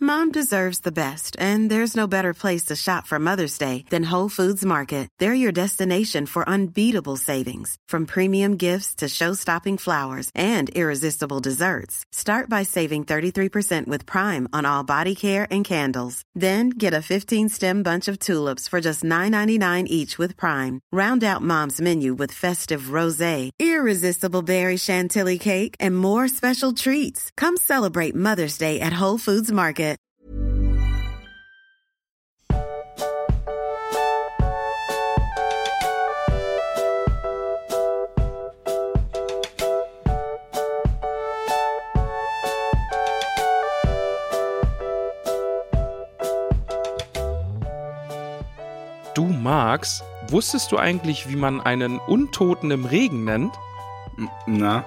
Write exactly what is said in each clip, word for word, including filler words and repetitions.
Mom deserves the best, and there's no better place to shop for Mother's Day than Whole Foods Market. They're your destination for unbeatable savings, from premium gifts to show-stopping flowers and irresistible desserts. Start by saving thirty-three percent with Prime on all body care and candles. Then get a fifteen-stem bunch of tulips for just nine ninety-nine each with Prime. Round out Mom's menu with festive rosé, irresistible berry chantilly cake, and more special treats. Come celebrate Mother's Day at Whole Foods Market. Du Max, wusstest du eigentlich, wie man einen Untoten im Regen nennt? Na?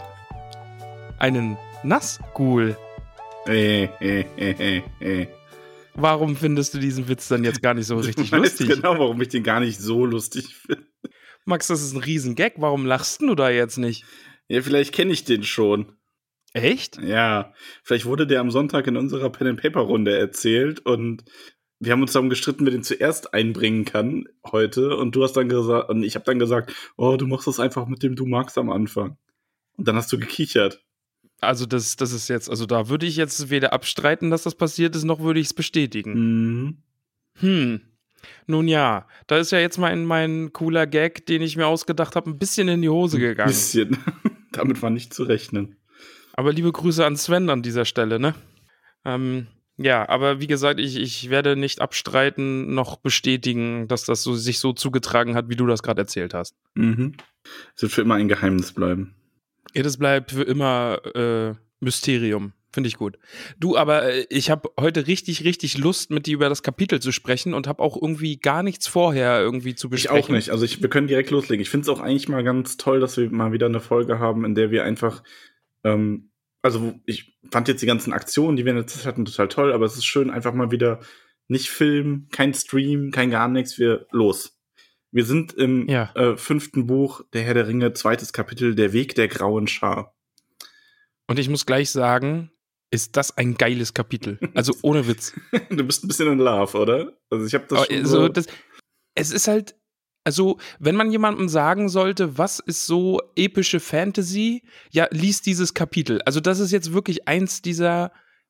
Einen Nazgul. Äh, äh, äh, äh. Warum findest du diesen Witz dann jetzt gar nicht so richtig du weißt lustig? Genau, warum ich den gar nicht so lustig finde. Max, das ist ein Riesengag. Warum lachst du da jetzt nicht? Ja, vielleicht kenne ich den schon. Echt? Ja, vielleicht wurde der am Sonntag in unserer Pen-and-Paper-Runde erzählt und wir haben uns darum gestritten, wer den zuerst einbringen kann heute. Und du hast dann gesagt, und ich habe dann gesagt, oh, du machst das einfach mit dem Du magst am Anfang. Und dann hast du gekichert. Also das, das ist jetzt, also da würde ich jetzt weder abstreiten, dass das passiert ist, noch würde ich es bestätigen. Mhm. Hm. Nun ja, da ist ja jetzt mein, mein cooler Gag, den ich mir ausgedacht habe, ein bisschen in die Hose gegangen. Ein bisschen. Damit war nicht zu rechnen. Aber liebe Grüße an Sven an dieser Stelle, ne? Ähm, ja, aber wie gesagt, ich, ich werde nicht abstreiten, noch bestätigen, dass das so, sich so zugetragen hat, wie du das gerade erzählt hast. Mhm. Es wird für immer ein Geheimnis bleiben. Ja, das bleibt für immer äh, Mysterium. Finde ich gut. Du, aber äh, ich habe heute richtig, richtig Lust, mit dir über das Kapitel zu sprechen und habe auch irgendwie gar nichts vorher irgendwie zu besprechen. Ich auch nicht. Also ich, wir können direkt loslegen. Ich finde es auch eigentlich mal ganz toll, dass wir mal wieder eine Folge haben, in der wir einfach ähm, also ich fand jetzt die ganzen Aktionen, die wir in der Zeit hatten, total toll, aber es ist schön, einfach mal wieder nicht Film, kein Stream, kein gar nichts, wir los. Wir sind im Ja. äh, fünften Buch der Herr der Ringe, zweites Kapitel, der Weg der grauen Schar. Und ich muss gleich sagen, ist das ein geiles Kapitel. Also ohne Witz. Du bist ein bisschen in Love, oder? Also ich habe das Aber schon also so... das, es ist halt, also wenn man jemandem sagen sollte, was ist so epische Fantasy, ja, lies dieses Kapitel. Also das ist jetzt wirklich eins dieser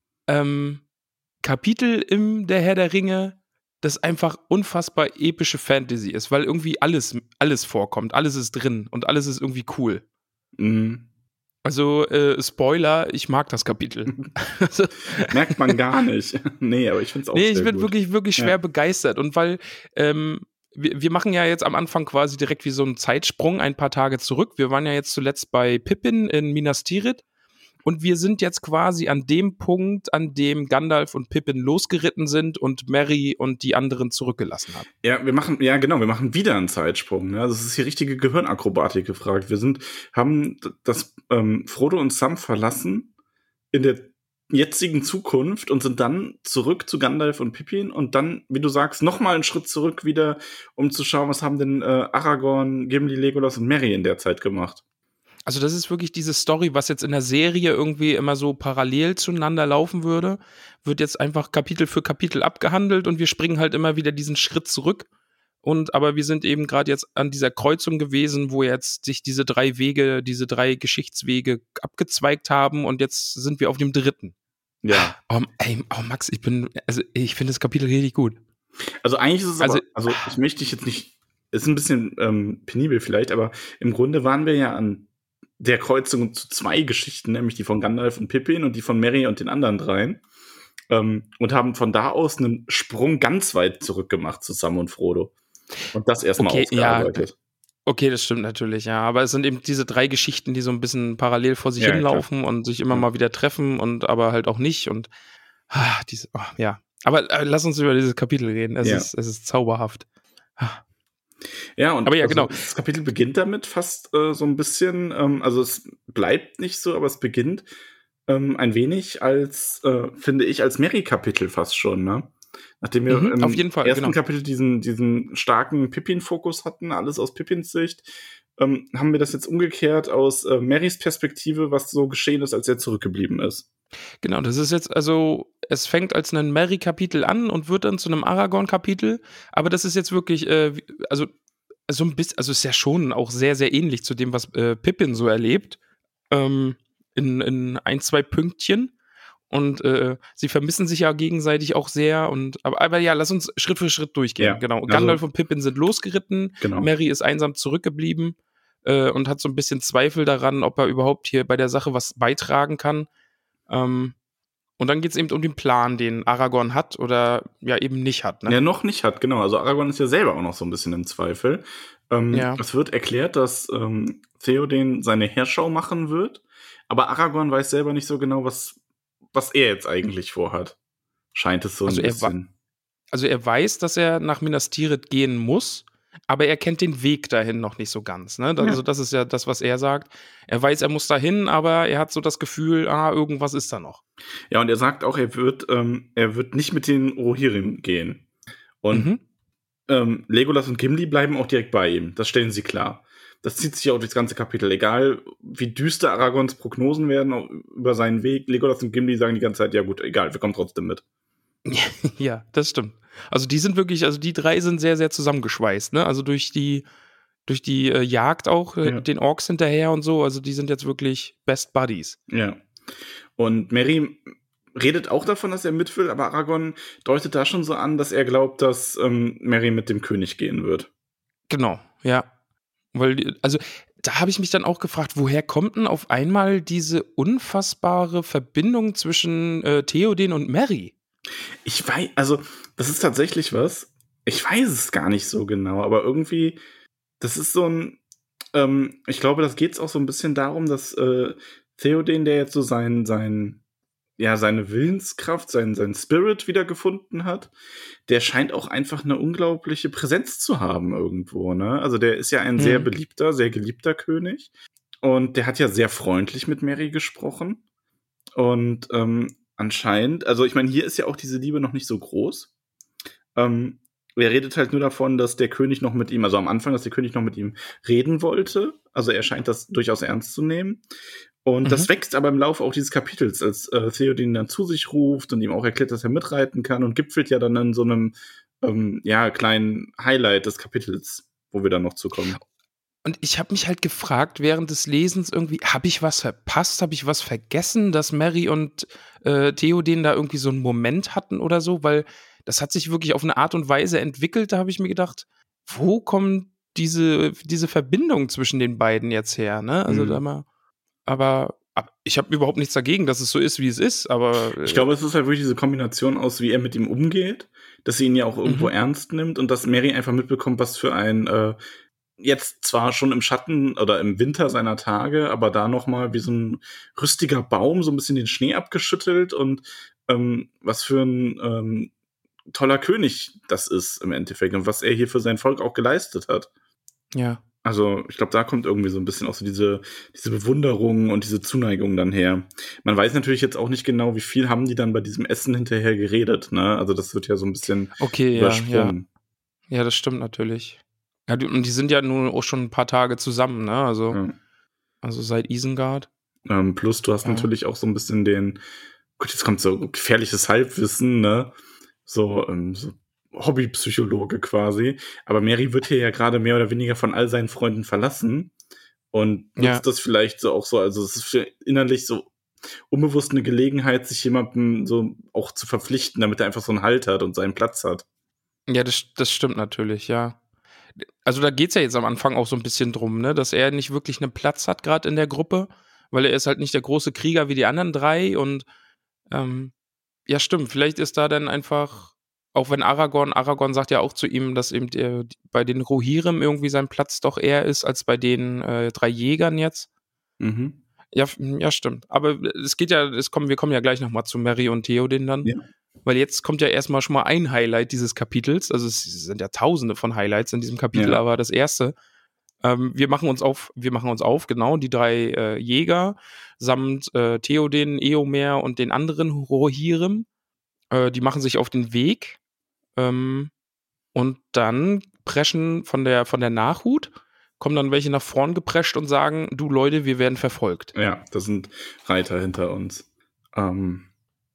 ähm, Kapitel im Der Herr der Ringe, das einfach unfassbar epische Fantasy ist, weil irgendwie alles, alles vorkommt, alles ist drin und alles ist irgendwie cool. Mhm. Also, äh, Spoiler, ich mag das Kapitel. Also, merkt man gar nicht. Nee, aber ich finde es auch nee, sehr ich bin gut. wirklich, wirklich schwer Ja. begeistert. Und weil ähm, wir, wir machen ja jetzt am Anfang quasi direkt wie so einen Zeitsprung ein paar Tage zurück. Wir waren ja jetzt zuletzt bei Pippin in Minas Tirith. Und wir sind jetzt quasi an dem Punkt, an dem Gandalf und Pippin losgeritten sind und Merry und die anderen zurückgelassen haben. Ja, wir machen, ja genau, wir machen wieder einen Zeitsprung. Ne? Also es ist hier richtige Gehirnakrobatik gefragt. Wir sind, haben das ähm, Frodo und Sam verlassen in der jetzigen Zukunft und sind dann zurück zu Gandalf und Pippin und dann, wie du sagst, nochmal einen Schritt zurück wieder, um zu schauen, was haben denn äh, Aragorn, Gimli, Legolas und Merry in der Zeit gemacht. Also das ist wirklich diese Story, was jetzt in der Serie irgendwie immer so parallel zueinander laufen würde, wird jetzt einfach Kapitel für Kapitel abgehandelt und wir springen halt immer wieder diesen Schritt zurück. Und aber wir sind eben gerade jetzt an dieser Kreuzung gewesen, wo jetzt sich diese drei Wege, diese drei Geschichtswege abgezweigt haben und jetzt sind wir auf dem dritten. Ja. Oh, ey, oh Max, ich bin, also ich finde das Kapitel richtig gut. Also eigentlich ist es Also- aber, also ich möchte dich jetzt nicht, ist ein bisschen ähm, penibel vielleicht, aber im Grunde waren wir ja an der Kreuzung zu zwei Geschichten, nämlich die von Gandalf und Pippin und die von Merry und den anderen dreien. Ähm, und haben von da aus einen Sprung ganz weit zurück gemacht zu Sam und Frodo. Und das erstmal Okay, ja. ausgearbeitet. Okay, das stimmt natürlich, ja. Aber es sind eben diese drei Geschichten, die so ein bisschen parallel vor sich Ja, hinlaufen und sich immer Ja. mal wieder treffen und aber halt auch nicht. Und ah, diese, oh, ja. Aber äh, lass uns über dieses Kapitel reden. Es, Ja. ist, es ist zauberhaft. Ah. Ja, und Aber ja, also genau. das Kapitel beginnt damit fast äh, so ein bisschen, ähm, also es bleibt nicht so, aber es beginnt ähm, ein wenig als, äh, finde ich, als Merry-Kapitel fast schon, ne? Nachdem wir Mhm, im auf jeden Fall, ersten genau. Kapitel diesen, diesen starken Pippin-Fokus hatten, alles aus Pippins Sicht, ähm, haben wir das jetzt umgekehrt aus äh, Merrys Perspektive, was so geschehen ist, als er zurückgeblieben ist. Genau, das ist jetzt, also es fängt als ein Merry-Kapitel an und wird dann zu einem Aragorn-Kapitel, aber das ist jetzt wirklich, äh, also so ein bisschen, also ist ja schon auch sehr, sehr ähnlich zu dem, was äh, Pippin so erlebt, ähm, in, in ein, zwei Pünktchen. Und äh, sie vermissen sich ja gegenseitig auch sehr. Und aber, aber ja, lass uns Schritt für Schritt durchgehen. Ja, Genau. also- Gandalf und Pippin sind losgeritten. Genau. Merry ist einsam zurückgeblieben äh, und hat so ein bisschen Zweifel daran, ob er überhaupt hier bei der Sache was beitragen kann. Ähm, und dann geht es eben um den Plan, den Aragorn hat oder ja eben nicht hat. Ne? Ja, noch nicht hat, genau. Also Aragorn ist ja selber auch noch so ein bisschen im Zweifel. Ähm, Ja. Es wird erklärt, dass ähm, Theoden seine Heerschau machen wird, aber Aragorn weiß selber nicht so genau, was, was er jetzt eigentlich vorhat. Scheint es so Also ein er bisschen. Also er weiß, dass er nach Minas Tirith gehen muss, aber er kennt den Weg dahin noch nicht so ganz. Ne? Ja. Also das ist ja das, was er sagt. Er weiß, er muss dahin, aber er hat so das Gefühl, ah, irgendwas ist da noch. Ja, und er sagt auch, er wird, ähm, er wird nicht mit den Rohirrim gehen. Und Mhm. ähm, Legolas und Gimli bleiben auch direkt bei ihm. Das stellen sie klar. Das zieht sich auch durchs ganze Kapitel. Egal, wie düster Aragorns Prognosen werden auch über seinen Weg, Legolas und Gimli sagen die ganze Zeit, ja gut, egal, wir kommen trotzdem mit. Ja, das stimmt. Also die sind wirklich, also die drei sind sehr, sehr zusammengeschweißt. Ne? Also durch die, durch die äh, Jagd auch, äh, Ja. den Orks hinterher und so. Also die sind jetzt wirklich Best Buddies. Ja. Und Merry redet auch davon, dass er mit will, aber Aragorn deutet da schon so an, dass er glaubt, dass ähm, Merry mit dem König gehen wird. Genau, ja. Weil, die- also, da habe ich mich dann auch gefragt, woher kommt denn auf einmal diese unfassbare Verbindung zwischen äh, Theoden und Merry? Ich weiß, also, das ist tatsächlich was. Ich weiß es gar nicht so genau, aber irgendwie, das ist so ein, ähm, ich glaube, das geht es auch so ein bisschen darum, dass äh, Theoden, der jetzt so sein, sein, ja, seine Willenskraft, sein, sein Spirit wiedergefunden hat, der scheint auch einfach eine unglaubliche Präsenz zu haben irgendwo, ne? Also der ist ja ein Mhm. sehr beliebter, sehr geliebter König. Und der hat ja sehr freundlich mit Merry gesprochen. Und ähm, anscheinend, also ich meine, hier ist ja auch diese Liebe noch nicht so groß. Ähm, er redet halt nur davon, dass der König noch mit ihm, also am Anfang, dass der König noch mit ihm reden wollte. Also er scheint das durchaus ernst zu nehmen. Und Mhm. das wächst aber im Laufe auch dieses Kapitels, als äh, Theoden ihn dann zu sich ruft und ihm auch erklärt, dass er mitreiten kann und gipfelt ja dann in so einem ähm, ja, kleinen Highlight des Kapitels, wo wir dann noch zukommen. Und ich habe mich halt gefragt, während des Lesens irgendwie, habe ich was verpasst? Habe ich was vergessen, dass Merry und äh, Theoden da irgendwie so einen Moment hatten oder so? Weil das hat sich wirklich auf eine Art und Weise entwickelt, da habe ich mir gedacht, wo kommt diese, diese Verbindung zwischen den beiden jetzt her? Ne? Also Mhm. da mal, aber ab, ich habe überhaupt nichts dagegen, dass es so ist, wie es ist, aber äh, Ich glaube, es ist halt wirklich diese Kombination aus, wie er mit ihm umgeht, dass sie ihn ja auch irgendwo Mhm. ernst nimmt und dass Merry einfach mitbekommt, was für ein äh, jetzt zwar schon im Schatten oder im Winter seiner Tage, aber da noch mal wie so ein rüstiger Baum so ein bisschen den Schnee abgeschüttelt und ähm, was für ein ähm, toller König das ist im Endeffekt und was er hier für sein Volk auch geleistet hat. ja. Also ich glaube, da kommt irgendwie so ein bisschen auch so diese, diese Bewunderung und diese Zuneigung dann her. Man weiß natürlich jetzt auch nicht genau, wie viel haben die dann bei diesem Essen hinterher geredet, ne? Also das wird ja so ein bisschen Okay, ja, ja. übersprungen. Ja, das stimmt natürlich. Ja, die, und die sind ja nun auch schon ein paar Tage zusammen, ne? Also, Ja. also seit Isengard. Ähm, plus du hast Ja. natürlich auch so ein bisschen den, gut, jetzt kommt so gefährliches Halbwissen, ne? So, ähm, so Hobbypsychologe quasi. Aber Merry wird hier ja gerade mehr oder weniger von all seinen Freunden verlassen und nutzt Ja. das vielleicht so auch so, also es ist für innerlich so unbewusst eine Gelegenheit, sich jemandem so auch zu verpflichten, damit er einfach so einen Halt hat und seinen Platz hat. Ja, das, das stimmt natürlich, ja. Also da geht's ja jetzt am Anfang auch so ein bisschen drum, ne? Dass er nicht wirklich einen Platz hat gerade in der Gruppe, weil er ist halt nicht der große Krieger wie die anderen drei und ähm, ja, stimmt, vielleicht ist da dann einfach, auch wenn Aragorn, Aragorn sagt ja auch zu ihm, dass eben der, bei den Rohirrim irgendwie sein Platz doch eher ist als bei den äh, drei Jägern jetzt. Mhm. Ja, f- ja, stimmt. Aber es geht ja, es kommen, wir kommen ja gleich nochmal zu Merry und Theoden dann. Ja. Weil jetzt kommt ja erstmal schon mal ein Highlight dieses Kapitels. Also es sind ja tausende von Highlights in diesem Kapitel, Ja. aber das erste. Ähm, wir machen uns auf, wir machen uns auf, genau, die drei äh, Jäger samt äh, Theoden, Eomer und den anderen Rohirrim. Äh, die machen sich auf den Weg. Ähm, und dann preschen von der, von der Nachhut, kommen dann welche nach vorn geprescht und sagen, du Leute, wir werden verfolgt. Ja, das sind Reiter hinter uns. Ähm,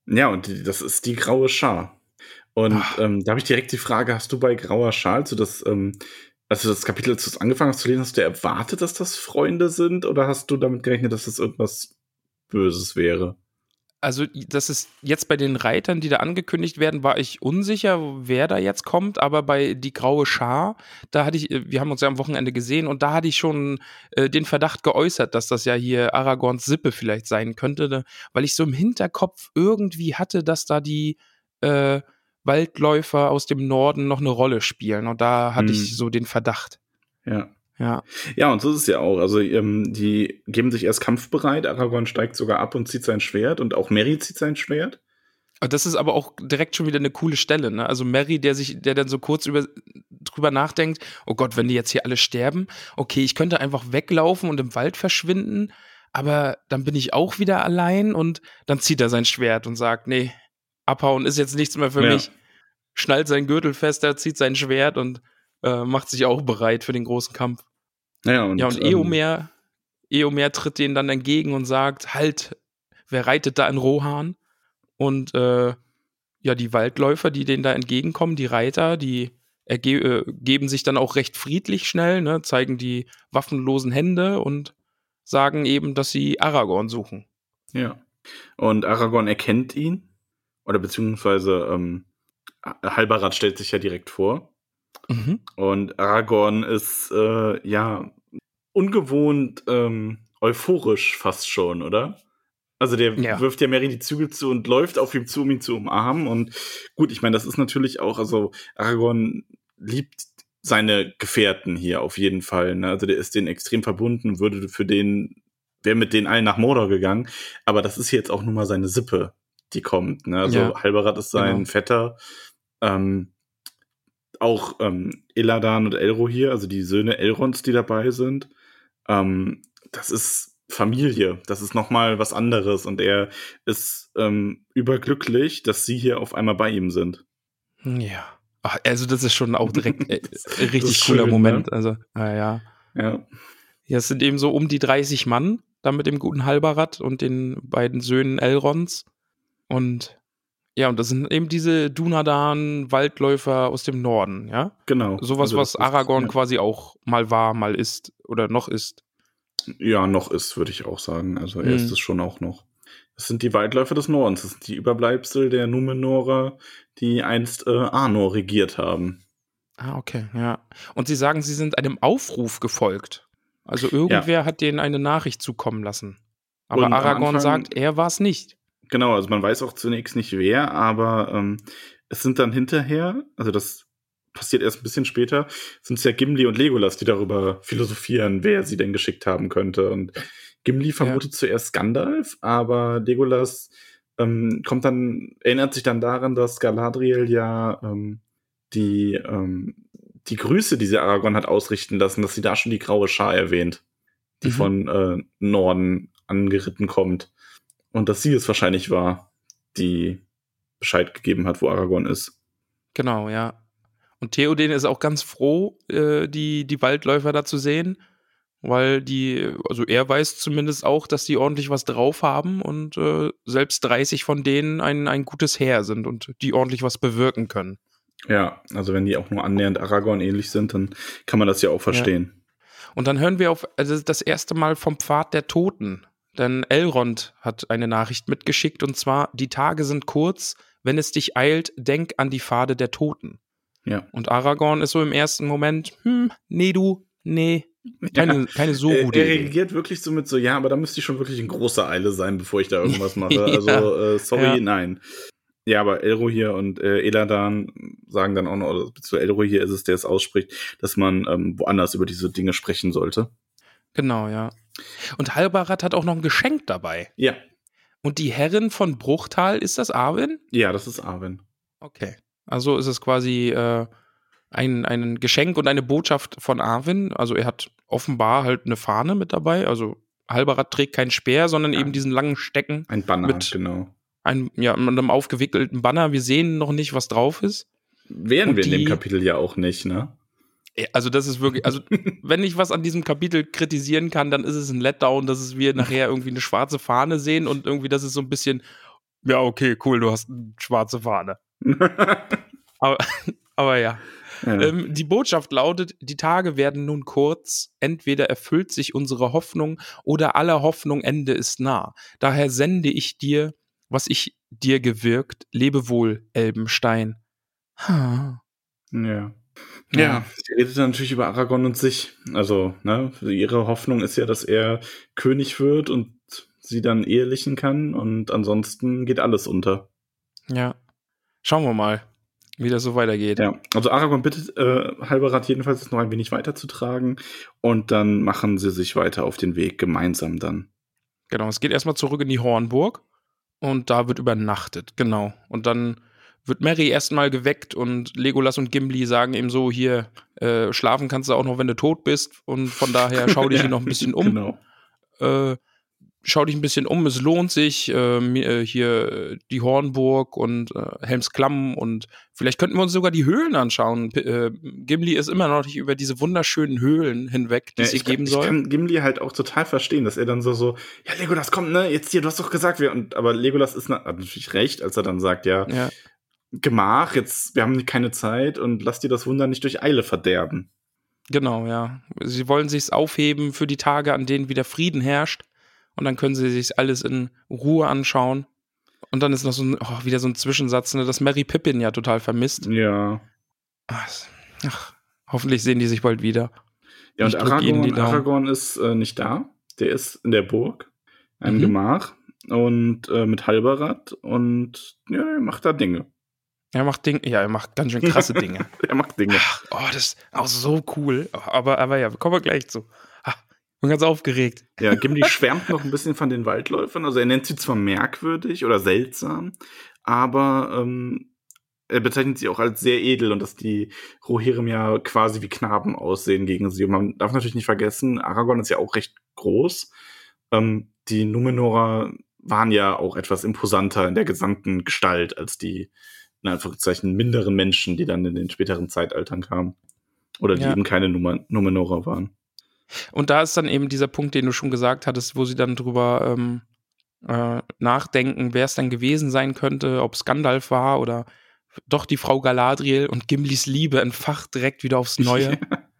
Ja, und die, das ist die graue Schar. Und ähm, da habe ich direkt die Frage, hast du bei Grauer Schal, als du das, ähm, als du das Kapitel als du das angefangen hast zu lesen, hast du erwartet, dass das Freunde sind, oder hast du damit gerechnet, dass das irgendwas Böses wäre? Also, das ist jetzt bei den Reitern, die da angekündigt werden, war ich unsicher, wer da jetzt kommt, aber bei die graue Schar, da hatte ich, äh, wir haben uns ja am Wochenende gesehen und da hatte ich schon äh, den Verdacht geäußert, dass das ja hier Aragorns Sippe vielleicht sein könnte, ne? Weil ich so im Hinterkopf irgendwie hatte, dass da die äh, Waldläufer aus dem Norden noch eine Rolle spielen und da hatte ich Hm. so den Verdacht. Ja. Ja. Ja, und so ist es ja auch. Also, ähm, die geben sich erst kampfbereit. Aragorn steigt sogar ab und zieht sein Schwert. Und auch Merry zieht sein Schwert. Das ist aber auch direkt schon wieder eine coole Stelle, ne? Also Merry, der sich, der dann so kurz über, drüber nachdenkt, oh Gott, wenn die jetzt hier alle sterben, okay, ich könnte einfach weglaufen und im Wald verschwinden, aber dann bin ich auch wieder allein und dann zieht er sein Schwert und sagt, nee, abhauen ist jetzt nichts mehr für Ja. mich. Schnallt seinen Gürtel fester, zieht sein Schwert und äh, macht sich auch bereit für den großen Kampf. Ja, und, Ja, und ähm, Eomer, Eomer tritt denen dann entgegen und sagt, halt, wer reitet da in Rohan? Und äh, ja, die Waldläufer, die denen da entgegenkommen, die Reiter, die erge- äh, geben sich dann auch recht friedlich schnell, ne, zeigen die waffenlosen Hände und sagen eben, dass sie Aragorn suchen. ja. Und Aragorn erkennt ihn. Oder beziehungsweise ähm, Halbarad stellt sich ja direkt vor. Mhm. Und Aragorn ist, äh, ja, ungewohnt ähm, euphorisch fast schon, oder? Also der Ja. wirft ja Merry die Zügel zu und läuft auf ihm zu, um ihn zu umarmen. Und gut, ich meine, das ist natürlich auch, also Aragorn liebt seine Gefährten hier auf jeden Fall. Ne? Also der ist denen extrem verbunden, würde für den, wäre mit denen allen nach Mordor gegangen. Aber das ist jetzt auch nun mal seine Sippe, die kommt. Ne? Also Ja, Halbarad ist sein genau. Vetter. Ähm, auch ähm, Eladan und Elrohir, also die Söhne Elrons, die dabei sind. Ähm, das ist Familie, das ist nochmal was anderes und er ist ähm, überglücklich, dass sie hier auf einmal bei ihm sind. Ja. Ach, also das ist schon auch direkt äh, das, richtig das ist cooler schön, Moment. ne? Also, ah, ja. Ja. Ja, es sind eben so um die dreißig Mann, da mit dem guten Halbarad und den beiden Söhnen Elrons. Und ja, und das sind eben diese Dunadan-Waldläufer aus dem Norden, ja? Genau. Sowas, Also das was ist, Aragorn ja. quasi auch mal war, mal ist oder noch ist. Ja, noch ist, würde ich auch sagen. Also er ist Mhm. es schon auch noch. Das sind die Waldläufer des Nordens. Das sind die Überbleibsel der Numenorer, die einst äh, Arnor regiert haben. Ah, okay, ja. Und sie sagen, sie sind einem Aufruf gefolgt. Also Ja, irgendwer hat denen eine Nachricht zukommen lassen. Aber und am Aragorn Anfang, sagt, er war es nicht. genau, also man weiß auch zunächst nicht wer, aber ähm, es sind dann hinterher, also das passiert erst ein bisschen später, sind es ja Gimli und Legolas, die darüber philosophieren, wer sie denn geschickt haben könnte. Und Gimli vermutet zuerst Gandalf, aber Legolas ähm, kommt dann, erinnert sich dann daran, dass Galadriel ja ähm, die, ähm, die Grüße, die sie Aragorn hat ausrichten lassen, dass sie da schon die graue Schar erwähnt, die Mhm. von äh, Norden angeritten kommt. Und dass sie es wahrscheinlich war, die Bescheid gegeben hat, wo Aragorn ist. Genau, ja. Und Theoden ist auch ganz froh, äh, die, die Waldläufer da zu sehen, weil die, also er weiß zumindest auch, dass die ordentlich was drauf haben und äh, selbst dreißig von denen ein, ein gutes Heer sind und die ordentlich was bewirken können. Ja, also wenn die auch nur annähernd Aragorn ähnlich sind, dann kann man das ja auch verstehen. Und dann hören wir auf, also das erste Mal vom Pfad der Toten. Denn Elrond hat eine Nachricht mitgeschickt und zwar: Die Tage sind kurz, wenn es dich eilt, denk an die Pfade der Toten. Ja. Und Aragorn ist so im ersten Moment, hm, nee, du, nee, keine, ja. keine so er, gute er Idee. reagiert wirklich so mit so, ja, aber da müsste ich schon wirklich in großer Eile sein, bevor ich da irgendwas mache. Ja, Also, äh, sorry, ja. nein. Ja, aber Elrohir und äh, Eladan sagen dann auch noch, oder beziehungsweise Elrohir ist es, der es ausspricht, dass man ähm, woanders über diese Dinge sprechen sollte. Genau, ja. Und Halbarad hat auch noch ein Geschenk dabei. Ja. Und die Herrin von Bruchtal, ist das Arwen? Ja, das ist Arwen. Okay. Also ist es quasi äh, ein, ein Geschenk und eine Botschaft von Arwen. Also er hat offenbar halt eine Fahne mit dabei. Also Halbarad trägt keinen Speer, sondern Ja. eben diesen langen Stecken. Ein Banner, mit genau. Ein, ja, mit einem aufgewickelten Banner. Wir sehen noch nicht, was drauf ist. Wären Und wir in dem die- Kapitel ja auch nicht, ne? Also das ist wirklich, also wenn ich was an diesem Kapitel kritisieren kann, dann ist es ein Letdown, dass es wir nachher irgendwie eine schwarze Fahne sehen und irgendwie, dass es so ein bisschen Ja, okay, cool, du hast eine schwarze Fahne. aber, aber ja. Ja. Ähm, die Botschaft lautet, die Tage werden nun kurz, entweder erfüllt sich unsere Hoffnung oder aller Hoffnung Ende ist nah. Daher sende ich dir, was ich dir gewirkt, lebe wohl, Elbenstein. Ha. Ja. Ja. Ja, sie redet dann natürlich über Aragorn und sich. Also, ne, ihre Hoffnung ist ja, dass er König wird und sie dann ehelichen kann und ansonsten geht alles unter. Ja. Schauen wir mal, wie das so weitergeht. Ja, also Aragorn bittet äh, Halberad jedenfalls, das noch ein wenig weiterzutragen und dann machen sie sich weiter auf den Weg, gemeinsam dann. Genau, es geht erstmal zurück in die Hornburg und da wird übernachtet, genau. Und dann wird Merry erstmal geweckt und Legolas und Gimli sagen ihm so, hier, äh, schlafen kannst du auch noch, wenn du tot bist und von daher schau dich hier noch ein bisschen um. Genau. Äh, schau dich ein bisschen um, es lohnt sich, äh, hier die Hornburg und äh, Helms Klamm und vielleicht könnten wir uns sogar die Höhlen anschauen. P äh, Gimli ist immer noch nicht über diese wunderschönen Höhlen hinweg, die Ja, es hier ich, geben ich soll. Ich kann Gimli halt auch total verstehen, dass er dann so, so, ja, Legolas, komm, ne, jetzt hier, du hast doch gesagt, wir, und, aber Legolas ist na, hat natürlich recht, als er dann sagt, ja, Ja. Gemach, jetzt, wir haben keine Zeit und lass dir das Wunder nicht durch Eile verderben. Genau, ja. Sie wollen sich's aufheben für die Tage, an denen wieder Frieden herrscht. Und dann können sie sich alles in Ruhe anschauen. Und dann ist noch so ein, oh, wieder so ein Zwischensatz, ne, dass Merry Pippin ja total vermisst. Ja. Ach, ach, hoffentlich sehen die sich bald wieder. Ja, Ich und drück ihnen die Aragorn, Daumen. Aragorn ist äh, nicht da. Der ist in der Burg, einem Mhm. Gemach und äh, mit Halberad und ja, er macht da Dinge. Er macht Dinge, ja, er macht ganz schön krasse Dinge. er macht Dinge. Ach, oh, das ist auch so cool. Aber, aber ja, kommen wir gleich zu. Ah, bin ganz aufgeregt. Ja, Gimli schwärmt noch ein bisschen von den Waldläufern. Also er nennt sie zwar merkwürdig oder seltsam, aber ähm, er bezeichnet sie auch als sehr edel und dass die Rohirrim ja quasi wie Knaben aussehen gegen sie. Und man darf natürlich nicht vergessen, Aragorn ist ja auch recht groß. Ähm, die Numenorer waren ja auch etwas imposanter in der gesamten Gestalt als die, in Anführungszeichen, minderen Menschen, die dann in den späteren Zeitaltern kamen. Oder die Ja. eben keine Numen- Numenorer waren. Und da ist dann eben dieser Punkt, den du schon gesagt hattest, wo sie dann drüber ähm, äh, nachdenken, wer es dann gewesen sein könnte, ob es Gandalf war oder doch die Frau Galadriel, und Gimlis Liebe entfacht direkt wieder aufs Neue.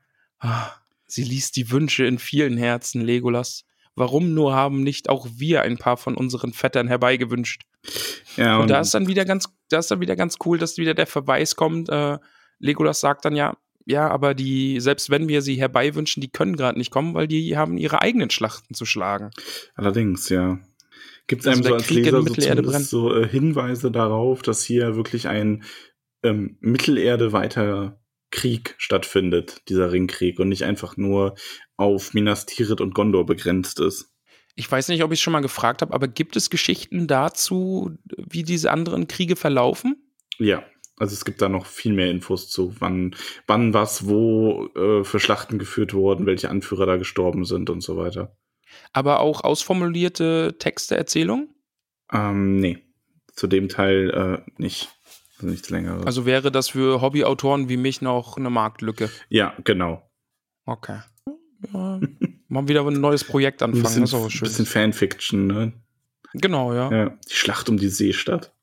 Ah, sie liest die Wünsche in vielen Herzen, Legolas. Warum nur haben nicht auch wir ein paar von unseren Vettern herbeigewünscht? Ja, Und da ist dann wieder ganz, da ist dann wieder ganz cool, dass wieder der Verweis kommt. Äh, Legolas sagt dann ja, ja, aber die, selbst wenn wir sie herbeiwünschen, die können gerade nicht kommen, weil die haben ihre eigenen Schlachten zu schlagen. Allerdings, ja. Gibt es Also einem der so als Krieg in Leser so, Mittelerde zumindest so äh, Hinweise darauf, dass hier wirklich ein ähm, Mittelerde-weiter Krieg stattfindet, dieser Ringkrieg, und nicht einfach nur auf Minas Tirith und Gondor begrenzt ist. Ich weiß nicht, ob ich es schon mal gefragt habe, aber gibt es Geschichten dazu, wie diese anderen Kriege verlaufen? Ja, also es gibt da noch viel mehr Infos zu, wann, wann was, wo äh, für Schlachten geführt wurden, welche Anführer da gestorben sind und so weiter. Aber auch ausformulierte Texte, Erzählungen? Ähm, nee, zu dem Teil äh, nicht. Also nichts Längeres. Also wäre das für Hobbyautoren wie mich noch eine Marktlücke? Ja, genau. Okay. Ja, mal wieder ein neues Projekt Ein anfangen, bisschen, das ist auch schön. bisschen Fanfiction, ne? Genau, ja. Ja, die Schlacht um die Seestadt.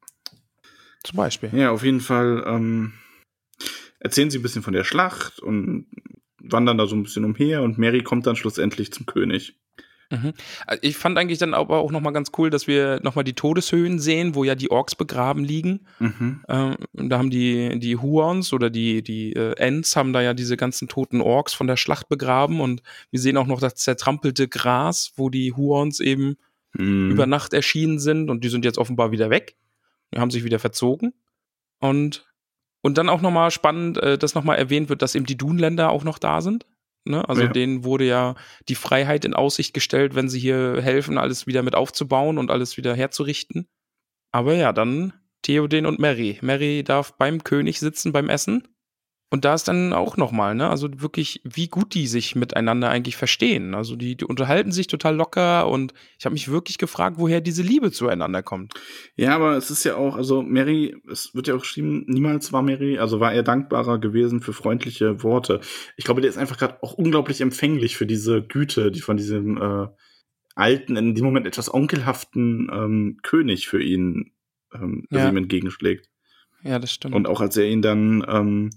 Zum Beispiel. Ja, auf jeden Fall ähm, erzählen sie ein bisschen von der Schlacht und wandern da so ein bisschen umher und Merry kommt dann schlussendlich zum König. Mhm. Ich fand eigentlich dann aber auch nochmal ganz cool, dass wir nochmal die Todeshöhen sehen, wo ja die Orks begraben liegen. Mhm. Ähm, da haben die, die Huons oder die, die äh, Ents haben da ja diese ganzen toten Orks von der Schlacht begraben und wir sehen auch noch das zertrampelte Gras, wo die Huons eben Mhm. über Nacht erschienen sind und die sind jetzt offenbar wieder weg. Die haben sich wieder verzogen. Und, und dann auch nochmal spannend, äh, dass nochmal erwähnt wird, dass eben die Dunländer auch noch da sind. Ne? Also Ja. denen wurde ja die Freiheit in Aussicht gestellt, wenn sie hier helfen, alles wieder mit aufzubauen und alles wieder herzurichten. Aber ja, dann Theoden und Merry. Merry darf beim König sitzen beim Essen. Und da ist dann auch nochmal, ne, also wirklich, wie gut die sich miteinander eigentlich verstehen. Also die, die unterhalten sich total locker und ich habe mich wirklich gefragt, woher diese Liebe zueinander kommt. Ja, aber es ist ja auch, also Merry, es wird ja auch geschrieben, niemals war Merry, also war er dankbarer gewesen für freundliche Worte. Ich glaube, der ist einfach gerade auch unglaublich empfänglich für diese Güte, die von diesem äh, alten, in dem Moment etwas onkelhaften ähm, König für ihn, ähm, Ja. das ihm entgegenschlägt. Ja, das stimmt. Und auch als er ihn dann ähm,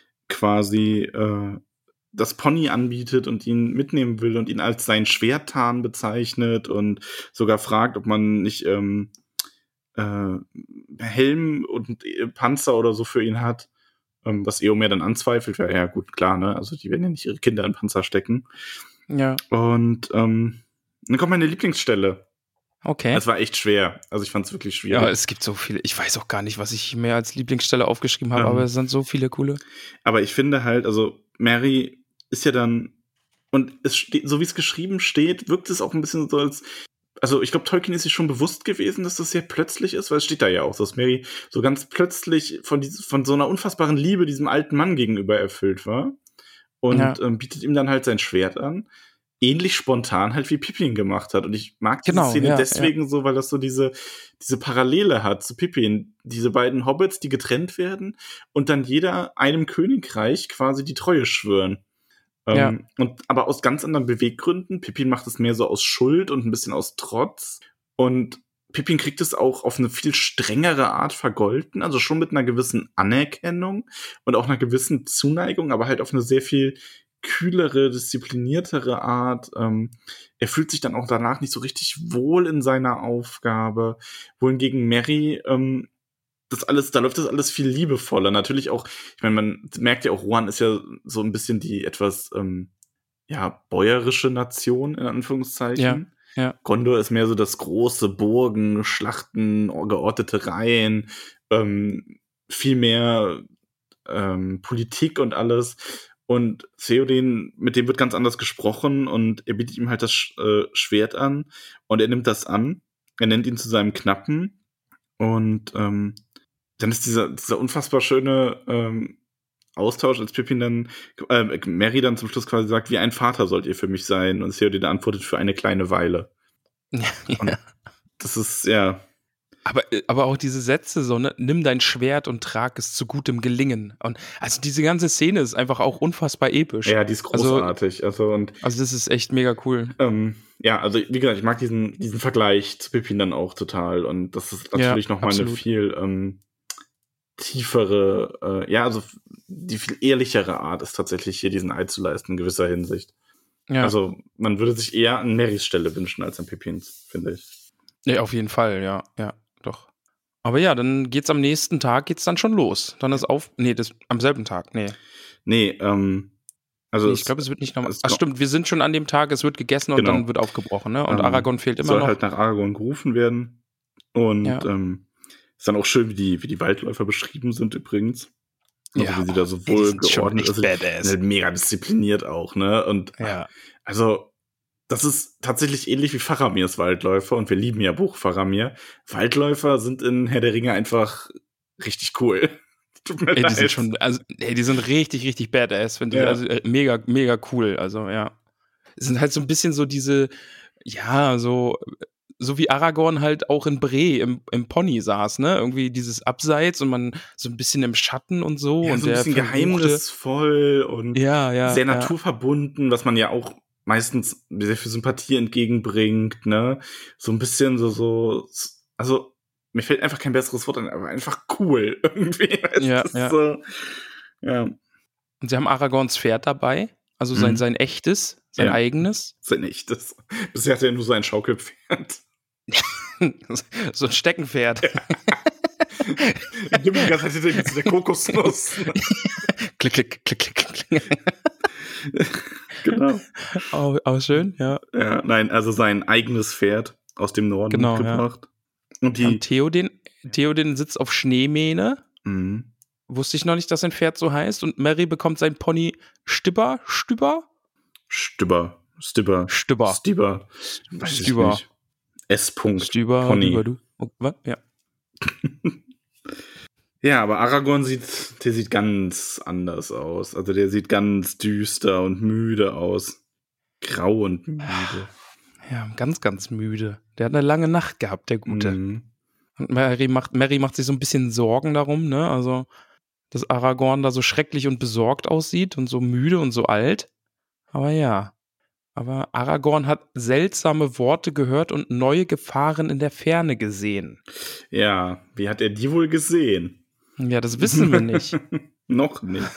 quasi äh, das Pony anbietet und ihn mitnehmen will und ihn als sein Schwerttarn bezeichnet und sogar fragt, ob man nicht ähm, äh, Helm und äh, Panzer oder so für ihn hat, ähm, was Eomer dann anzweifelt. Ja, ja, gut, klar, ne? Also die werden ja nicht ihre Kinder in Panzer stecken. Ja, Und ähm, dann kommt meine Lieblingsstelle. okay. Es war echt schwer. Also ich fand es wirklich schwierig. Ja, es gibt so viele. Ich weiß auch gar nicht, was ich mir als Lieblingsstelle aufgeschrieben habe, Ähm. aber es sind so viele coole. Aber ich finde halt, also Mary ist ja dann, und es steht, so wie es geschrieben steht, wirkt es auch ein bisschen so als, also ich glaube, Tolkien ist sich schon bewusst gewesen, dass das sehr plötzlich ist, weil es steht da ja auch, dass Mary so ganz plötzlich von, dies, von so einer unfassbaren Liebe diesem alten Mann gegenüber erfüllt war und Ja. ähm, bietet ihm dann halt sein Schwert an. Ähnlich spontan halt wie Pippin gemacht hat. Und ich mag diese Genau, Szene ja, deswegen so, weil das so diese, diese Parallele hat zu Pippin. Diese beiden Hobbits, die getrennt werden und dann jeder einem Königreich quasi die Treue schwören. Ja. Ähm, und aber aus ganz anderen Beweggründen. Pippin macht es mehr so aus Schuld und ein bisschen aus Trotz. Und Pippin kriegt es auch auf eine viel strengere Art vergolten, also schon mit einer gewissen Anerkennung und auch einer gewissen Zuneigung, aber halt auf eine sehr viel kühlere, diszipliniertere Art. Ähm, er fühlt sich dann auch danach nicht so richtig wohl in seiner Aufgabe. Wohingegen Mary, ähm, das alles, da läuft das alles viel liebevoller. Natürlich auch, ich meine, man merkt ja auch, Rohan ist ja so ein bisschen die etwas, ähm, ja, bäuerische Nation, in Anführungszeichen. Ja, ja. Gondor ist mehr so das große Burgen, Schlachten, geortete Reihen, ähm, viel mehr ähm, Politik und alles. Und Theoden, mit dem wird ganz anders gesprochen und er bietet ihm halt das Sch- äh, Schwert an und er nimmt das an. Er nennt ihn zu seinem Knappen und ähm, dann ist dieser, dieser unfassbar schöne ähm, Austausch, als Pippin dann, äh, Mary dann zum Schluss quasi sagt, wie ein Vater sollt ihr für mich sein und Theoden antwortet, für eine kleine Weile. Ja. Und das ist, ja, Aber, aber auch diese Sätze so, ne? Nimm dein Schwert und trag es zu gutem Gelingen. Und also diese ganze Szene ist einfach auch unfassbar episch. ja, die ist großartig. Also, also und Also das ist echt mega cool. ähm, ja, also wie gesagt, ich mag diesen, diesen Vergleich zu Pippin dann auch total. Und das ist natürlich Ja, noch mal eine absolut. viel ähm, tiefere, äh, ja, also die viel ehrlichere Art ist tatsächlich hier diesen Eid zu leisten in gewisser Hinsicht. Ja. Also man würde sich eher an Marys Stelle wünschen als an Pippins, finde ich. Nee, auf jeden Fall, ja, ja, doch. Aber ja, dann geht's am nächsten Tag, geht's dann schon los. Dann ist auf, nee, das am selben Tag, nee. Nee, ähm, also nee es- ich glaube, es wird nicht nochmal. es Ach noch- stimmt, wir sind schon an dem Tag, es wird gegessen und Genau. dann wird aufgebrochen, ne? Und Ähm, Aragorn fehlt immer soll noch. halt nach Aragorn gerufen werden. Und Ja. ähm, ist dann auch schön, wie die, wie die Waldläufer beschrieben sind übrigens. Also Ja, wie sie da oh, so ey, die wohl sind schon geordnet echt also, badass. halt mega diszipliniert auch, ne? Und Ja. also, das ist tatsächlich ähnlich wie Faramirs Waldläufer und wir lieben ja Buch Faramir. Waldläufer sind in Herr der Ringe einfach richtig cool. Tut mir Ey, die leid. sind schon, also, ey, die sind richtig, richtig badass, finde ich. Ja. Also äh, mega, mega cool. Also, ja. Es sind halt so ein bisschen so diese, ja, so, so wie Aragorn halt auch in Bre im, im Pony saß, ne? Irgendwie dieses Abseits und man so ein bisschen im Schatten und so. Ja, und so ein der bisschen verruchte- geheimnisvoll und Ja, ja. sehr ja. naturverbunden, was man ja auch meistens sehr viel Sympathie entgegenbringt, ne? So ein bisschen so, so, also mir fällt einfach kein besseres Wort an, aber einfach cool irgendwie. Ja, Das ist ja. So, ja, Und sie haben Aragorns Pferd dabei. Also sein, Mhm. sein echtes, sein Ja. eigenes. ist ja nicht. Das, bisher hat er nur so ein Schaukelpferd. So ein Steckenpferd. Gib mir die ganze Zeit hinter der Kokosnuss. klick, klick, klick, klick, klick. Genau. Auch, auch schön, ja. Ja, nein, also sein eigenes Pferd aus dem Norden Genau, mitgebracht. Und die. Und Theoden, Theoden sitzt auf Schneemähne. Mhm. Wusste ich noch nicht, dass sein Pferd so heißt. Und Mary bekommt sein Pony Stibber, Stüber? Stibber. Stibber. Stibber. Stibber. Weiß ich Stibber. nicht. S. -Punkt. Stüber, Pony. Düber, du. Oh, was? Ja. Ja, aber Aragorn sieht, der sieht ganz anders aus. Also der sieht ganz düster und müde aus. Grau und müde. Ja, ganz, ganz müde. Der hat eine lange Nacht gehabt, der Gute. Mhm. Und Mary macht, Mary macht sich so ein bisschen Sorgen darum, ne? Also, dass Aragorn da so schrecklich und besorgt aussieht und so müde und so alt. Aber ja. Aber Aragorn hat seltsame Worte gehört und neue Gefahren in der Ferne gesehen. Ja, wie hat er die wohl gesehen? Ja, das wissen wir nicht. Noch nicht.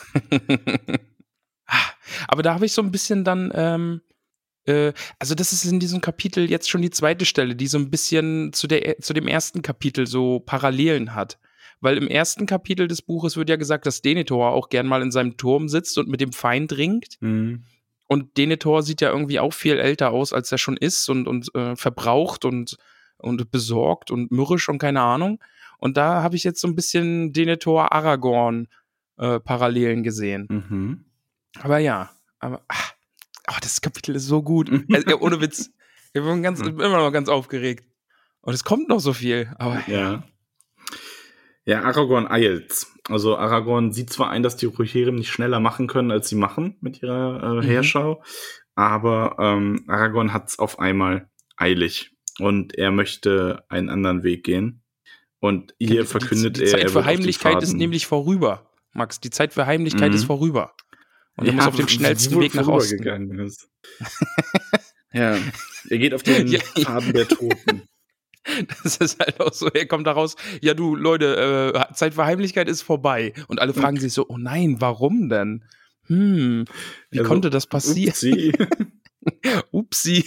Aber da habe ich so ein bisschen dann, ähm, äh, also das ist in diesem Kapitel jetzt schon die zweite Stelle, die so ein bisschen zu, der, zu dem ersten Kapitel so Parallelen hat. Weil im ersten Kapitel des Buches wird ja gesagt, dass Denethor auch gern mal in seinem Turm sitzt und mit dem Feind ringt. Mhm. Und Denethor sieht ja irgendwie auch viel älter aus, als er schon ist und, und äh, verbraucht und, und besorgt und mürrisch und keine Ahnung. Und da habe ich jetzt so ein bisschen Denethor-Aragorn äh, Parallelen gesehen. Mhm. Aber ja, aber ach, oh, das Kapitel ist so gut. Also, ohne Witz. Ich bin ganz, immer noch ganz aufgeregt. Und es kommt noch so viel. Aber Ja. Ja, Aragorn eilt's. Also Aragorn sieht zwar ein, dass die Rohirrim nicht schneller machen können, als sie machen mit ihrer äh, Mhm. Heerschau, aber ähm, Aragorn hat's auf einmal eilig und er möchte einen anderen Weg gehen. Und hier die, verkündet die, die er, Zeit er für wird auf die Heimlichkeit ist Pfaden- nämlich vorüber, Max. Die Zeit für Heimlichkeit Mhm. ist vorüber. Und er Ja, muss auf dem wie schnellsten wohl Weg nach Osten. vorübergegangen ist. Ja, er geht auf den Ja, ja. Pfaden der Toten. Das ist halt auch so, er kommt da raus, ja du, Leute, äh, Zeit für Heimlichkeit ist vorbei. Und alle fragen sich so, oh nein, warum denn? Hm, wie Also, konnte das passieren? upsie. Upsi.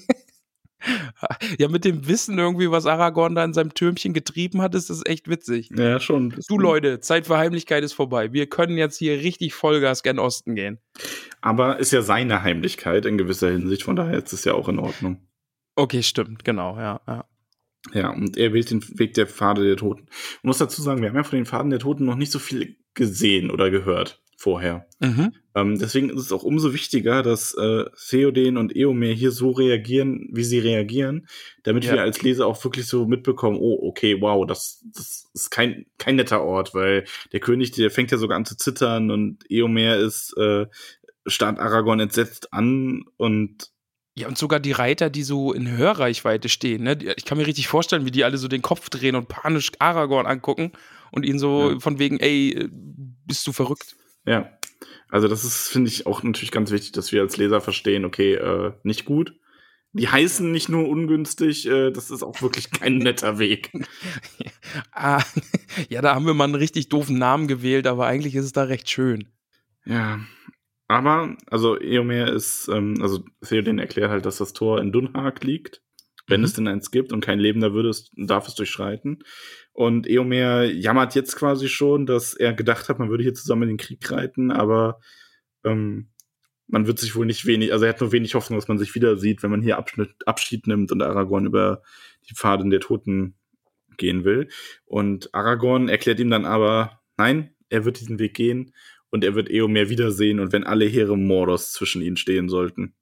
Ja, mit dem Wissen irgendwie, was Aragorn da in seinem Türmchen getrieben hat, ist das echt witzig. Ja, schon. ein bisschen. Du Leute, Zeit für Heimlichkeit ist vorbei. Wir können jetzt hier richtig Vollgas gen Osten gehen. Aber ist ja seine Heimlichkeit in gewisser Hinsicht, von daher ist es ja auch in Ordnung. Okay, stimmt, genau, ja. ja. Ja, und er wählt den Weg der Pfade der Toten. Ich muss dazu sagen, wir haben ja von den Pfaden der Toten noch nicht so viel gesehen oder gehört vorher. Mhm. Ähm, deswegen ist es auch umso wichtiger, dass äh, Theoden und Eomer hier so reagieren, wie sie reagieren, damit Ja. wir als Leser auch wirklich so mitbekommen, oh, okay, wow, das, das ist kein, kein netter Ort, weil der König, der fängt ja sogar an zu zittern und Eomer ist, äh, starrt Aragorn entsetzt an und Ja, und sogar die Reiter, die so in Hörreichweite stehen, ne? Die- Ich kann mir richtig vorstellen, wie die alle so den Kopf drehen und panisch Aragorn angucken und ihn so Ja. von wegen, ey, äh, bist du verrückt? ja, also das ist, finde ich, auch natürlich ganz wichtig, dass wir als Leser verstehen, okay, äh, nicht gut. Die heißen nicht nur ungünstig, äh, das ist auch wirklich kein netter Weg. Ah, ja, da haben wir mal einen richtig doofen Namen gewählt, aber eigentlich ist es da recht schön. Ja, aber, also Eomer ist, ähm, also Theoden erklärt halt, dass das Tor in Dunhag liegt, wenn Mhm. es denn eins gibt und kein Lebender würde es, darf es durchschreiten. Und Eomer jammert jetzt quasi schon, dass er gedacht hat, man würde hier zusammen in den Krieg reiten, aber ähm, man wird sich wohl nicht wenig, also er hat nur wenig Hoffnung, dass man sich wieder sieht, wenn man hier Abschnitt, Abschied nimmt und Aragorn über die Pfade der Toten gehen will. Und Aragorn erklärt ihm dann aber, nein, er wird diesen Weg gehen und er wird Eomer wiedersehen und wenn alle Heere Mordors zwischen ihnen stehen sollten.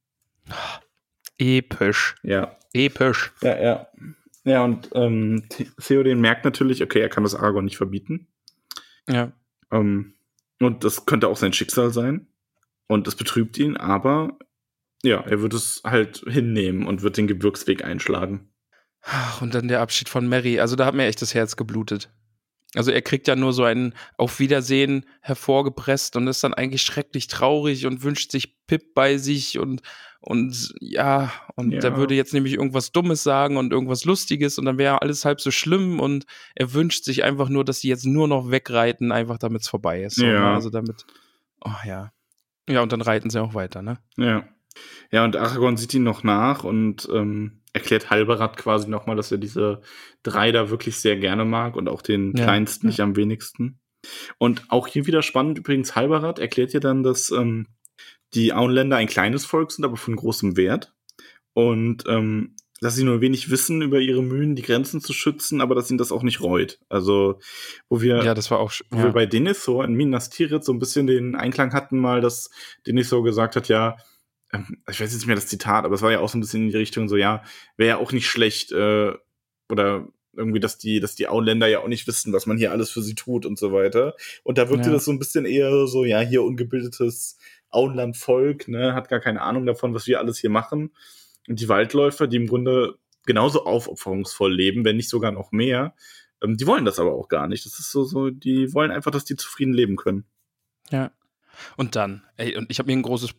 Episch. Ja. Episch. Ja, ja. Ja, und ähm, Theoden merkt natürlich, okay, er kann das Aragorn nicht verbieten. Ja. Ähm, und das könnte auch sein Schicksal sein. Und das betrübt ihn, aber ja, er wird es halt hinnehmen und wird den Gebirgsweg einschlagen. Ach, und dann der Abschied von Merry. Also da hat mir echt das Herz geblutet. Also er kriegt ja nur so ein Auf Wiedersehen hervorgepresst und ist dann eigentlich schrecklich traurig und wünscht sich Pip bei sich und, und ja, und Ja. der würde jetzt nämlich irgendwas Dummes sagen und irgendwas Lustiges und dann wäre alles halb so schlimm und er wünscht sich einfach nur, dass sie jetzt nur noch wegreiten, einfach damit es vorbei ist. So, Ja. ne? Also damit, oh ja. Ja, und dann reiten sie auch weiter, ne? Ja. Ja, und Aragorn sieht ihn noch nach und ähm, erklärt Halberad quasi nochmal, dass er diese drei da wirklich sehr gerne mag und auch den Ja. kleinsten nicht am wenigsten. Und auch hier wieder spannend, übrigens, Halberad erklärt ja dann, dass ähm, die Auenländer ein kleines Volk sind, aber von großem Wert. Und ähm, dass sie nur wenig wissen über ihre Mühen, die Grenzen zu schützen, aber dass ihnen das auch nicht reut. Also, wo wir Ja, das war auch, sch- Wo wir ja. bei Denethor in Minas Tirith so ein bisschen den Einklang hatten mal, dass Denethor gesagt hat, ja, ähm, ich weiß jetzt nicht mehr das Zitat, aber es war ja auch so ein bisschen in die Richtung so, ja, wäre ja auch nicht schlecht, äh, oder irgendwie, dass die, dass die Auenländer ja auch nicht wissen, was man hier alles für sie tut und so weiter. Und da wirkte Ja. das so ein bisschen eher so, ja, hier ungebildetes Auenlandvolk, ne, hat gar keine Ahnung davon, was wir alles hier machen. Und die Waldläufer, die im Grunde genauso aufopferungsvoll leben, wenn nicht sogar noch mehr, ähm, die wollen das aber auch gar nicht. Das ist so, so, die wollen einfach, dass die zufrieden leben können. Ja. Und dann, ey, und ich habe mir ein großes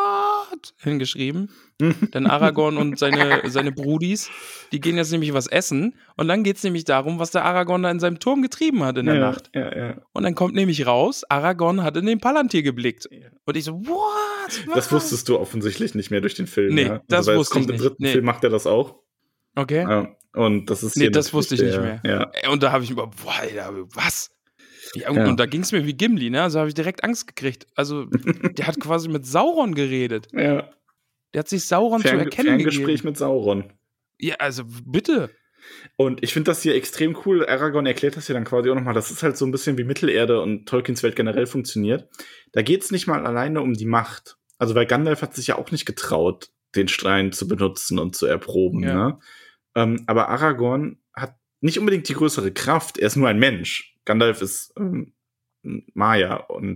What hingeschrieben, denn Aragorn und seine, seine Brudis, die gehen jetzt nämlich was essen und dann geht's nämlich darum, was der Aragorn da in seinem Turm getrieben hat in der ja, Nacht. Ja, ja. Und dann kommt nämlich raus, Aragorn hat in den Palantir geblickt. Ja. Und ich so, what? Das wusstest du offensichtlich nicht mehr durch den Film. Nee, ja? das also, wusste ich nicht. Im dritten nee. Film macht er das auch. Okay. Ja, und das ist Nee, hier das wusste ich der, nicht mehr. Ja. Und da habe ich über, boah, Alter, was? Ja, und, Ja. und da ging es mir wie Gimli, ne? Also habe ich direkt Angst gekriegt. Also, der hat quasi mit Sauron geredet. Ja. Der hat sich Sauron Fern, zu erkennen Ferngespräch gegeben. mit Sauron. Ja, also bitte. Und ich finde das hier extrem cool. Aragorn erklärt das hier dann quasi auch nochmal. Das ist halt so ein bisschen wie Mittelerde und Tolkiens Welt generell funktioniert. Da geht es nicht mal alleine um die Macht. Also, weil Gandalf hat sich ja auch nicht getraut, den Stein zu benutzen und zu erproben. Ja. Ne? Ähm, aber Aragorn hat nicht unbedingt die größere Kraft. Er ist nur ein Mensch. Gandalf ist ähm, Maya. Und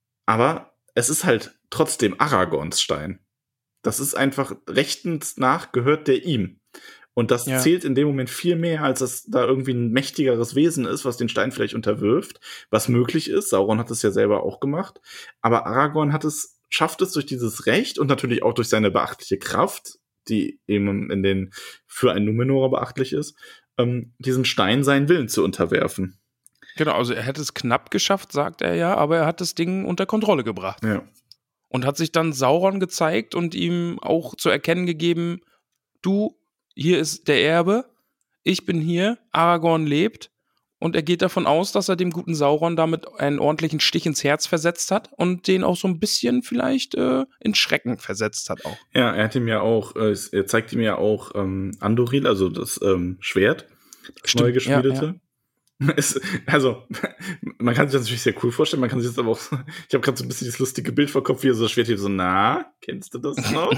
aber es ist halt trotzdem Aragorns Stein. Das ist einfach rechtens nach gehört der ihm. Und das Ja. zählt in dem Moment viel mehr, als dass da irgendwie ein mächtigeres Wesen ist, was den Stein vielleicht unterwirft, was möglich ist. Sauron hat es ja selber auch gemacht. Aber Aragorn hat es, schafft es durch dieses Recht und natürlich auch durch seine beachtliche Kraft, die eben in den, für einen Numenorer beachtlich ist, ähm, diesen Stein seinen Willen zu unterwerfen. Genau, also er hätte es knapp geschafft, sagt er ja, aber er hat das Ding unter Kontrolle gebracht. Ja. Und hat sich dann Sauron gezeigt und ihm auch zu erkennen gegeben, du, hier ist der Erbe, ich bin hier, Aragorn lebt. Und er geht davon aus, dass er dem guten Sauron damit einen ordentlichen Stich ins Herz versetzt hat und den auch so ein bisschen vielleicht äh, in Schrecken versetzt hat auch. Ja, er hat ihm ja auch, äh, er zeigt ihm ja auch ähm, Andoril, also das ähm, Schwert, das Stimmt, neu geschmiedete. ja, ja. Es, also, man kann sich das natürlich sehr cool vorstellen, man kann sich das aber auch, ich habe gerade so ein bisschen dieses lustige Bild vor Kopf, wie er so das Schwert hier so, na, kennst du das noch?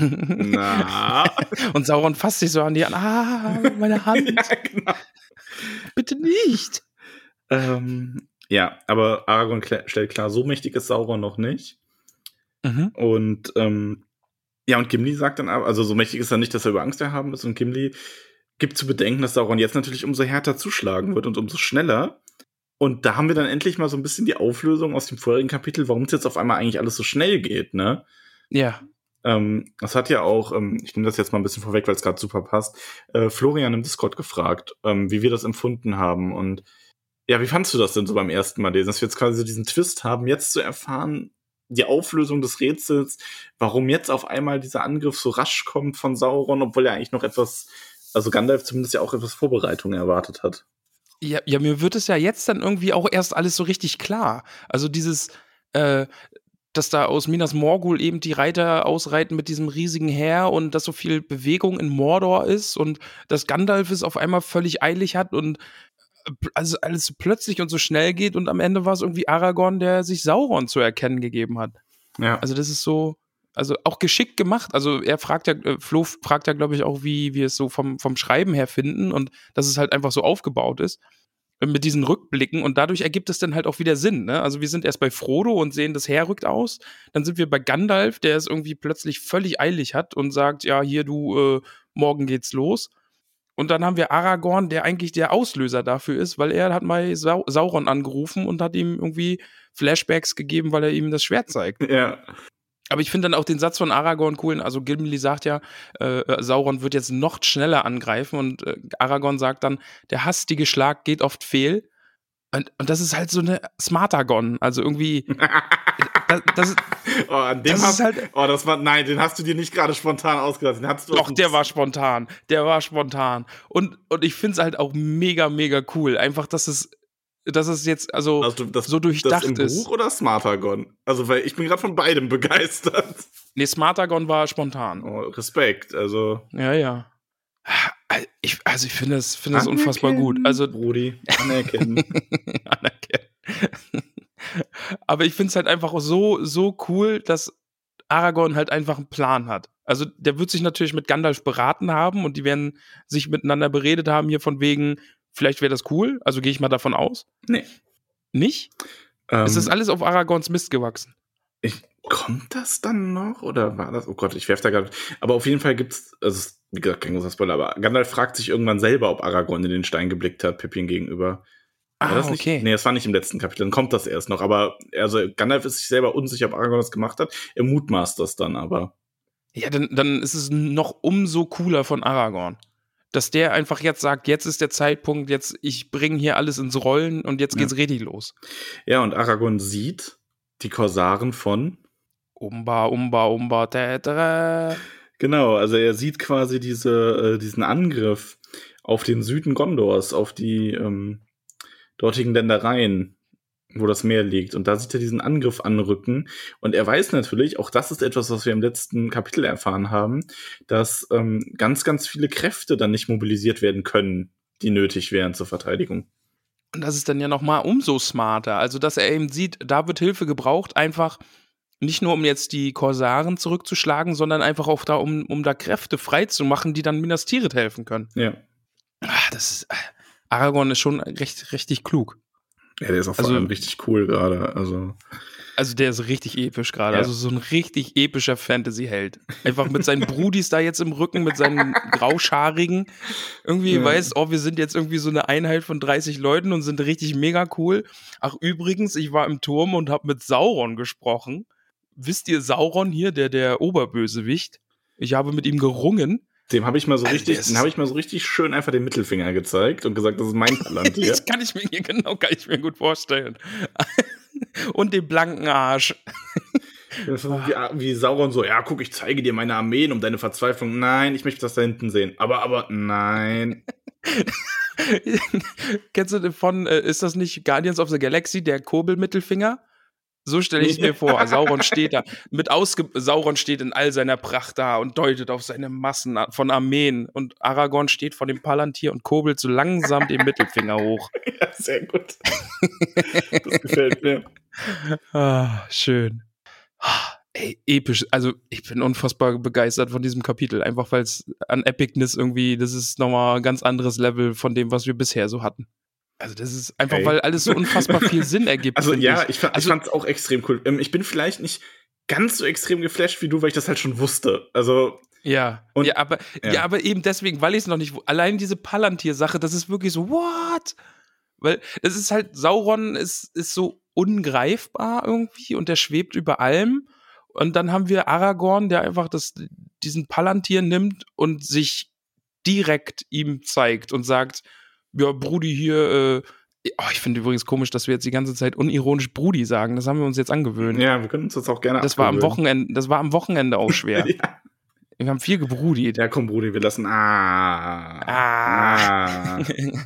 Na. Und Sauron fasst sich so an die Hand, ah, meine Hand. Ja, genau. Bitte nicht. Ähm, ja, aber Aragorn kla- stellt klar, so mächtig ist Sauron noch nicht. Mhm. Und ähm, ja, und Gimli sagt dann, aber, also so mächtig ist er nicht, dass er über Angst erhaben ist. Und Gimli gibt zu bedenken, dass Sauron jetzt natürlich umso härter zuschlagen wird und umso schneller. Und da haben wir dann endlich mal so ein bisschen die Auflösung aus dem vorherigen Kapitel, warum es jetzt auf einmal eigentlich alles so schnell geht, ne? Ja. Ähm, das hat ja auch, ähm, ich nehme das jetzt mal ein bisschen vorweg, weil es gerade super passt, äh, Florian im Discord gefragt, ähm, wie wir das empfunden haben. Und ja, wie fandst du das denn so beim ersten Mal lesen, dass wir jetzt quasi so diesen Twist haben, jetzt zu erfahren, die Auflösung des Rätsels, warum jetzt auf einmal dieser Angriff so rasch kommt von Sauron, obwohl er eigentlich noch etwas, also Gandalf zumindest ja auch etwas Vorbereitung erwartet hat. Ja, ja, mir wird es ja jetzt dann irgendwie auch erst alles so richtig klar. Also dieses, äh, dass da aus Minas Morgul eben die Reiter ausreiten mit diesem riesigen Heer und dass so viel Bewegung in Mordor ist und dass Gandalf es auf einmal völlig eilig hat und also alles so plötzlich und so schnell geht und am Ende war es irgendwie Aragorn, der sich Sauron zu erkennen gegeben hat. Ja. Also das ist so, also auch geschickt gemacht. Also er fragt ja, äh, Flo fragt ja, glaube ich, auch, wie wir es so vom, vom Schreiben her finden und dass es halt einfach so aufgebaut ist äh, mit diesen Rückblicken und dadurch ergibt es dann halt auch wieder Sinn. Ne? Also wir sind erst bei Frodo und sehen, das Heer rückt aus. Dann sind wir bei Gandalf, der es irgendwie plötzlich völlig eilig hat und sagt, ja, hier du, äh, morgen geht's los. Und dann haben wir Aragorn, der eigentlich der Auslöser dafür ist, weil er hat mal Sau- Sauron angerufen und hat ihm irgendwie Flashbacks gegeben, weil er ihm das Schwert zeigt. Ja. Aber ich finde dann auch den Satz von Aragorn cool. Also Gimli sagt ja, äh, Sauron wird jetzt noch schneller angreifen und äh, Aragorn sagt dann, der hastige Schlag geht oft fehl. Und, und das ist halt so eine Smartagon. Also irgendwie, das, das, ist- Oh, an dem Das hast, ist halt- oh, das war, nein, den hast du dir nicht gerade spontan ausgedacht. Den hast du doch, der war spontan. Der war spontan. Und, und ich finde es halt auch mega, mega cool. Einfach, dass es, dass es jetzt also, also das, so durchdacht das im ist. Buch oder Smartagon? Also, weil ich bin gerade von beidem begeistert. Nee, Smartagon war spontan. Oh, Respekt, also. Ja, ja. Ich, also ich finde das, finde das unfassbar gut. Also Brudi, anerkennen. anerkennen. Aber ich finde es halt einfach so, so cool, dass Aragorn halt einfach einen Plan hat. Also der wird sich natürlich mit Gandalf beraten haben und die werden sich miteinander beredet haben hier von wegen, vielleicht wäre das cool, also gehe ich mal davon aus. Nee. Nicht? Ähm, Es ist alles auf Aragorns Mist gewachsen. ich, kommt das dann noch? Oder war das? Oh Gott, ich werf da gerade. Aber auf jeden Fall gibt's, also es ist, wie gesagt, kein großer Spoiler, aber Gandalf fragt sich irgendwann selber, ob Aragorn in den Stein geblickt hat, Pippin gegenüber. War Ah, das nicht? okay. Nee, das war nicht im letzten Kapitel, dann kommt das erst noch. Aber also Gandalf ist sich selber unsicher, ob Aragorn das gemacht hat. Er mutmaßt das dann aber. Ja, dann, dann ist es noch umso cooler von Aragorn. Dass der einfach jetzt sagt, jetzt ist der Zeitpunkt, jetzt ich bringe hier alles ins Rollen und jetzt geht's Ja. richtig los. Ja, und Aragorn sieht die Korsaren von Umba, umba, umba, tätere. Genau, also er sieht quasi diese, äh, diesen Angriff auf den Süden Gondors, auf die ähm, dortigen Ländereien, wo das Meer liegt. Und da sieht er diesen Angriff anrücken. Und er weiß natürlich, auch das ist etwas, was wir im letzten Kapitel erfahren haben, dass ähm, ganz, ganz viele Kräfte dann nicht mobilisiert werden können, die nötig wären zur Verteidigung. Und das ist dann ja noch mal umso smarter. Also, dass er eben sieht, da wird Hilfe gebraucht, einfach nicht nur, um jetzt die Korsaren zurückzuschlagen, sondern einfach auch da, um, um da Kräfte freizumachen, die dann Minas Tirith helfen können. Ja. Ach, das ist, Aragorn ist schon recht, richtig klug. Ja, der ist auch Also- vor allem richtig cool gerade. Also, Also der ist richtig episch gerade. Ja. Also so ein richtig epischer Fantasy-Held. Einfach mit seinen Brudis da jetzt im Rücken, mit seinen grauscharigen. Irgendwie Ja. weiß, oh, wir sind jetzt irgendwie so eine Einheit von dreißig Leuten und sind richtig mega cool. Ach übrigens, ich war im Turm und habe mit Sauron gesprochen. Wisst ihr, Sauron hier, der der Oberbösewicht? Ich habe mit ihm gerungen. dem habe ich mal so Also richtig, der ist- den habe ich mal so richtig schön einfach den Mittelfinger gezeigt und gesagt, das ist mein Talent hier. Das kann ich mir hier genau, kann ich mir gut vorstellen. Und den blanken Arsch. Das ist wie, wie Sauron so, ja, guck, ich zeige dir meine Armeen um deine Verzweiflung. Nein, ich möchte das da hinten sehen. Aber, aber, nein. Kennst du von, äh, ist das nicht Guardians of the Galaxy, der Kurbelmittelfinger? So stelle ich es mir vor. Sauron steht da, mit ausge Sauron steht in all seiner Pracht da und deutet auf seine Massen von Armeen. Und Aragorn steht vor dem Palantir und kurbelt so langsam den Mittelfinger hoch. Ja, sehr gut. Das gefällt mir. Ah, schön. Ah, ey, episch. Also, ich bin unfassbar begeistert von diesem Kapitel. Einfach weil es an Epicness irgendwie, das ist nochmal ein ganz anderes Level von dem, was wir bisher so hatten. Also, das ist einfach, Ey. weil alles so unfassbar viel Sinn ergibt. Also, find ja, ich. ich, fand, Also- ich fand's auch extrem cool. Ähm, Ich bin vielleicht nicht ganz so extrem geflasht wie du, weil ich das halt schon wusste. Also, Ja, Und- ja, aber, ja. ja. aber eben deswegen, weil ich es noch nicht, wu- allein diese Palantir-Sache, das ist wirklich so, what? Weil es ist halt, Sauron ist, ist so ungreifbar irgendwie und der schwebt über allem. Und dann haben wir Aragorn, der einfach das, diesen Palantir nimmt und sich direkt ihm zeigt und sagt, ja, Brudi hier, äh, oh, ich finde übrigens komisch, dass wir jetzt die ganze Zeit unironisch Brudi sagen. Das haben wir uns jetzt angewöhnt. ja, wir können uns das auch gerne Das war am abgewöhnen. Wochenende, das war am Wochenende auch schwer. Ja. Wir haben viel gebrudit. Ja, komm, Brudi, wir lassen. Ah. Ah. ah.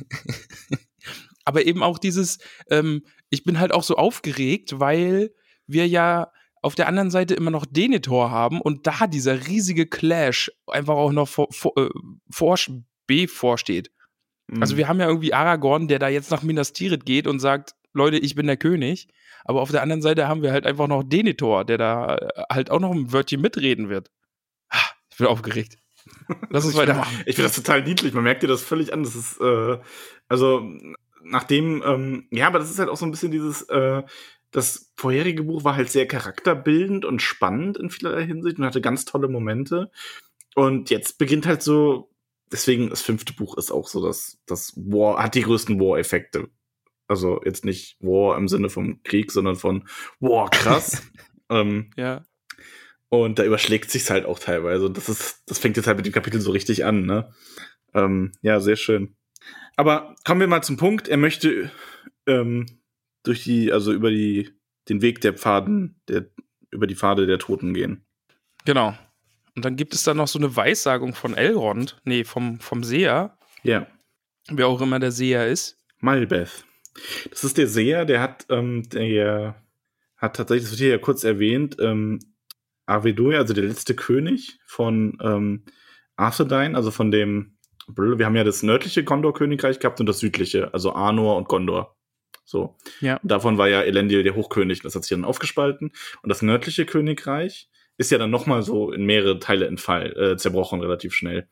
Aber eben auch dieses, ähm, ich bin halt auch so aufgeregt, weil wir ja auf der anderen Seite immer noch Denethor haben und da dieser riesige Clash einfach auch noch vor, vor, äh, vor, bevorsteht. Also wir haben ja irgendwie Aragorn, der da jetzt nach Minas Tirith geht und sagt, Leute, ich bin der König. Aber auf der anderen Seite haben wir halt einfach noch Denethor, der da äh, halt auch noch ein Wörtchen mitreden wird. Ah, Ich bin aufgeregt. Lass uns Ich find- weitermachen. Ich finde das total niedlich. Man merkt dir das völlig an. Das ist, äh, also, nachdem, ähm, ja, aber das ist halt auch so ein bisschen dieses, äh, das vorherige Buch war halt sehr charakterbildend und spannend in vielerlei Hinsicht und hatte ganz tolle Momente. Und jetzt beginnt halt so, deswegen das fünfte Buch ist auch so, dass das War, hat die größten War-Effekte. Also jetzt nicht War im Sinne vom Krieg, sondern von War, krass. ähm, Ja. und da überschlägt sich's halt auch teilweise. Und das ist, das fängt jetzt halt mit dem Kapitel so richtig an, ne? Ähm, ja, sehr schön. Aber kommen wir mal zum Punkt. Er möchte ähm, durch die, also über die, den Weg der Pfaden, der, über die Pfade der Toten gehen. Genau. Und dann gibt es da noch so eine Weissagung von Elrond, nee, vom, vom Seher, Ja, wer auch immer der Seher ist. Malbeth. Das ist der Seher, der hat, ähm, der hat tatsächlich, das wird hier ja kurz erwähnt, ähm, Arvedur, also der letzte König von ähm, Arthedain, also von dem, wir haben ja das nördliche Gondor-Königreich gehabt und das südliche, also Arnor und Gondor. So. Ja. Und davon war ja Elendil der Hochkönig, das hat sich dann aufgespalten. Und das nördliche Königreich ist ja dann nochmal so in mehrere Teile entfall, äh, zerbrochen relativ schnell.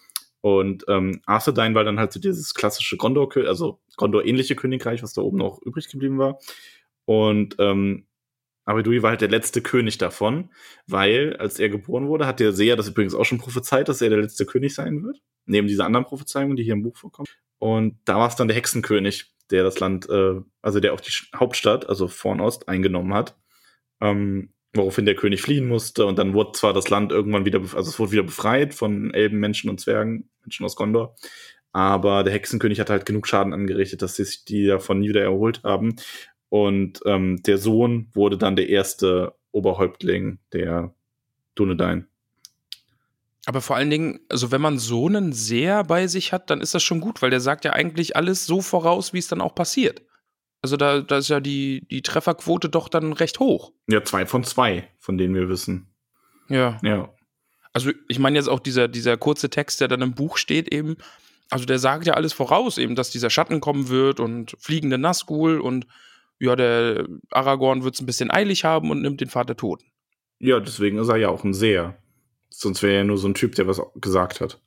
Und ähm, Arthedain war dann halt so dieses klassische Gondor, also Gondor-ähnliche Königreich, was da oben noch übrig geblieben war. Und ähm, Arvedur war halt der letzte König davon, weil, als er geboren wurde, hat der Seher das übrigens auch schon prophezeit, dass er der letzte König sein wird. Neben dieser anderen Prophezeiung, die hier im Buch vorkommt. Und da war es dann der Hexenkönig, der das Land, äh, also der auch die Hauptstadt, also Fornost, eingenommen hat. Ähm, woraufhin der König fliehen musste und dann wurde zwar das Land irgendwann wieder, also es wurde wieder befreit von Elben, Menschen und Zwergen, Menschen aus Gondor, aber der Hexenkönig hat halt genug Schaden angerichtet, dass sich die davon nie wieder erholt haben und ähm, der Sohn wurde dann der erste Oberhäuptling der Dunedain. Aber vor allen Dingen, also wenn man so einen Seher bei sich hat, dann ist das schon gut, weil der sagt ja eigentlich alles so voraus, wie es dann auch passiert. Also da, da ist ja die, die Trefferquote doch dann recht hoch. Ja, zwei von zwei, von denen wir wissen. Ja. Ja. Also ich meine jetzt auch dieser, dieser kurze Text, der dann im Buch steht eben, also der sagt ja alles voraus eben, dass dieser Schatten kommen wird und fliegende Nazgul und ja, der Aragorn wird es ein bisschen eilig haben und nimmt den Pfad der Toten. Ja, deswegen ist er ja auch ein Seher. Sonst wäre er ja nur so ein Typ, der was gesagt hat.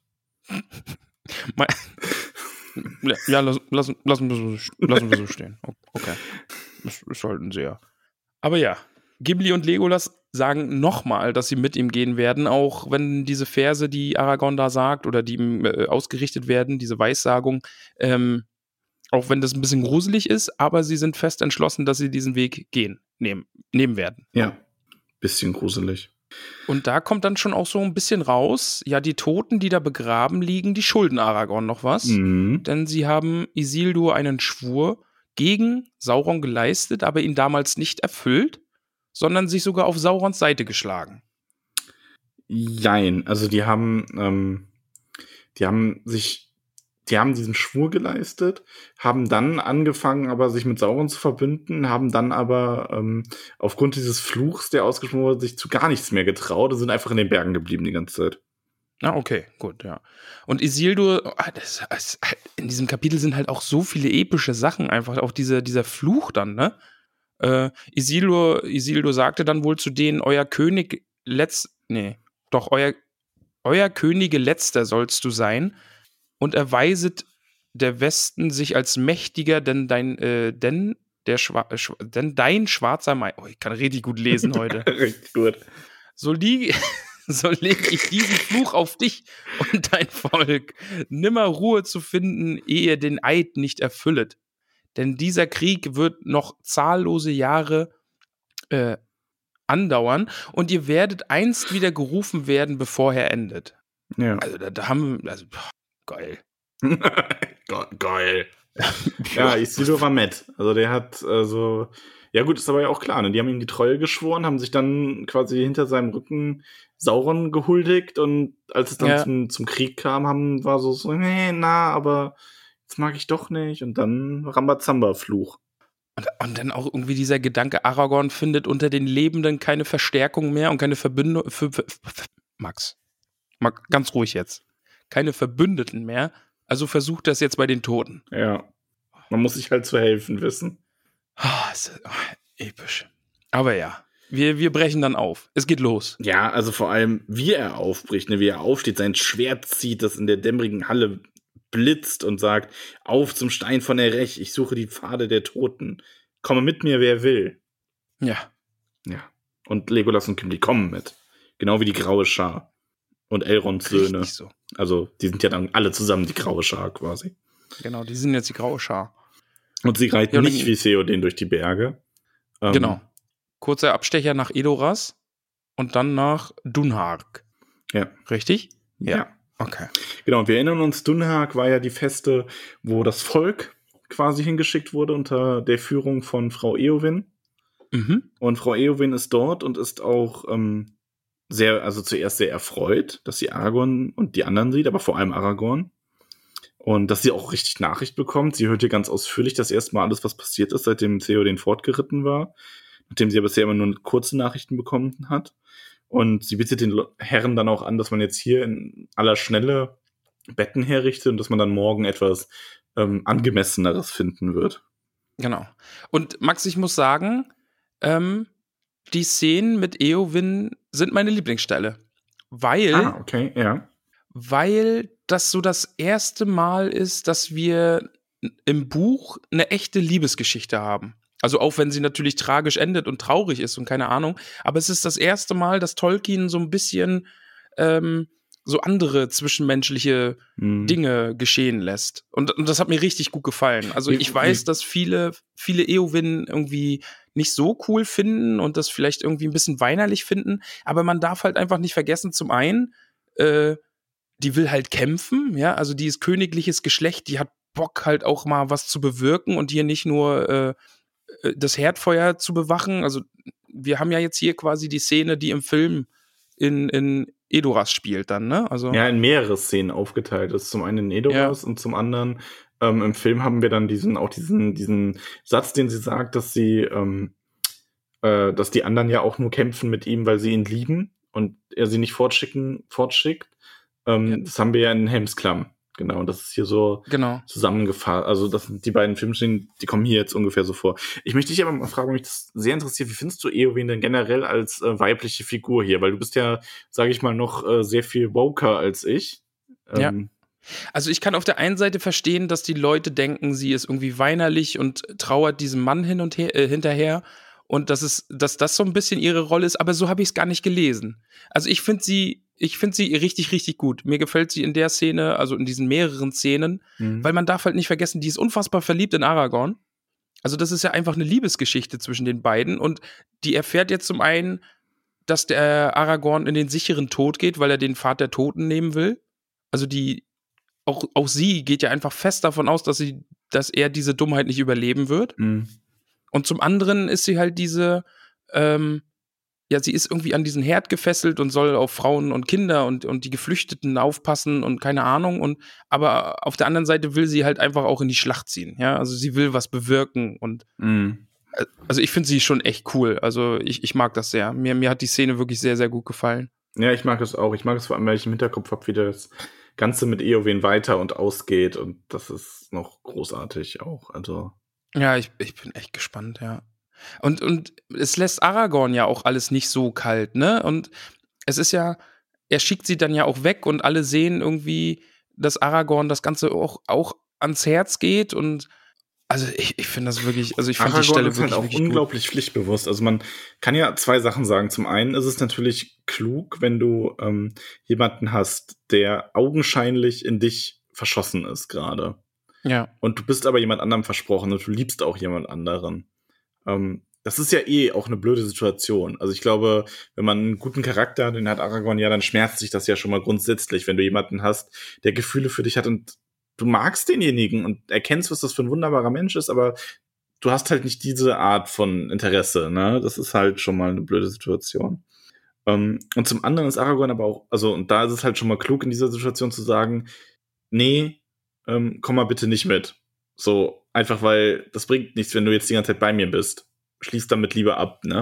Ja, lass, lass, lassen, wir so, lassen wir so stehen. Okay. Das ist halt ein Seher. Aber ja, Gimli und Legolas sagen nochmal, dass sie mit ihm gehen werden, auch wenn diese Verse, die Aragorn da sagt oder die ihm äh, ausgerichtet werden, diese Weissagung, ähm, auch wenn das ein bisschen gruselig ist, aber sie sind fest entschlossen, dass sie diesen Weg gehen, nehmen, nehmen werden. Ja, bisschen gruselig. Und da kommt dann schon auch so ein bisschen raus, ja, die Toten, die da begraben liegen, die schulden Aragorn noch was, Mhm. denn sie haben Isildur einen Schwur gegen Sauron geleistet, aber ihn damals nicht erfüllt, sondern sich sogar auf Saurons Seite geschlagen. Jein, also die haben, ähm, die haben sich, die haben diesen Schwur geleistet, haben dann angefangen, aber sich mit Sauron zu verbünden, haben dann aber ähm, aufgrund dieses Fluchs, der ausgesprochen wurde, sich zu gar nichts mehr getraut und sind einfach in den Bergen geblieben die ganze Zeit. Ah, okay, gut, ja. Und Isildur, das, das, in diesem Kapitel sind halt auch so viele epische Sachen, einfach auch diese, dieser Fluch dann, ne? Äh, Isildur, Isildur sagte dann wohl zu denen, euer König letzt, nee, doch, euer, euer Könige letzter sollst du sein und erweiset der Westen sich als mächtiger, denn dein, äh, denn der Schwa Schwa denn dein schwarzer Mai, oh, ich kann richtig gut lesen heute. Richtig gut. So liege so lege ich diesen Fluch auf dich und dein Volk, nimmer Ruhe zu finden, ehe den Eid nicht erfüllet. Denn dieser Krieg wird noch zahllose Jahre äh, andauern und ihr werdet einst wieder gerufen werden, bevor er endet. Ja. Also da, da haben wir, also, boah, geil. Ge- Geil. Ja, Isildur war Matt. Also der hat, also, ja gut, ist aber ja auch klar, ne? Die haben ihm die Treue geschworen, haben sich dann quasi hinter seinem Rücken Sauron gehuldigt und als es dann Ja. zum, zum Krieg kam, haben, war so, so, nee, na, aber jetzt mag ich doch nicht und dann Rambazamba-Fluch. Und, und dann auch irgendwie dieser Gedanke, Aragorn findet unter den Lebenden keine Verstärkung mehr und keine Verbündung. Für, für, für, Max, Max, ganz ruhig jetzt. Keine Verbündeten mehr. Also versucht das jetzt bei den Toten. Ja. Man muss sich halt zu helfen wissen. Ah, ist, oh, episch. Aber ja, wir, wir brechen dann auf. Es geht los. Ja, also vor allem, wie er aufbricht, ne, wie er aufsteht, sein Schwert zieht, das in der dämmerigen Halle blitzt und sagt, auf zum Stein von Erech, ich suche die Pfade der Toten. Komme mit mir, wer will. Ja. Ja. Und Legolas und Gimli kommen mit. Genau wie die Graue Schar. Und Elrons Söhne. Richtig so. Also, die sind ja dann alle zusammen die Graue Schar quasi. Genau, die sind jetzt die graue Schar. Und sie reiten Ja, und nicht wie Theoden durch die Berge. Ähm, Genau. Kurzer Abstecher nach Edoras und dann nach Dunhark. Ja. Richtig? Ja. Okay. Genau, und wir erinnern uns, Dunhark war ja die Feste, wo das Volk quasi hingeschickt wurde unter der Führung von Frau Eowyn. Mhm. Und Frau Eowyn ist dort und ist auch ähm, sehr, also zuerst sehr erfreut, dass sie Aragorn und die anderen sieht, aber vor allem Aragorn. Und dass sie auch richtig Nachricht bekommt. Sie hört hier ganz ausführlich das erste Mal alles, was passiert ist, seitdem Theoden fortgeritten war. Nachdem sie ja bisher immer nur kurze Nachrichten bekommen hat. Und sie bittet den Herren dann auch an, dass man jetzt hier in aller Schnelle Betten herrichtet und dass man dann morgen etwas ähm, angemesseneres finden wird. Genau. Und Max, ich muss sagen, ähm, die Szenen mit Eowyn sind meine Lieblingsstelle. Weil, Ah, okay, ja. weil das so das erste Mal ist, dass wir im Buch eine echte Liebesgeschichte haben. Also auch wenn sie natürlich tragisch endet und traurig ist und keine Ahnung. Aber es ist das erste Mal, dass Tolkien so ein bisschen ähm, so andere zwischenmenschliche Mhm. Dinge geschehen lässt. Und, und das hat mir richtig gut gefallen. Also Wie- ich weiß, wie- dass viele, viele Eowyn irgendwie nicht so cool finden und das vielleicht irgendwie ein bisschen weinerlich finden, aber man darf halt einfach nicht vergessen, zum einen, äh, die will halt kämpfen, ja, also die ist königliches Geschlecht, die hat Bock halt auch mal was zu bewirken und hier nicht nur äh, äh, das Herdfeuer zu bewachen. Also wir haben ja jetzt hier quasi die Szene, die im Film in, in Edoras spielt dann, ne? Also Ja, in mehrere Szenen aufgeteilt ist. Zum einen in ja, Edoras und zum anderen ähm, im Film haben wir dann diesen, auch diesen, diesen Satz, den sie sagt, dass sie, ähm, äh, dass die anderen ja auch nur kämpfen mit ihm, weil sie ihn lieben und er sie nicht fortschicken, fortschickt. Ähm, ja, Das haben wir ja in Helms Klamm. Genau, und das ist hier so genau. zusammengefasst. Also das sind die beiden Filmszenen, die kommen hier jetzt ungefähr so vor. Ich möchte dich aber mal fragen, mich das sehr interessiert, wie findest du Eowyn denn generell als äh, weibliche Figur hier? Weil du bist ja, sage ich mal, noch äh, sehr viel woker als ich. Ja. Ähm, Also ich kann auf der einen Seite verstehen, dass die Leute denken, sie ist irgendwie weinerlich und trauert diesem Mann hin und her, äh, hinterher und dass es, dass das so ein bisschen ihre Rolle ist, aber so habe ich es gar nicht gelesen. Also ich finde sie, ich finde sie richtig, richtig gut. Mir gefällt sie in der Szene, also in diesen mehreren Szenen, mhm. weil man darf halt nicht vergessen, die ist unfassbar verliebt in Aragorn. Also das ist ja einfach eine Liebesgeschichte zwischen den beiden und die erfährt jetzt zum einen, dass der Aragorn in den sicheren Tod geht, weil er den Pfad der Toten nehmen will. Also die auch, auch sie geht ja einfach fest davon aus, dass sie, dass er diese Dummheit nicht überleben wird. Mhm. Und zum anderen ist sie halt diese, ähm, ja, sie ist irgendwie an diesen Herd gefesselt und soll auf Frauen und Kinder und, und die Geflüchteten aufpassen und keine Ahnung. Und aber auf der anderen Seite will sie halt einfach auch in die Schlacht ziehen. Ja, also sie will was bewirken und Mhm. äh, also ich finde sie schon echt cool. Also ich, ich mag das sehr. Mir, mir hat die Szene wirklich sehr, sehr gut gefallen. Ja, ich mag es auch. Ich mag es vor allem, weil ich im Hinterkopf habe, wie das Ganze mit Eowyn weiter und ausgeht. Und das ist noch großartig auch. Also. Ja, ich, ich bin echt gespannt, ja. Und, und es lässt Aragorn ja auch alles nicht so kalt, ne? Und es ist ja, er schickt sie dann ja auch weg und alle sehen irgendwie, dass Aragorn das Ganze auch, auch ans Herz geht und also ich, ich finde das wirklich, also ich fand die Aragorn Stelle ist halt wirklich, auch wirklich gut. unglaublich pflichtbewusst. Also man kann ja zwei Sachen sagen. Zum einen ist es natürlich klug, wenn du ähm, jemanden hast, der augenscheinlich in dich verschossen ist gerade. Ja, Und du bist aber jemand anderem versprochen und du liebst auch jemand anderen. Ähm, das ist ja eh auch eine blöde Situation. Also ich glaube, wenn man einen guten Charakter hat, den hat Aragorn ja, dann schmerzt sich das ja schon mal grundsätzlich, wenn du jemanden hast, der Gefühle für dich hat und du magst denjenigen und erkennst, was das für ein wunderbarer Mensch ist, aber du hast halt nicht diese Art von Interesse, ne? Das ist halt schon mal eine blöde Situation. Ähm, und zum anderen ist Aragorn aber auch, also, und da ist es halt schon mal klug in dieser Situation zu sagen, nee, ähm, komm mal bitte nicht mit. So, einfach weil das bringt nichts, wenn du jetzt die ganze Zeit bei mir bist. Schließ damit lieber ab, ne?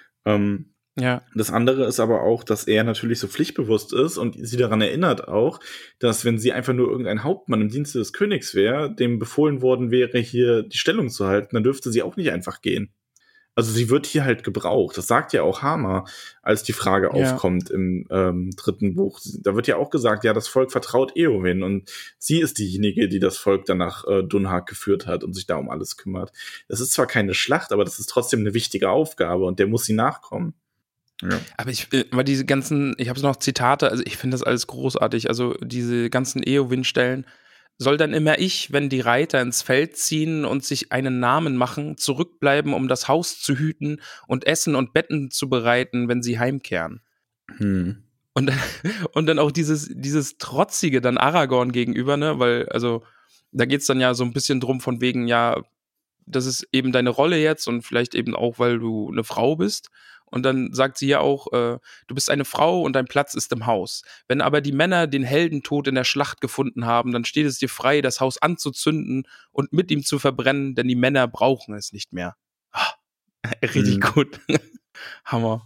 Ähm, ja, das andere ist aber auch, dass er natürlich so pflichtbewusst ist und sie daran erinnert auch, dass wenn sie einfach nur irgendein Hauptmann im Dienste des Königs wäre, dem befohlen worden wäre, hier die Stellung zu halten, dann dürfte sie auch nicht einfach gehen. Also sie wird hier halt gebraucht. Das sagt ja auch Hammer, als die Frage ja. aufkommt im ähm, dritten Buch. Da wird ja auch gesagt, ja, das Volk vertraut Eowyn und sie ist diejenige, die das Volk dann nach äh, Dunhag geführt hat und sich da um alles kümmert. Das ist zwar keine Schlacht, aber das ist trotzdem eine wichtige Aufgabe und der muss sie nachkommen. Ja. Aber ich, äh, weil diese ganzen, ich habe noch Zitate, also ich finde das alles großartig. Also diese ganzen Eowyn-Stellen, soll dann immer ich, wenn die Reiter ins Feld ziehen und sich einen Namen machen, zurückbleiben, um das Haus zu hüten und Essen und Betten zu bereiten, wenn sie heimkehren. Hm. Und dann, und dann auch dieses, dieses Trotzige dann Aragorn gegenüber, ne, weil, also, da geht's dann ja so ein bisschen drum von wegen, ja, das ist eben deine Rolle jetzt und vielleicht eben auch, weil du eine Frau bist. Und dann sagt sie ja auch, äh, du bist eine Frau und dein Platz ist im Haus. Wenn aber die Männer den Heldentod in der Schlacht gefunden haben, dann steht es dir frei, das Haus anzuzünden und mit ihm zu verbrennen, denn die Männer brauchen es nicht mehr. Ah, richtig Hm. gut. Hammer.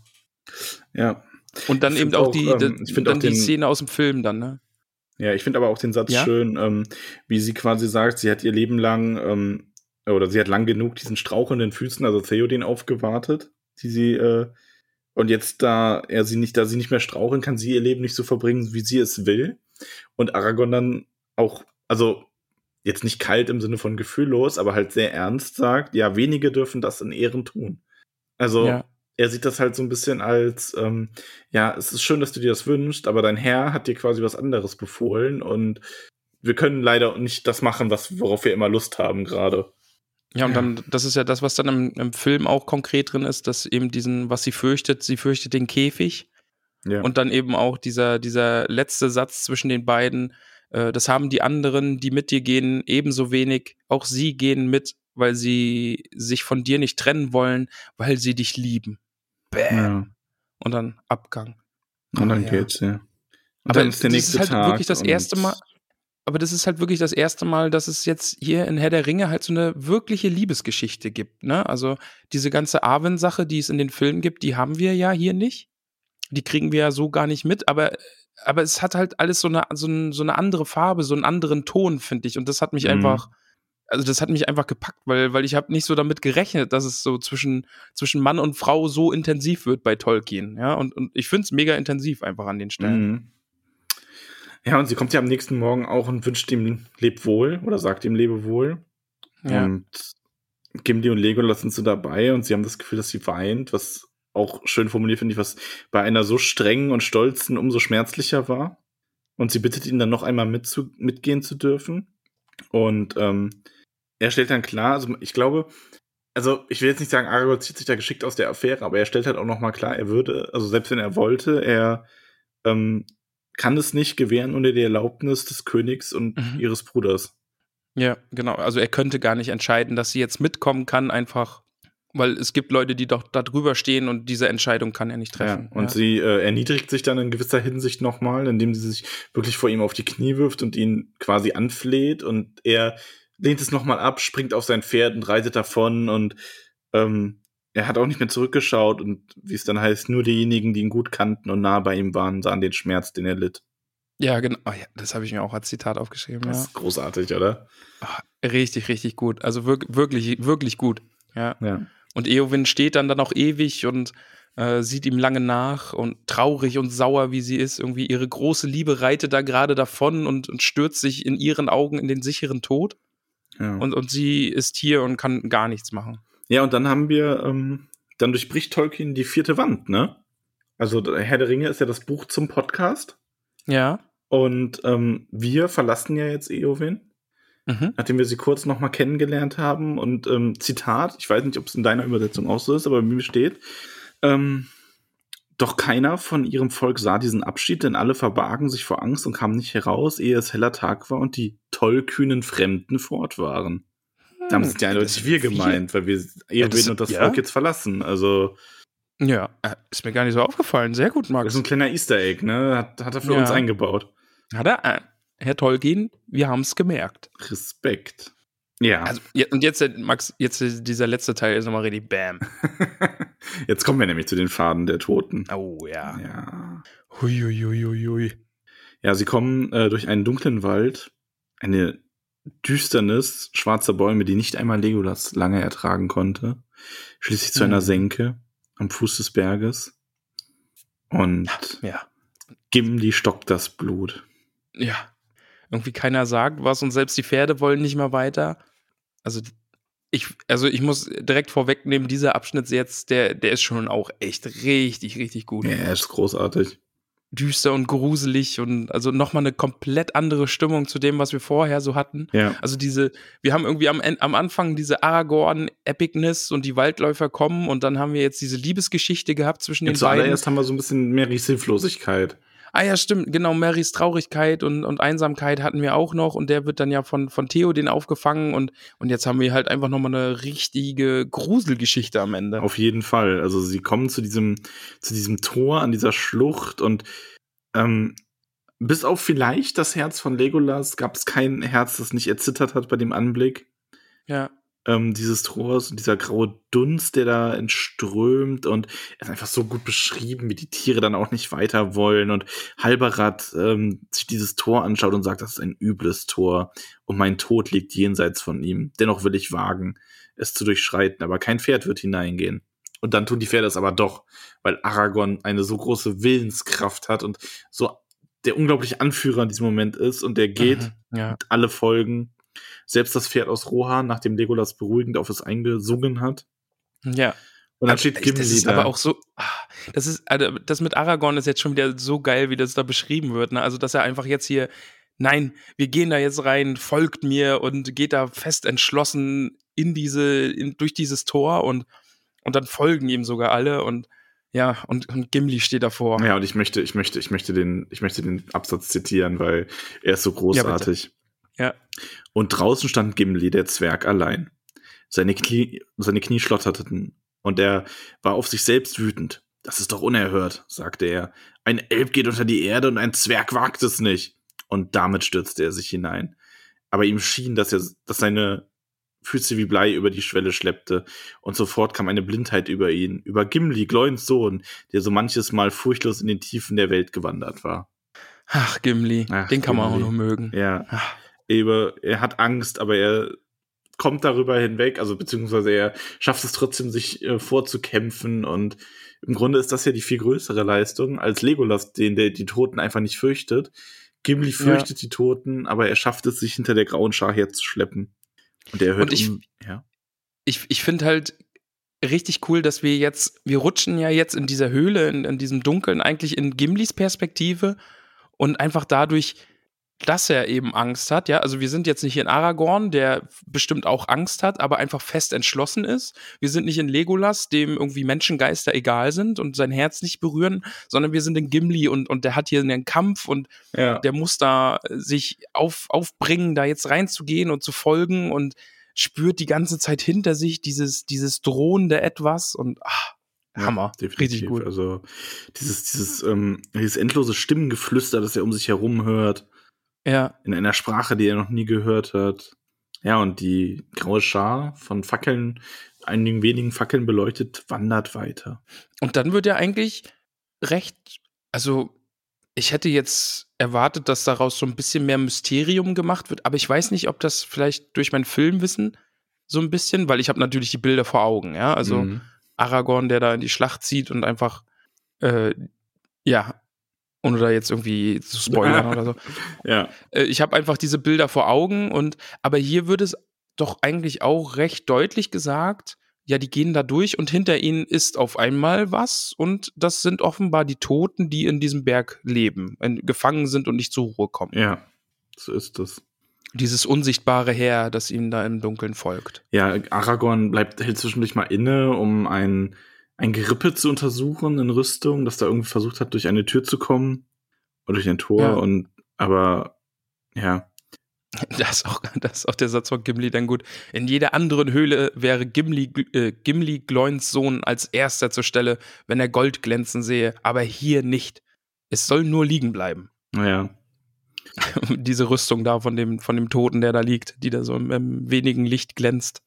Ja. Und dann Ich eben find auch, auch, die, ähm, die ich find dann auch die den- Szene aus dem Film dann, ne? Ja, ich finde aber auch den Satz Ja? schön, ähm, wie sie quasi sagt, sie hat ihr Leben lang, ähm, oder sie hat lang genug diesen Strauch in den Füßen, also Theoden, aufgewartet, die sie, äh, und jetzt, da er sie nicht, da sie nicht mehr straucheln kann, sie ihr Leben nicht so verbringen, wie sie es will. Und Aragorn dann auch, also jetzt nicht kalt im Sinne von gefühllos, aber halt sehr ernst sagt, ja, wenige dürfen das in Ehren tun. Also Ja. er sieht das halt so ein bisschen als, ähm, ja, es ist schön, dass du dir das wünschst, aber dein Herr hat dir quasi was anderes befohlen und wir können leider nicht das machen, was, worauf wir immer Lust haben gerade. Ja, und dann, das ist ja das, was dann im, im Film auch konkret drin ist, dass eben diesen, was sie fürchtet, sie fürchtet den Käfig. Ja. Und dann eben auch dieser, dieser letzte Satz zwischen den beiden, äh, das haben die anderen, die mit dir gehen, ebenso wenig. Auch sie gehen mit, weil sie sich von dir nicht trennen wollen, weil sie dich lieben. Bäm. Ja. Und dann Abgang. Und dann ah, geht's, ja. ja. Und aber dann ist der nächste das ist halt Tag wirklich das erste Mal. Aber das ist halt wirklich das erste Mal, dass es jetzt hier in Herr der Ringe halt so eine wirkliche Liebesgeschichte gibt, ne? Also diese ganze Arwen-Sache, die es in den Filmen gibt, die haben wir ja hier nicht. Die kriegen wir ja so gar nicht mit, aber, aber es hat halt alles so eine, so, ein, so eine andere Farbe, so einen anderen Ton, finde ich. Und das hat mich mhm. einfach, also das hat mich einfach gepackt, weil, weil ich habe nicht so damit gerechnet, dass es so zwischen, zwischen Mann und Frau so intensiv wird bei Tolkien, ja? Und, und ich finde es mega intensiv einfach an den Stellen. Mhm. Ja, und sie kommt ja am nächsten Morgen auch und wünscht ihm Lebwohl oder sagt ihm Lebewohl. Ja. Und Gimli und Legolas sind so dabei und sie haben das Gefühl, dass sie weint, was auch schön formuliert, finde ich, was bei einer so strengen und stolzen umso schmerzlicher war. Und sie bittet ihn dann noch einmal mitzu- mitgehen zu dürfen. Und ähm, er stellt dann klar, also ich glaube, also ich will jetzt nicht sagen, Aragorn zieht sich da geschickt aus der Affäre, aber er stellt halt auch noch mal klar, er würde, also selbst wenn er wollte, er ähm, kann es nicht gewähren ohne die Erlaubnis des Königs und mhm. ihres Bruders. Ja, genau. Also er könnte gar nicht entscheiden, dass sie jetzt mitkommen kann, einfach, weil es gibt Leute, die doch da drüber stehen und diese Entscheidung kann er nicht treffen. Ja, und ja. sie äh, erniedrigt sich dann in gewisser Hinsicht nochmal, indem sie sich wirklich vor ihm auf die Knie wirft und ihn quasi anfleht und er lehnt es nochmal ab, springt auf sein Pferd und reitet davon und ähm, er hat auch nicht mehr zurückgeschaut und wie es dann heißt, nur diejenigen, die ihn gut kannten und nah bei ihm waren, sahen den Schmerz, den er litt. Ja, genau. Oh, ja, das habe ich mir auch als Zitat aufgeschrieben. Das ja. ist großartig, oder? Oh, richtig, richtig gut. Also wirklich, wirklich, wirklich gut. Ja. ja. Und Eowyn steht dann dann auch ewig und äh, sieht ihm lange nach und traurig und sauer, wie sie ist. Irgendwie ihre große Liebe reitet da gerade davon und, und stürzt sich in ihren Augen in den sicheren Tod. Ja. Und, und sie ist hier und kann gar nichts machen. Ja, und dann haben wir, ähm, dann durchbricht Tolkien die vierte Wand, ne? Also Herr der Ringe ist ja das Buch zum Podcast. Ja. Und ähm, wir verlassen ja jetzt Eowyn, mhm. nachdem wir sie kurz noch mal kennengelernt haben. Und ähm, Zitat, ich weiß nicht, ob es in deiner Übersetzung auch so ist, aber bei mir steht, ähm, doch keiner von ihrem Volk sah diesen Abschied, denn alle verbargen sich vor Angst und kamen nicht heraus, ehe es heller Tag war und die tollkühnen Fremden fort waren. Damit sind ja eindeutig wir gemeint, weil wir Eowyn ja, und das ja? Volk jetzt verlassen. Also ja, ist mir gar nicht so aufgefallen. Sehr gut, Max. Das ist ein kleiner Easter Egg, ne? Hat, hat er für ja. uns eingebaut. Hat er? Herr Tolkien, wir haben es gemerkt. Respekt. Ja. Also, und jetzt, Max, jetzt dieser letzte Teil ist nochmal richtig Bam. Jetzt kommen wir nämlich zu den Pfaden der Toten. Oh ja. Ja. Hui, hui, hui, hui. Ja, sie kommen äh, durch einen dunklen Wald, eine Düsternis schwarzer Bäume, die nicht einmal Legolas lange ertragen konnte. Schließlich zu einer hm. Senke am Fuß des Berges. Und ja. Gimli stockt das Blut. Ja. Irgendwie keiner sagt was und selbst die Pferde wollen nicht mehr weiter. Also ich, also ich muss direkt vorwegnehmen, dieser Abschnitt jetzt, der, der ist schon auch echt richtig, richtig gut. Ja, er ist großartig. Düster und gruselig und also nochmal eine komplett andere Stimmung zu dem, was wir vorher so hatten. Ja. Also diese, wir haben irgendwie am, am Anfang diese Aragorn-Epicness und die Waldläufer kommen und dann haben wir jetzt diese Liebesgeschichte gehabt zwischen den beiden. Zuallererst haben wir so ein bisschen mehr Hilflosigkeit. Ah ja, stimmt, genau, Merrys Traurigkeit und, und Einsamkeit hatten wir auch noch und der wird dann ja von, von Theoden aufgefangen und, und jetzt haben wir halt einfach nochmal eine richtige Gruselgeschichte am Ende. Auf jeden Fall, also sie kommen zu diesem, zu diesem Tor an dieser Schlucht und ähm, bis auf vielleicht das Herz von Legolas gab es kein Herz, das nicht erzittert hat bei dem Anblick. Ja. Ähm, dieses Tors und dieser graue Dunst, der da entströmt und er ist einfach so gut beschrieben, wie die Tiere dann auch nicht weiter wollen und Halbarad ähm, sich dieses Tor anschaut und sagt, das ist ein übles Tor und mein Tod liegt jenseits von ihm. Dennoch will ich wagen, es zu durchschreiten, aber kein Pferd wird hineingehen. Und dann tun die Pferde es aber doch, weil Aragorn eine so große Willenskraft hat und so der unglaubliche Anführer in diesem Moment ist und der geht mhm, ja. und alle folgen. Selbst das Pferd aus Rohan, nachdem Legolas beruhigend auf es eingesungen hat. Ja. Und dann steht Gimli das ist da. aber auch so, das ist, also das mit Aragorn ist jetzt schon wieder so geil, wie das da beschrieben wird, ne? Also, dass er einfach jetzt hier, nein, wir gehen da jetzt rein, folgt mir und geht da fest entschlossen in diese, in, durch dieses Tor und, und dann folgen ihm sogar alle und ja, und, und Gimli steht davor. Ja, und ich möchte, ich möchte, ich möchte den, ich möchte den Absatz zitieren, weil er ist so großartig. Ja, ja. Und draußen stand Gimli, der Zwerg, allein. Seine Knie, seine Knie schlotterten und er war auf sich selbst wütend. Das ist doch unerhört, sagte er. Ein Elb geht unter die Erde und ein Zwerg wagt es nicht. Und damit stürzte er sich hinein. Aber ihm schien, dass er, dass seine Füße wie Blei über die Schwelle schleppte, und sofort kam eine Blindheit über ihn, über Gimli, Gleuns Sohn, der so manches Mal furchtlos in den Tiefen der Welt gewandert war. Ach, Gimli, Ach, den kann Gimli. man auch nur mögen. Ja, er, er hat Angst, aber er kommt darüber hinweg, also beziehungsweise er schafft es trotzdem, sich äh, vorzukämpfen, und im Grunde ist das ja die viel größere Leistung als Legolas, den der die Toten einfach nicht fürchtet. Gimli fürchtet ja. die Toten, aber er schafft es, sich hinter der grauen Schar herzuschleppen. Und er hört und ich, um, ja. Ich, ich finde halt richtig cool, dass wir jetzt, wir rutschen ja jetzt in dieser Höhle, in, in diesem Dunkeln, eigentlich in Gimlis Perspektive und einfach dadurch, dass er eben Angst hat, ja, also wir sind jetzt nicht in Aragorn, der bestimmt auch Angst hat, aber einfach fest entschlossen ist. Wir sind nicht in Legolas, dem irgendwie Menschengeister egal sind und sein Herz nicht berühren, sondern wir sind in Gimli und, und der hat hier einen Kampf und ja. der muss da sich auf, aufbringen, da jetzt reinzugehen und zu folgen und spürt die ganze Zeit hinter sich dieses, dieses drohende Etwas und ach, Hammer, ja, richtig gut. Also dieses, dieses, ähm, dieses endlose Stimmengeflüster, das er um sich herum hört. Ja. In einer Sprache, die er noch nie gehört hat. Ja, und die graue Schar von Fackeln, einigen wenigen Fackeln beleuchtet, wandert weiter. Und dann wird er eigentlich recht, also ich hätte jetzt erwartet, dass daraus so ein bisschen mehr Mysterium gemacht wird, aber ich weiß nicht, ob das vielleicht durch mein Filmwissen so ein bisschen, weil ich habe natürlich die Bilder vor Augen, ja, also mhm. Aragorn, der da in die Schlacht zieht und einfach, äh, ja, ohne da jetzt irgendwie zu spoilern oder so. Ja. Ich habe einfach diese Bilder vor Augen und aber hier wird es doch eigentlich auch recht deutlich gesagt, ja, die gehen da durch und hinter ihnen ist auf einmal was und das sind offenbar die Toten, die in diesem Berg leben, gefangen sind und nicht zur Ruhe kommen. Ja, so ist das. Dieses unsichtbare Heer, das ihnen da im Dunkeln folgt. Ja, Aragorn bleibt hält zwischendurch mal inne, um ein ein Gerippe zu untersuchen in Rüstung, das da irgendwie versucht hat, durch eine Tür zu kommen oder durch ein Tor. Ja. Und aber ja. Das ist, auch, das ist auch der Satz von Gimli dann gut. In jeder anderen Höhle wäre Gimli, äh, Gimli Gleuns Sohn als erster zur Stelle, wenn er Gold glänzen sehe, aber hier nicht. Es soll nur liegen bleiben. Ja. Diese Rüstung da von dem, von dem Toten, der da liegt, die da so im, im wenigen Licht glänzt.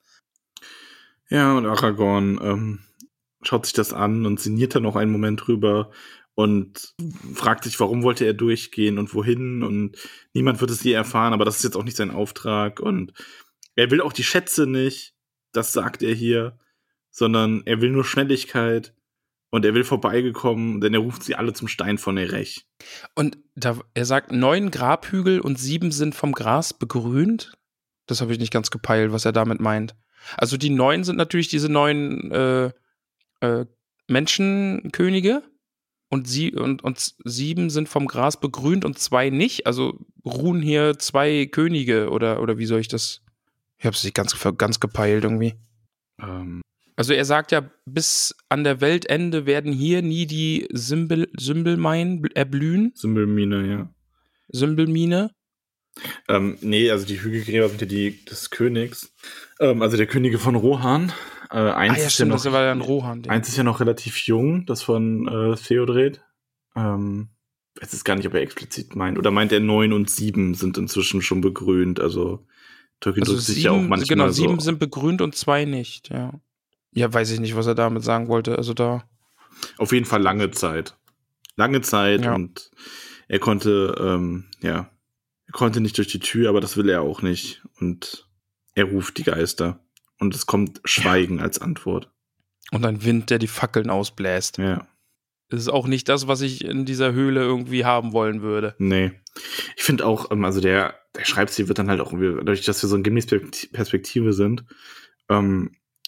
Ja, und Aragorn ähm, schaut sich das an und sinniert dann noch einen Moment drüber und fragt sich, warum wollte er durchgehen und wohin, und niemand wird es je erfahren, aber das ist jetzt auch nicht sein Auftrag, und er will auch die Schätze nicht, das sagt er hier, sondern er will nur Schnelligkeit und er will vorbeigekommen, denn er ruft sie alle zum Stein von Erech. Und da, er sagt, neun Grabhügel und sieben sind vom Gras begrünt. Das habe ich nicht ganz gepeilt, was er damit meint. Also die neun sind natürlich diese neun äh, äh, Menschenkönige und, sie, und, und sieben sind vom Gras begrünt und zwei nicht. Also ruhen hier zwei Könige oder, oder wie soll ich das? Ich habe es nicht ganz, ganz gepeilt irgendwie. Ähm. Also er sagt ja, bis an der Weltende werden hier nie die Symbel, Symbolminen erblühen. Symbolmine, ja. Symbolmine. Ähm, nee, also die Hügelgräber sind ja die des Königs. Ähm, also der Könige von Rohan. Äh, eins ah ja, ist stimmt, ja noch, das war ja ein Rohan. Eins ist ja noch relativ jung, das von äh, Theodred. Ähm, ich weiß jetzt gar nicht, ob er explizit meint. Oder meint er neun und sieben sind inzwischen schon begrünt. Also Tolkien also drückt sich sieben, ja auch manchmal genau, so. sieben sind begrünt und zwei nicht, ja. Ja, weiß ich nicht, was er damit sagen wollte. Also da. Auf jeden Fall lange Zeit. Lange Zeit ja. Und er konnte, ähm, ja, er konnte nicht durch die Tür, aber das will er auch nicht. Und er ruft die Geister. Und es kommt Schweigen ja. als Antwort. Und ein Wind, der die Fackeln ausbläst. Ja. Das ist auch nicht das, was ich in dieser Höhle irgendwie haben wollen würde. Nee. Ich finde auch, also der, der Schreibstil wird dann halt auch, dadurch, dass wir so in Gimlis Perspektive sind, ähm,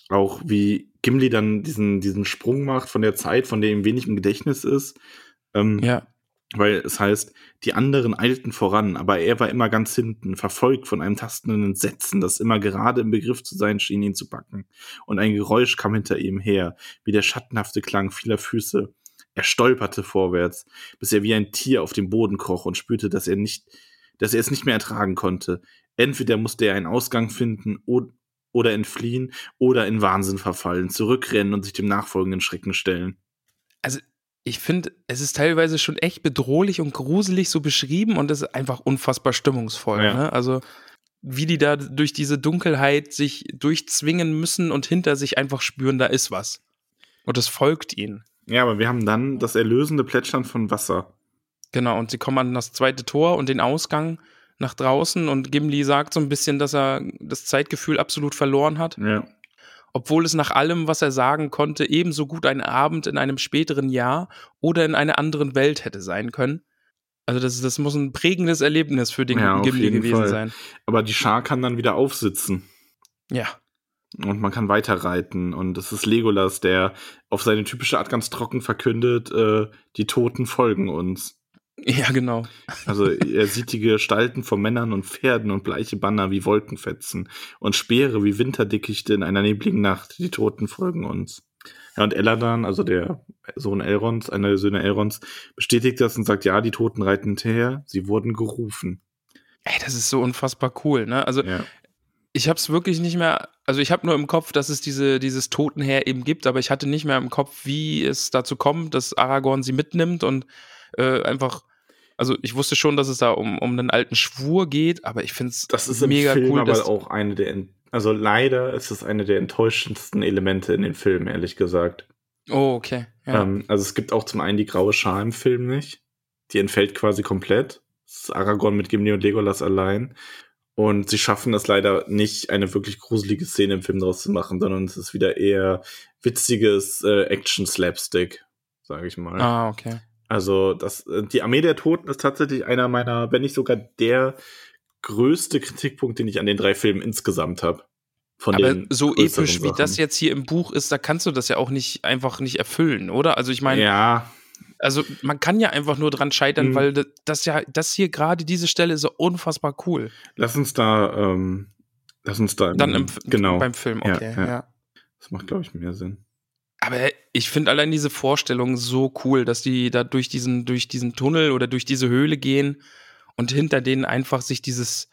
auch wie Gimli dann diesen, diesen Sprung macht von der Zeit, von der ihm wenig im Gedächtnis ist. Ähm, Ja. Weil es heißt, die anderen eilten voran, aber er war immer ganz hinten, verfolgt von einem tastenden Entsetzen, das immer gerade im Begriff zu sein schien, ihn zu packen. Und ein Geräusch kam hinter ihm her, wie der schattenhafte Klang vieler Füße. Er stolperte vorwärts, bis er wie ein Tier auf dem Boden kroch und spürte, dass er nicht, dass er es nicht mehr ertragen konnte. Entweder musste er einen Ausgang finden o- oder entfliehen oder in Wahnsinn verfallen, zurückrennen und sich dem nachfolgenden Schrecken stellen. Also, ich finde, es ist teilweise schon echt bedrohlich und gruselig so beschrieben und es ist einfach unfassbar stimmungsvoll. Ja. Ne? Also, wie die da durch diese Dunkelheit sich durchzwingen müssen und hinter sich einfach spüren, da ist was. Und es folgt ihnen. Ja, aber wir haben dann das erlösende Plätschern von Wasser. Genau, und sie kommen an das zweite Tor und den Ausgang nach draußen und Gimli sagt so ein bisschen, dass er das Zeitgefühl absolut verloren hat. Ja. Obwohl es nach allem, was er sagen konnte, ebenso gut ein Abend in einem späteren Jahr oder in einer anderen Welt hätte sein können. Also das, das muss ein prägendes Erlebnis für den Ja, guten auf Gimli jeden gewesen Fall. sein. Aber die Schar kann dann wieder aufsitzen Ja, und man kann weiterreiten. Und es ist Legolas, der auf seine typische Art ganz trocken verkündet, äh, die Toten folgen uns. ja genau. Also er sieht die Gestalten von Männern und Pferden und bleiche Banner wie Wolkenfetzen und Speere wie Winterdickichte in einer nebligen Nacht. Die Toten folgen uns. Ja, und Eladan, also der Sohn Elrons, einer der Söhne Elrons, bestätigt das und sagt, ja, die Toten reiten hinterher, sie wurden gerufen. Ey, das ist so unfassbar cool, ne? Also Ja. ich hab's wirklich nicht mehr, also ich habe nur im Kopf, dass es diese, dieses Totenheer eben gibt, aber ich hatte nicht mehr im Kopf, wie es dazu kommt, dass Aragorn sie mitnimmt und äh, einfach, also ich wusste schon, dass es da um, um einen alten Schwur geht, aber ich find's Das ist im mega Film cool, aber dass, auch eine der, ent- also leider ist es eine der enttäuschendsten Elemente in den Filmen, ehrlich gesagt. oh, okay, ja. Ähm, also es gibt auch zum einen die graue Schar im Film nicht. Die entfällt quasi komplett. Es ist Aragorn mit Gimli und Legolas allein. Und sie schaffen es leider nicht, eine wirklich gruselige Szene im Film draus zu machen, sondern es ist wieder eher witziges äh, Action-Slapstick, sage ich mal. Ah, okay. Also das, äh, die Armee der Toten ist tatsächlich einer meiner, wenn nicht sogar der größte Kritikpunkt, den ich an den drei Filmen insgesamt habe. Von Aber den so größeren episch, wie Sachen. das jetzt hier im Buch ist, da kannst du das ja auch nicht einfach nicht erfüllen, oder? Also ich meine, Ja, also man kann ja einfach nur dran scheitern, Mhm. weil das, das ja, das hier gerade diese Stelle ist so unfassbar cool. lass uns da, ähm, lass uns da Dann im, genau. beim Film, Ja, okay, ja. ja. Das macht, glaube ich, mehr Sinn. Aber ich finde allein diese Vorstellung so cool, dass die da durch diesen, durch diesen Tunnel oder durch diese Höhle gehen und hinter denen einfach sich dieses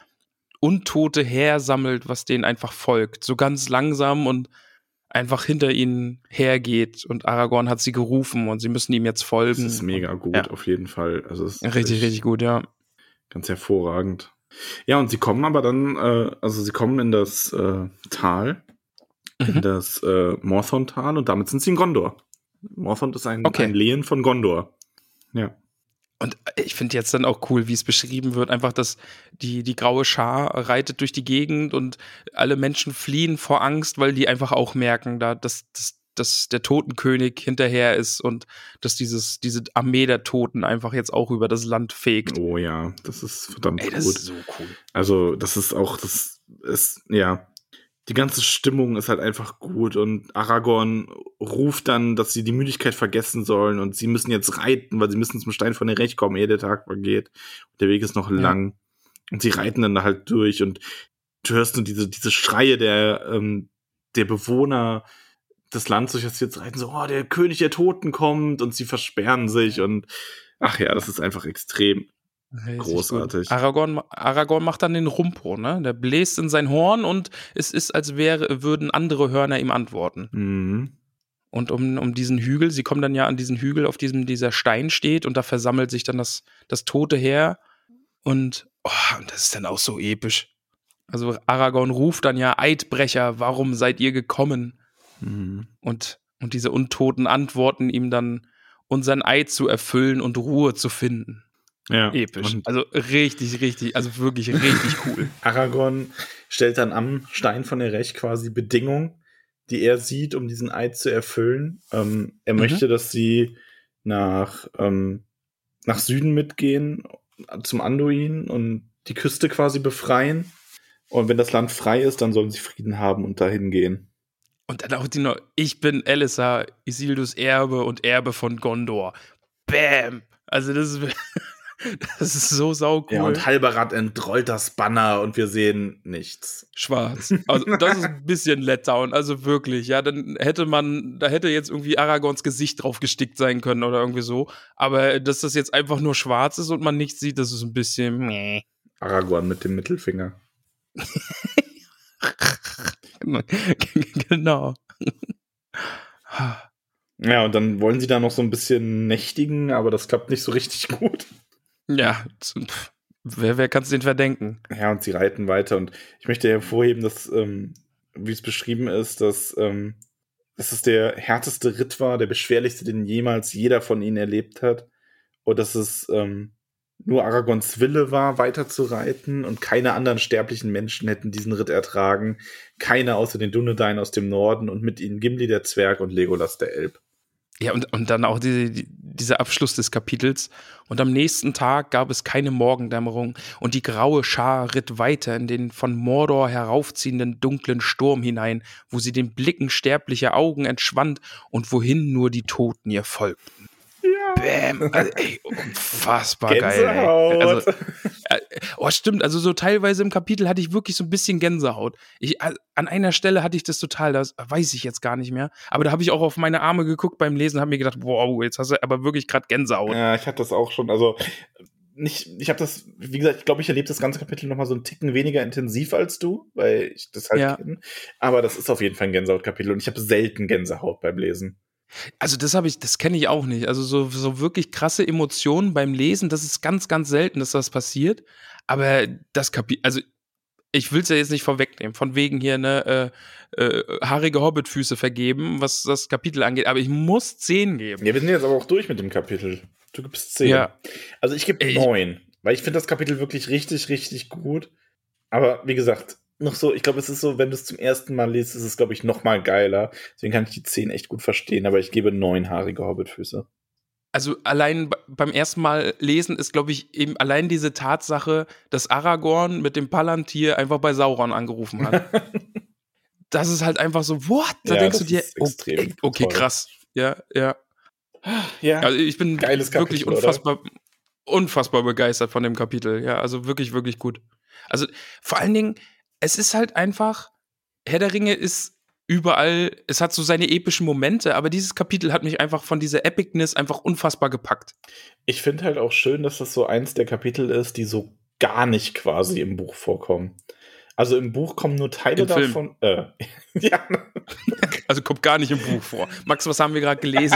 untote Heer sammelt, was denen einfach folgt. So ganz langsam und einfach hinter ihnen hergeht. Und Aragorn hat sie gerufen und sie müssen ihm jetzt Das folgen. ist mega gut, Ja. auf jeden Fall. Also es ist Richtig, echt richtig gut, ja. ganz hervorragend. Ja, und sie kommen aber dann, äh, also sie kommen in das äh, Tal, in Mhm. das äh, Morthond-Tal und damit sind sie in Gondor. Morthond ist ein, Okay. ein Lehen von Gondor. Ja. Und ich finde jetzt dann auch cool, wie es beschrieben wird, einfach, dass die, die graue Schar reitet durch die Gegend und alle Menschen fliehen vor Angst, weil die einfach auch merken, da, dass, dass, dass der Totenkönig hinterher ist und dass dieses, diese Armee der Toten einfach jetzt auch über das Land fegt. Oh ja, das ist verdammt Ey, das gut. ist so cool. Also, das ist auch, das ist, ja, die ganze Stimmung ist halt einfach gut und Aragorn ruft dann, dass sie die Müdigkeit vergessen sollen und sie müssen jetzt reiten, weil sie müssen zum Stein von der Recht kommen, ehe der Tag vergeht. Der Weg ist noch Ja. lang. Und sie reiten dann da halt durch und du hörst nur diese, diese Schreie der, ähm, der Bewohner des Landes, durch das sie jetzt reiten, so, oh, der König der Toten kommt und sie versperren sich und ach ja, das ist einfach extrem Richtig großartig. gut. Aragorn, Aragorn macht dann den Rumpo, ne? Der bläst in sein Horn und es ist, als wäre, würden andere Hörner ihm antworten. Mhm. Und um, um diesen Hügel, sie kommen dann ja an diesen Hügel, auf diesem dieser Stein steht und da versammelt sich dann das, das tote Heer und, oh, und das ist dann auch so episch. Also Aragorn ruft dann ja, Eidbrecher, warum seid ihr gekommen? Mhm. Und, und diese Untoten antworten ihm dann, unseren Eid zu erfüllen und Ruhe zu finden. Ja. Episch. Und Also richtig, richtig, also wirklich richtig cool. Aragorn stellt dann am Stein von der Recht quasi Bedingungen, die er sieht, um diesen Eid zu erfüllen. Ähm, er Mhm. möchte, dass sie nach, ähm, nach Süden mitgehen, zum Anduin und die Küste quasi befreien. Und wenn das Land frei ist, dann sollen sie Frieden haben und dahin gehen. Und dann auch die noch, ich bin Elessar, Isildurs Erbe und Erbe von Gondor. Bam! Also das ist, das ist so saucool. Ja, und Halberrad entrollt das Banner und wir sehen nichts. Schwarz. Also das ist ein bisschen Letdown, also wirklich. Ja, dann hätte man, da hätte jetzt irgendwie Aragorns Gesicht drauf gestickt sein können oder irgendwie so. Aber dass das jetzt einfach nur schwarz ist und man nichts sieht, das ist ein bisschen meh. Aragorn mit dem Mittelfinger. Genau. Ja, und dann wollen sie da noch so ein bisschen nächtigen, aber das klappt nicht so richtig gut. Ja, pf, wer, wer kann es denen verdenken? Ja, und sie reiten weiter. Und ich möchte hervorheben, dass, ähm, wie es beschrieben ist, dass, ähm, dass es der härteste Ritt war, der beschwerlichste, den jemals jeder von ihnen erlebt hat. Und dass es ähm, nur Aragorns Wille war, weiter zu reiten. Und keine anderen sterblichen Menschen hätten diesen Ritt ertragen. Keiner außer den Dunedain aus dem Norden und mit ihnen Gimli der Zwerg und Legolas der Elb. Ja, und, und dann auch die, die, dieser Abschluss des Kapitels. Und am nächsten Tag gab es keine Morgendämmerung und die graue Schar ritt weiter in den von Mordor heraufziehenden dunklen Sturm hinein, wo sie den Blicken sterblicher Augen entschwand und wohin nur die Toten ihr folgten. Ja. Bäm. Also, ey, unfassbar Gänsehaut. geil. Ey. Also, äh, oh, stimmt. Also so teilweise im Kapitel hatte ich wirklich so ein bisschen Gänsehaut. Ich, äh, an einer Stelle hatte ich das total, das weiß ich jetzt gar nicht mehr. Aber da habe ich auch auf meine Arme geguckt beim Lesen, habe mir gedacht, wow, jetzt hast du aber wirklich gerade Gänsehaut. Ja, ich hatte das auch schon. Also nicht, ich habe das, wie gesagt, ich glaube, ich erlebe das ganze Kapitel noch mal so einen Ticken weniger intensiv als du, weil ich das halt Ja. kenne. Aber das ist auf jeden Fall ein Gänsehautkapitel und ich habe selten Gänsehaut beim Lesen. Also das habe ich, das kenne ich auch nicht. Also so, so wirklich krasse Emotionen beim Lesen, das ist ganz, ganz selten, dass das passiert. Aber das Kapitel, also ich will es ja jetzt nicht vorwegnehmen, von wegen hier, ne, äh, äh, haarige Hobbitfüße vergeben, was das Kapitel angeht, aber ich muss zehn geben. Ja, wir sind jetzt aber auch durch mit dem Kapitel. Du gibst zehn. Ja. Also ich gebe Ich- neun, weil ich finde das Kapitel wirklich richtig, richtig gut. Aber wie gesagt, noch so, ich glaube, es ist so, wenn du es zum ersten Mal liest, ist es, glaube ich, noch mal geiler. Deswegen kann ich die zehn echt gut verstehen, aber ich gebe neun haarige Hobbitfüße. Also allein b- beim ersten Mal lesen ist, glaube ich, eben allein diese Tatsache, dass Aragorn mit dem Palantir einfach bei Sauron angerufen hat. Das ist halt einfach so, what? Da Ja, denkst das du dir, ist extrem okay, okay toll. krass. Ja, ja. Ja, Also ich bin Geiles wirklich Kapitel, unfassbar, unfassbar begeistert von dem Kapitel. Ja, also wirklich, wirklich gut. Also vor allen Dingen, es ist halt einfach, Herr der Ringe ist überall, es hat so seine epischen Momente, aber dieses Kapitel hat mich einfach von dieser Epicness einfach unfassbar gepackt. ich finde halt auch schön, dass das so eins der Kapitel ist, die so gar nicht quasi im Buch vorkommen. Also im Buch kommen nur Teile Im Film. davon. Äh, ja, Also kommt gar nicht im Buch vor. Max, was haben wir gerade gelesen?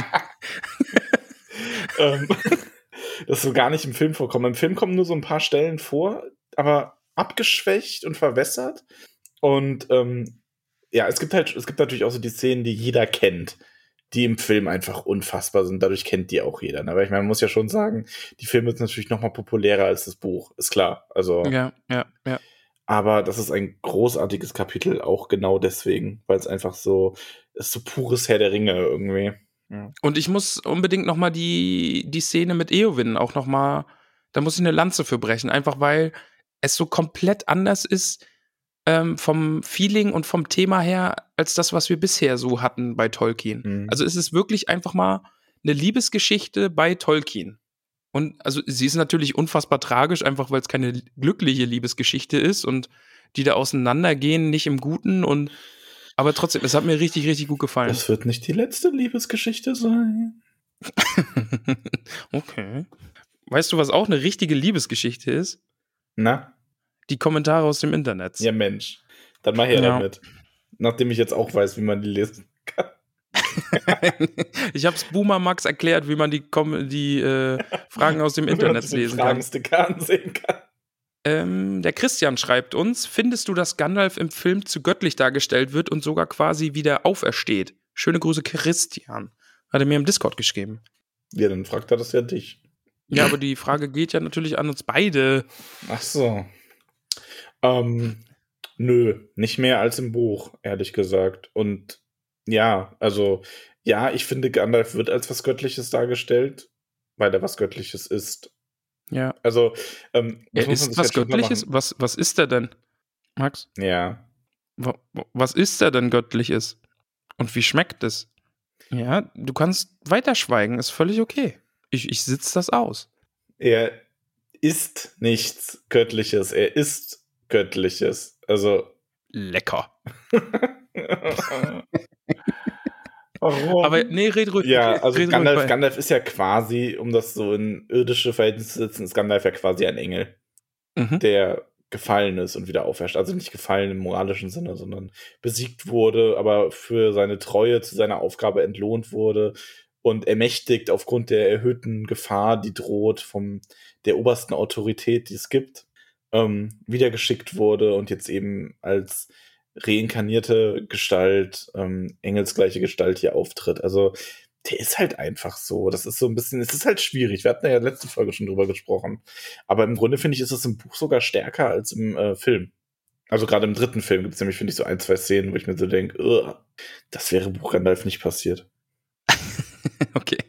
ähm, das so gar nicht im Film vorkommen. Im Film kommen nur so ein paar Stellen vor, aber abgeschwächt und verwässert. Und ähm, ja, es gibt halt, es gibt natürlich auch so die Szenen, die jeder kennt, die im Film einfach unfassbar sind. Dadurch kennt die auch jeder. Aber ich meine, man muss ja schon sagen, die Filme sind natürlich noch mal populärer als das Buch. Ist klar. Also, Ja, ja, ja. aber das ist ein großartiges Kapitel, auch genau deswegen, weil es einfach so, ist so pures Herr der Ringe irgendwie. Ja. Und ich muss unbedingt noch mal die, die Szene mit Eowyn auch noch mal, da muss ich eine Lanze für brechen, einfach weil es so komplett anders ist ähm, vom Feeling und vom Thema her, als das, was wir bisher so hatten bei Tolkien. Mhm. Also es ist wirklich einfach mal eine Liebesgeschichte bei Tolkien. Und also sie ist natürlich unfassbar tragisch, einfach weil es keine glückliche Liebesgeschichte ist und die da auseinandergehen, nicht im Guten und aber trotzdem, es hat mir richtig, richtig gut gefallen. Das wird nicht die letzte Liebesgeschichte sein. Okay. Weißt du, was auch eine richtige Liebesgeschichte ist? Na? Die Kommentare aus dem Internet. Ja, Mensch. Dann mach her Ja. damit. Nachdem ich jetzt auch weiß, wie man die lesen kann. Ich hab's Boomer Max erklärt, wie man die, Kom die äh, Fragen aus dem Internet lesen kann. Fragensticker ansehen kann. Ähm, der Christian schreibt uns, findest du, dass Gandalf im Film zu göttlich dargestellt wird und sogar quasi wieder aufersteht? Schöne Grüße, Christian. Hat er mir im Discord geschrieben. Ja, dann fragt er das ja dich. Ja, aber die Frage geht ja natürlich an uns beide. Ach so. Ähm, nö, nicht mehr als im Buch, ehrlich gesagt. Und ja, also, ja, ich finde, Gandalf wird als was Göttliches dargestellt, weil er was Göttliches ist. Ja. Also, ähm, das Er muss man ist sich was halt schon klar Göttliches? machen. Was, was ist er denn, Max? Ja. Wa- Was ist er denn Göttliches? Und wie schmeckt es? Ja, du kannst weiterschweigen, ist völlig okay. Ich, ich sitze das aus. Er ist nichts Göttliches, er ist Göttliches. Also. Lecker. Warum? Aber nee, red ruhig. Ja, also red Gandalf, ruhig Gandalf ist ja quasi, um das so in irdische Verhältnisse zu setzen, ist Gandalf ja quasi ein Engel, mhm. der gefallen ist und wieder aufersteht. Also nicht gefallen im moralischen Sinne, sondern besiegt wurde, aber für seine Treue zu seiner Aufgabe entlohnt wurde und ermächtigt aufgrund der erhöhten Gefahr, die droht vom der obersten Autorität, die es gibt, ähm, wiedergeschickt wurde und jetzt eben als reinkarnierte Gestalt, ähm, engelsgleiche Gestalt hier auftritt. Also der ist halt einfach so. Das ist so ein bisschen, es ist halt schwierig. Wir hatten ja letzte Folge schon drüber gesprochen. Aber im Grunde finde ich, ist es im Buch sogar stärker als im äh, Film. Also gerade im dritten Film gibt es nämlich, finde ich, so ein, zwei Szenen, wo ich mir so denke, das wäre Buch Gandalf nicht passiert. Okay.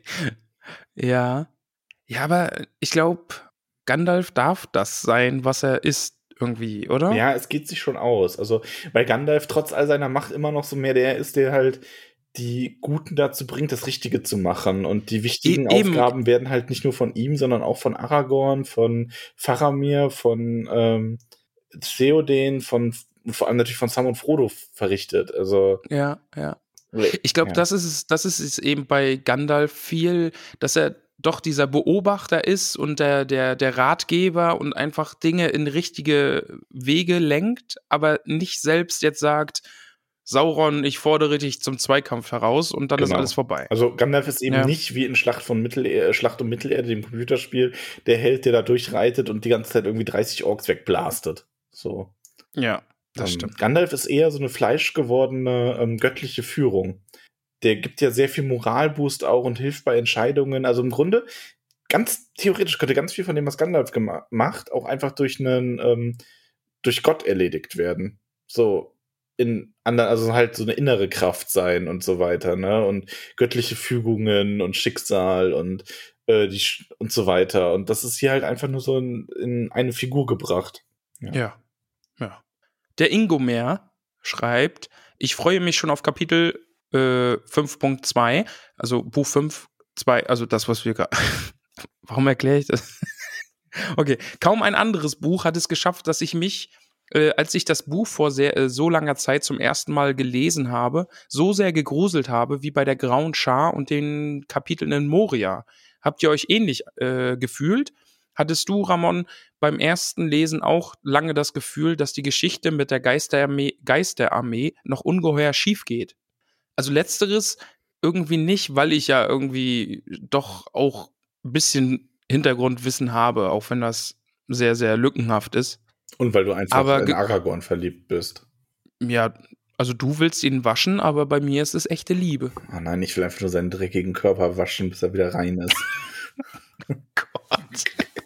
Ja. Ja, aber ich glaube, Gandalf darf das sein, was er ist, irgendwie, oder? Ja, es geht sich schon aus. Also, weil Gandalf trotz all seiner Macht immer noch so mehr der ist, der halt die Guten dazu bringt, das Richtige zu machen. Und die wichtigen e- Aufgaben werden halt nicht nur von ihm, sondern auch von Aragorn, von Faramir, von ähm, Theoden, von vor allem natürlich von Sam und Frodo verrichtet. Also ja, ja. Ich glaube, ja. das ist es, das ist es eben bei Gandalf viel, dass er doch dieser Beobachter ist und der, der, der Ratgeber und einfach Dinge in richtige Wege lenkt, aber nicht selbst jetzt sagt, Sauron, ich fordere dich zum Zweikampf heraus und dann genau. ist alles vorbei. Also Gandalf ist eben ja. nicht wie in Schlacht von Mittelerde, Schlacht um Mittelerde, dem Computerspiel, der Held, der da durchreitet und die ganze Zeit irgendwie dreißig Orks wegblastet. So. Ja, das ähm, stimmt. Gandalf ist eher so eine fleischgewordene ähm, göttliche Führung. Der gibt ja sehr viel Moralboost auch und hilft bei Entscheidungen. Also im Grunde, ganz theoretisch könnte ganz viel von dem, was Gandalf gema- macht, auch einfach durch einen, ähm, durch Gott erledigt werden. So, in anderen, also halt so eine innere Kraft sein und so weiter, ne? Und göttliche Fügungen und Schicksal und, äh, die Sch- und so weiter. Und das ist hier halt einfach nur so in, in eine Figur gebracht. Ja. ja, ja. Der Ingomer schreibt, ich freue mich schon auf Kapitel äh, fünf Punkt zwei, also Buch fünf Punkt zwei, also das, was wir gerade. Warum erkläre ich das? Okay, kaum ein anderes Buch hat es geschafft, dass ich mich, äh, als ich das Buch vor sehr, äh, so langer Zeit zum ersten Mal gelesen habe, so sehr gegruselt habe, wie bei der Grauen Schar und den Kapiteln in Moria. Habt ihr euch ähnlich äh, gefühlt? Hattest du, Ramon, beim ersten Lesen auch lange das Gefühl, dass die Geschichte mit der Geisterarmee, Geisterarmee noch ungeheuer schief geht? Also letzteres irgendwie nicht, weil ich ja irgendwie doch auch ein bisschen Hintergrundwissen habe, auch wenn das sehr, sehr lückenhaft ist. Und weil du einfach aber in Aragorn verliebt bist. Ja, also du willst ihn waschen, aber bei mir ist es echte Liebe. Oh nein, ich will einfach nur seinen dreckigen Körper waschen, bis er wieder rein ist. Oh Gott.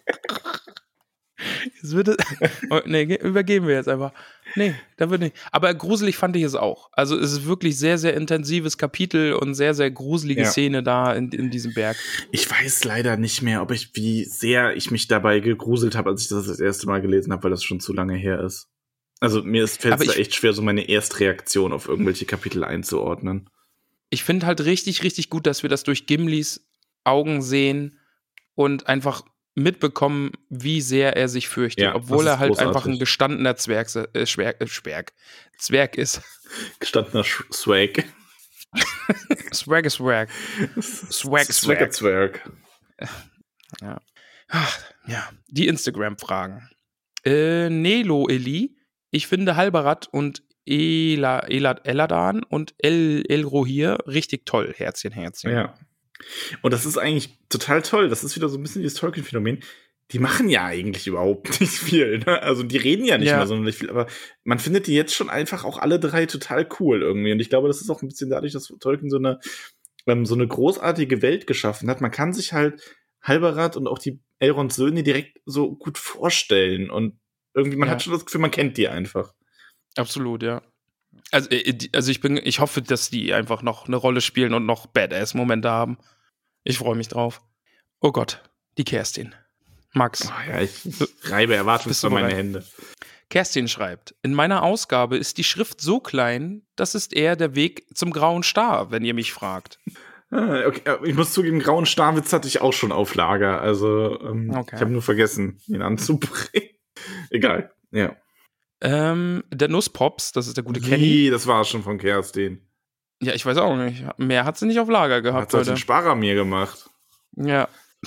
Jetzt wird es, oh, nee, übergeben wir jetzt einfach. Nee, da wird nicht. Aber gruselig fand ich es auch. Also es ist wirklich sehr, sehr intensives Kapitel und sehr, sehr gruselige ja. Szene da in, in diesem Berg. Ich weiß leider nicht mehr, ob ich, wie sehr ich mich dabei gegruselt habe, als ich das das erste Mal gelesen habe, weil das schon zu lange her ist. Also mir fällt es da echt schwer, so meine Erstreaktion auf irgendwelche Kapitel einzuordnen. Ich finde halt richtig, richtig gut, dass wir das durch Gimlis Augen sehen und einfach mitbekommen, wie sehr er sich fürchtet, ja, obwohl er halt großartig. einfach ein gestandener Zwerg, äh, Schwerg, äh, Schwerg, Zwerg ist. Gestandener Sch- Swag. Swag ist Swag. Swag, Swag. Swag. Ja. Ach, ja, die Instagram-Fragen. Äh, Nelo Eli, ich finde Halbarat und Ela, Ela, Eladan und El, Elrohir richtig toll. Herzchen, Herzchen. Ja. Und das ist eigentlich total toll. Das ist wieder so ein bisschen dieses Tolkien-Phänomen. Die machen ja eigentlich überhaupt nicht viel. Ne? Also die reden ja nicht ja. mehr sonderlich viel. Aber man findet die jetzt schon einfach auch alle drei total cool irgendwie. Und ich glaube, das ist auch ein bisschen dadurch, dass Tolkien so eine, ähm, so eine großartige Welt geschaffen hat. Man kann sich halt Halbarat und auch die Elrons Söhne direkt so gut vorstellen. Und irgendwie, man ja. hat schon das Gefühl, man kennt die einfach. Absolut, ja. Also, also ich bin, ich hoffe, dass die einfach noch eine Rolle spielen und noch Badass-Momente haben. Ich freue mich drauf. Oh Gott, die Kerstin. Max. Oh ja, ich reibe erwartungsvoll meine Hände. Kerstin schreibt, in meiner Ausgabe ist die Schrift so klein, das ist eher der Weg zum grauen Star, wenn ihr mich fragt. Ah, okay. Ich muss zugeben, grauen Starwitz hatte ich auch schon auf Lager. Also ähm, Okay. ich habe nur vergessen, ihn anzubringen. Egal, ja. Ähm, der Nusspops, das ist der gute Kenny. Wie, das war schon von Kerstin. Ja, ich weiß auch nicht. Mehr hat sie nicht auf Lager Hat gehabt halt heute. den Sparer mir gemacht. Ja.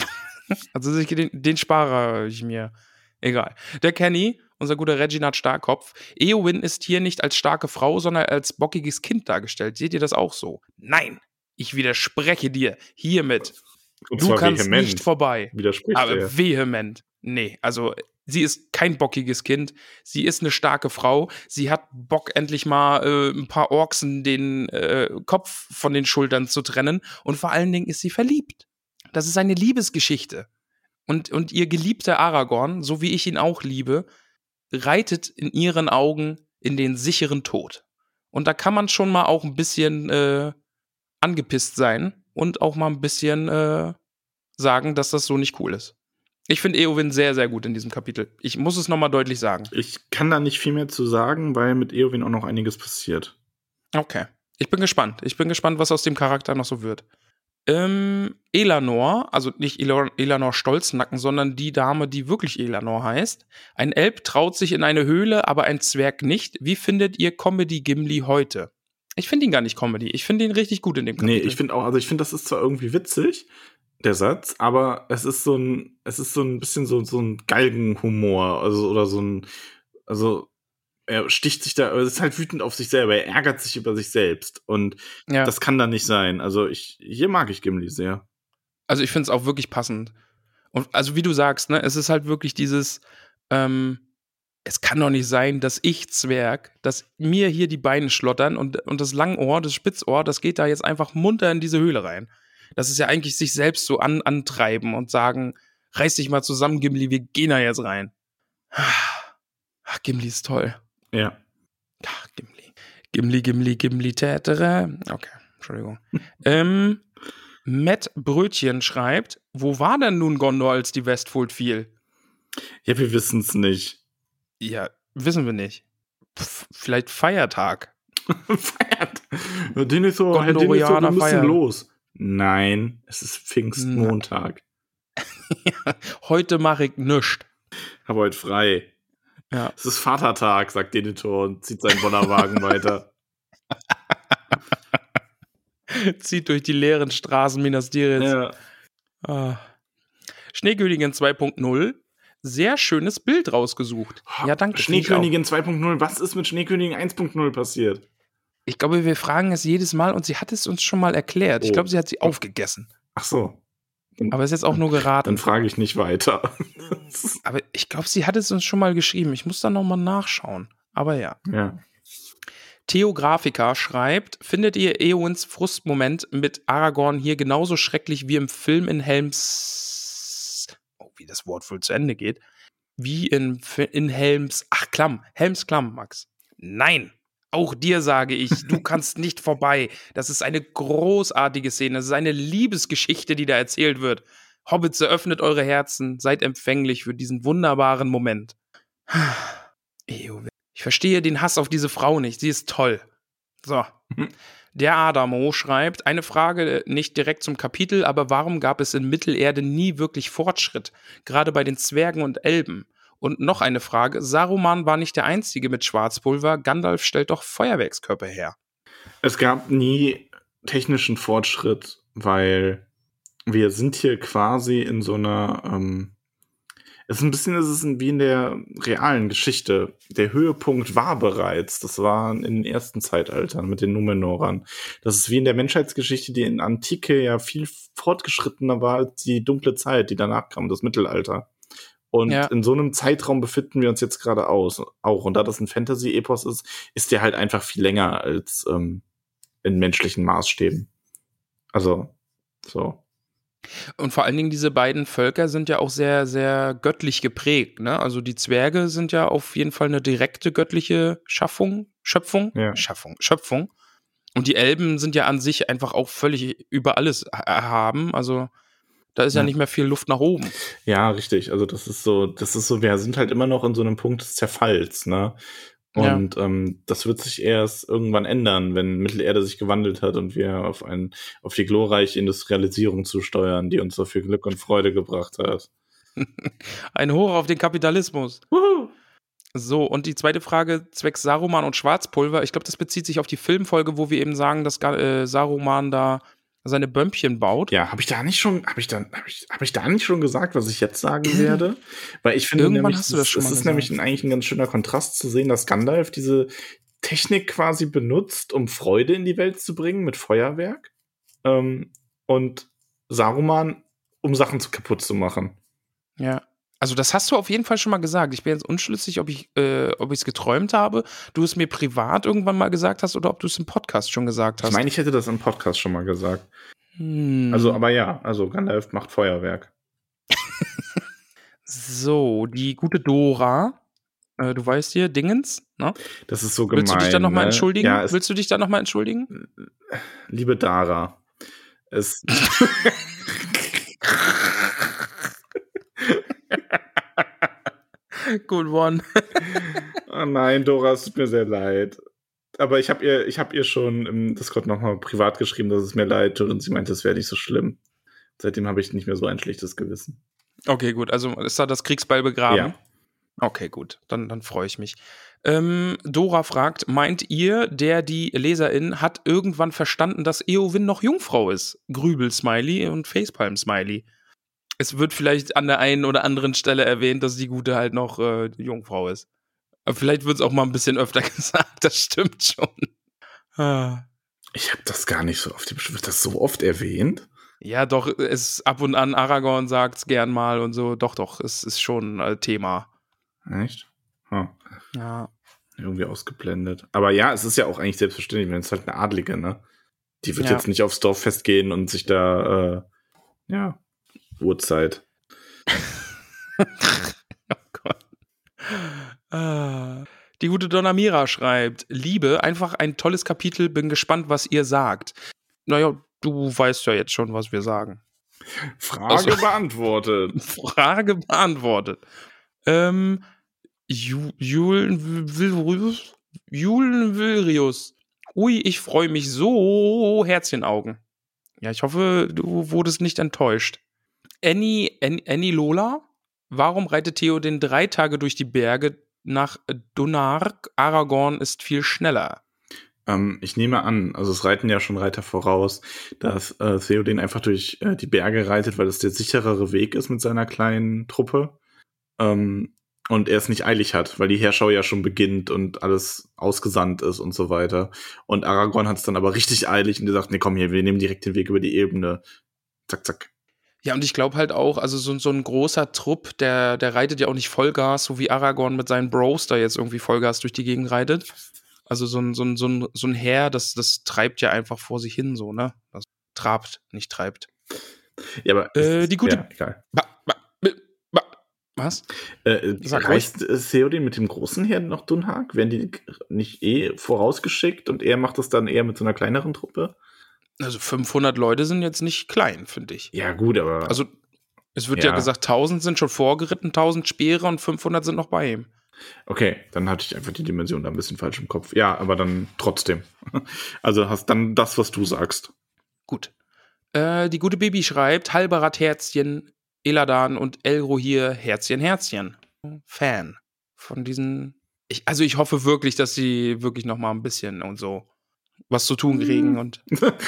Also sich den, den spare ich mir. Egal. Der Kenny, unser guter Reginald Starkopf. Eowyn ist hier nicht als starke Frau, sondern als bockiges Kind dargestellt. Seht ihr das auch so? Nein, ich widerspreche dir hiermit. Und Du zwar kannst vehement. nicht vorbei. Widerspricht Aber er. vehement. Nee, also sie ist kein bockiges Kind. Sie ist eine starke Frau. Sie hat Bock, endlich mal äh, ein paar Orksen den äh, Kopf von den Schultern zu trennen. Und vor allen Dingen ist sie verliebt. Das ist eine Liebesgeschichte. Und, und ihr geliebter Aragorn, so wie ich ihn auch liebe, reitet in ihren Augen in den sicheren Tod. Und da kann man schon mal auch ein bisschen äh, angepisst sein und auch mal ein bisschen äh, sagen, dass das so nicht cool ist. Ich finde Eowyn sehr, sehr gut in diesem Kapitel. Ich muss es nochmal deutlich sagen. Ich kann da nicht viel mehr zu sagen, weil mit Eowyn auch noch einiges passiert. Okay. Ich bin gespannt. Ich bin gespannt, was aus dem Charakter noch so wird. Ähm, Elanor, also nicht Elanor, Elanor Stolznacken, sondern die Dame, die wirklich Elanor heißt. Ein Elb traut sich in eine Höhle, aber ein Zwerg nicht. Wie findet ihr Comedy Gimli heute? Ich finde ihn gar nicht Comedy. Ich finde ihn richtig gut in dem Kapitel. Nee, ich finde auch, also ich finde, das ist zwar irgendwie witzig, der Satz, aber es ist so ein, es ist so ein bisschen so, so ein Galgenhumor, also, oder so ein, also, er sticht sich da, er ist halt wütend auf sich selber, er ärgert sich über sich selbst und Ja. das kann da nicht sein. Also ich, hier mag ich Gimli sehr. Also ich finde es auch wirklich passend. Und also wie du sagst, ne, es ist halt wirklich dieses, ähm, es kann doch nicht sein, dass ich Zwerg, dass mir hier die Beine schlottern und, und das Langohr, das Spitzohr, das geht da jetzt einfach munter in diese Höhle rein. Das ist ja eigentlich sich selbst so an, antreiben und sagen, reiß dich mal zusammen, Gimli, wir gehen da jetzt rein. Ach, Gimli ist toll. Ja. Ach, Gimli. Gimli, Gimli, Gimli, tätere. Okay, Entschuldigung. ähm, Matt Brötchen schreibt, wo war denn nun Gondor, als die Westfold fiel? Ja, wir wissen es nicht. Ja, wissen wir nicht. Pff, vielleicht Feiertag. Feiert. Denethor, Herr Denethor, wir Gondorianer müssen feiern. los. Nein, es ist Pfingstmontag. Heute mache ich nichts. Habe heute frei. Ja. Es ist Vatertag, sagt Denethor und zieht seinen Bollerwagen weiter. Zieht durch die leeren Straßen Minas Tirith. Ja. Ah. Schneekönigin zwei Punkt null. Sehr schönes Bild rausgesucht. Ja, danke. Schneekönigin zwei Punkt null. Was ist mit Schneekönigin eins Punkt null passiert? Ich glaube, wir fragen es jedes Mal und sie hat es uns schon mal erklärt. Ich Oh. glaube, sie hat sie aufgegessen. Ach so. Aber es ist jetzt auch nur geraten. Dann frage ich nicht weiter. Aber ich glaube, sie hat es uns schon mal geschrieben. Ich muss da nochmal nachschauen. Aber ja. Ja. Theo Grafika schreibt, findet ihr Eowens Frustmoment mit Aragorn hier genauso schrecklich wie im Film in Helms... Oh, wie das Wort wohl zu Ende geht. Wie in, in Helms... Ach, Klamm. Helms Klamm, Max. Nein. Auch dir sage ich, du kannst nicht vorbei. Das ist eine großartige Szene. Das ist eine Liebesgeschichte, die da erzählt wird. Hobbits, öffnet eure Herzen. Seid empfänglich für diesen wunderbaren Moment. Eowyn. Ich verstehe den Hass auf diese Frau nicht. Sie ist toll. So. Mhm. Der Adamo schreibt, eine Frage nicht direkt zum Kapitel, aber warum gab es in Mittelerde nie wirklich Fortschritt? Gerade bei den Zwergen und Elben. Und noch eine Frage, Saruman war nicht der Einzige mit Schwarzpulver, Gandalf stellt doch Feuerwerkskörper her. Es gab nie technischen Fortschritt, weil wir sind hier quasi in so einer, ähm, es ist ein bisschen, es ist wie in der realen Geschichte. Der Höhepunkt war bereits, das war in den ersten Zeitaltern mit den Numenorern. Das ist wie in der Menschheitsgeschichte, die in Antike ja viel fortgeschrittener war als die dunkle Zeit, die danach kam, das Mittelalter. Und Ja. in so einem Zeitraum befinden wir uns jetzt gerade aus, auch. Und da das ein Fantasy-Epos ist, ist der halt einfach viel länger als ähm, in menschlichen Maßstäben. Also, so. Und vor allen Dingen diese beiden Völker sind ja auch sehr, sehr göttlich geprägt, ne? Also die Zwerge sind ja auf jeden Fall eine direkte göttliche Schaffung, Schöpfung, Ja. Schaffung, Schöpfung. Und die Elben sind ja an sich einfach auch völlig über alles erhaben. Also Da ist ja. Ja. nicht mehr viel Luft nach oben. Ja, richtig. Also das ist so, das ist so, wir sind halt immer noch in so einem Punkt des Zerfalls, ne? Ja. Und ähm, das wird sich erst irgendwann ändern, wenn Mittelerde sich gewandelt hat und wir auf ein, auf die glorreiche Industrialisierung zusteuern, die uns so viel Glück und Freude gebracht hat. Ein Hoch auf den Kapitalismus. Wuhu! So, und die zweite Frage zwecks Saruman und Schwarzpulver. Ich glaube, das bezieht sich auf die Filmfolge, wo wir eben sagen, dass äh, Saruman da seine Bömpchen baut. Ja, habe ich da nicht schon, habe ich da, habe ich, habe ich da nicht schon gesagt, was ich jetzt sagen werde? Weil ich finde Irgendwann nämlich, hast du das schon es mal ist gesagt. nämlich ein, eigentlich ein ganz schöner Kontrast zu sehen, dass Gandalf diese Technik quasi benutzt, um Freude in die Welt zu bringen mit Feuerwerk. Ähm, und Saruman, um Sachen zu kaputt zu machen. Ja. Also das hast du auf jeden Fall schon mal gesagt. Ich bin jetzt unschlüssig, ob ich äh, ob ich es geträumt habe, du es mir privat irgendwann mal gesagt hast oder ob du es im Podcast schon gesagt hast. Ich meine, ich hätte das im Podcast schon mal gesagt. Hm. Also, aber ja, also Gandalf macht Feuerwerk. So, die gute Dora, äh, du weißt hier, Dingens, ne? Das ist so gemein. Willst du dich da nochmal ne? entschuldigen? Ja, es, Willst du dich da nochmal entschuldigen? liebe Dara, es Good one. Oh nein, Dora, es tut mir sehr leid. Aber ich habe ihr, ich habe ihr schon im Discord nochmal privat geschrieben, dass es mir leid tut und sie meinte, es wäre nicht so schlimm. Seitdem habe ich nicht mehr so ein schlechtes Gewissen. Okay, gut. Also ist da das Kriegsbeil begraben? Ja. Okay, gut. Dann, dann freue ich mich. Ähm, Dora fragt, meint ihr, der, die Leserin, hat irgendwann verstanden, dass Eowyn noch Jungfrau ist? Grübel-Smiley und Facepalm-Smiley. Es wird vielleicht an der einen oder anderen Stelle erwähnt, dass die Gute halt noch äh, Jungfrau ist. Aber vielleicht wird es auch mal ein bisschen öfter gesagt, das stimmt schon. Ah. Ich habe das gar nicht so oft, wird das so oft erwähnt? Ja, doch, es ab und an, Aragorn sagt's gern mal und so. Doch, doch, es ist schon ein Thema. Echt? Huh. Ja. Irgendwie ausgeblendet. Aber ja, es ist ja auch eigentlich selbstverständlich, wenn es halt eine Adlige, ne? Die wird Ja. jetzt nicht aufs Dorffest gehen und sich da, äh, ja, Uhrzeit. Oh Gott. Ah. Die gute Donna Mira schreibt, Liebe, einfach ein tolles Kapitel, bin gespannt, was ihr sagt. Naja, du weißt ja jetzt schon, was wir sagen. Frage Also, beantwortet. Frage beantwortet. Ähm, Ju- Julen Vil- Julen Vilrius. Ui, ich freue mich so. Herzchenaugen. Ja, ich hoffe, du wurdest nicht enttäuscht. Annie, Annie, Annie Lola? Warum reitet Theo den drei Tage durch die Berge nach Dunark? Aragorn ist viel schneller. Ähm, ich nehme an, also es reiten ja schon Reiter voraus, dass äh, Theoden einfach durch äh, die Berge reitet, weil es der sicherere Weg ist mit seiner kleinen Truppe. Ähm, und er es nicht eilig hat, weil die Heerschau ja schon beginnt und alles ausgesandt ist und so weiter. Und Aragorn hat es dann aber richtig eilig und die sagt, nee, komm hier, wir nehmen direkt den Weg über die Ebene. Zack, zack. Ja, und ich glaube halt auch, also so, so ein großer Trupp, der, der reitet ja auch nicht Vollgas, so wie Aragorn mit seinen Bros da jetzt irgendwie Vollgas durch die Gegend reitet. Also so ein, so ein, so ein, so ein Heer, das, das treibt ja einfach vor sich hin, so, ne? Das trabt, nicht treibt. Ja, aber Äh, ist, die gute. Ja, egal. Ba, ba, ba, ba. Was? Äh, Sag reist äh, Theoden mit dem großen Heer nach Dunhag? Werden die nicht eh vorausgeschickt und er macht das dann eher mit so einer kleineren Truppe? Also fünfhundert Leute sind jetzt nicht klein, finde ich. Ja, gut, aber. Also es wird ja. Ja. gesagt, tausend sind schon vorgeritten, tausend Speere und fünfhundert sind noch bei ihm. Okay, dann hatte ich einfach die Dimension da ein bisschen falsch im Kopf. Ja, aber dann trotzdem. Also hast dann das, was du sagst. Gut. Äh, die gute Baby schreibt, Halberat Herzchen, Eladan und Elrohir, Herzchen, Herzchen. Fan von diesen. Ich, also ich hoffe wirklich, dass sie wirklich noch mal ein bisschen und so was zu tun kriegen und.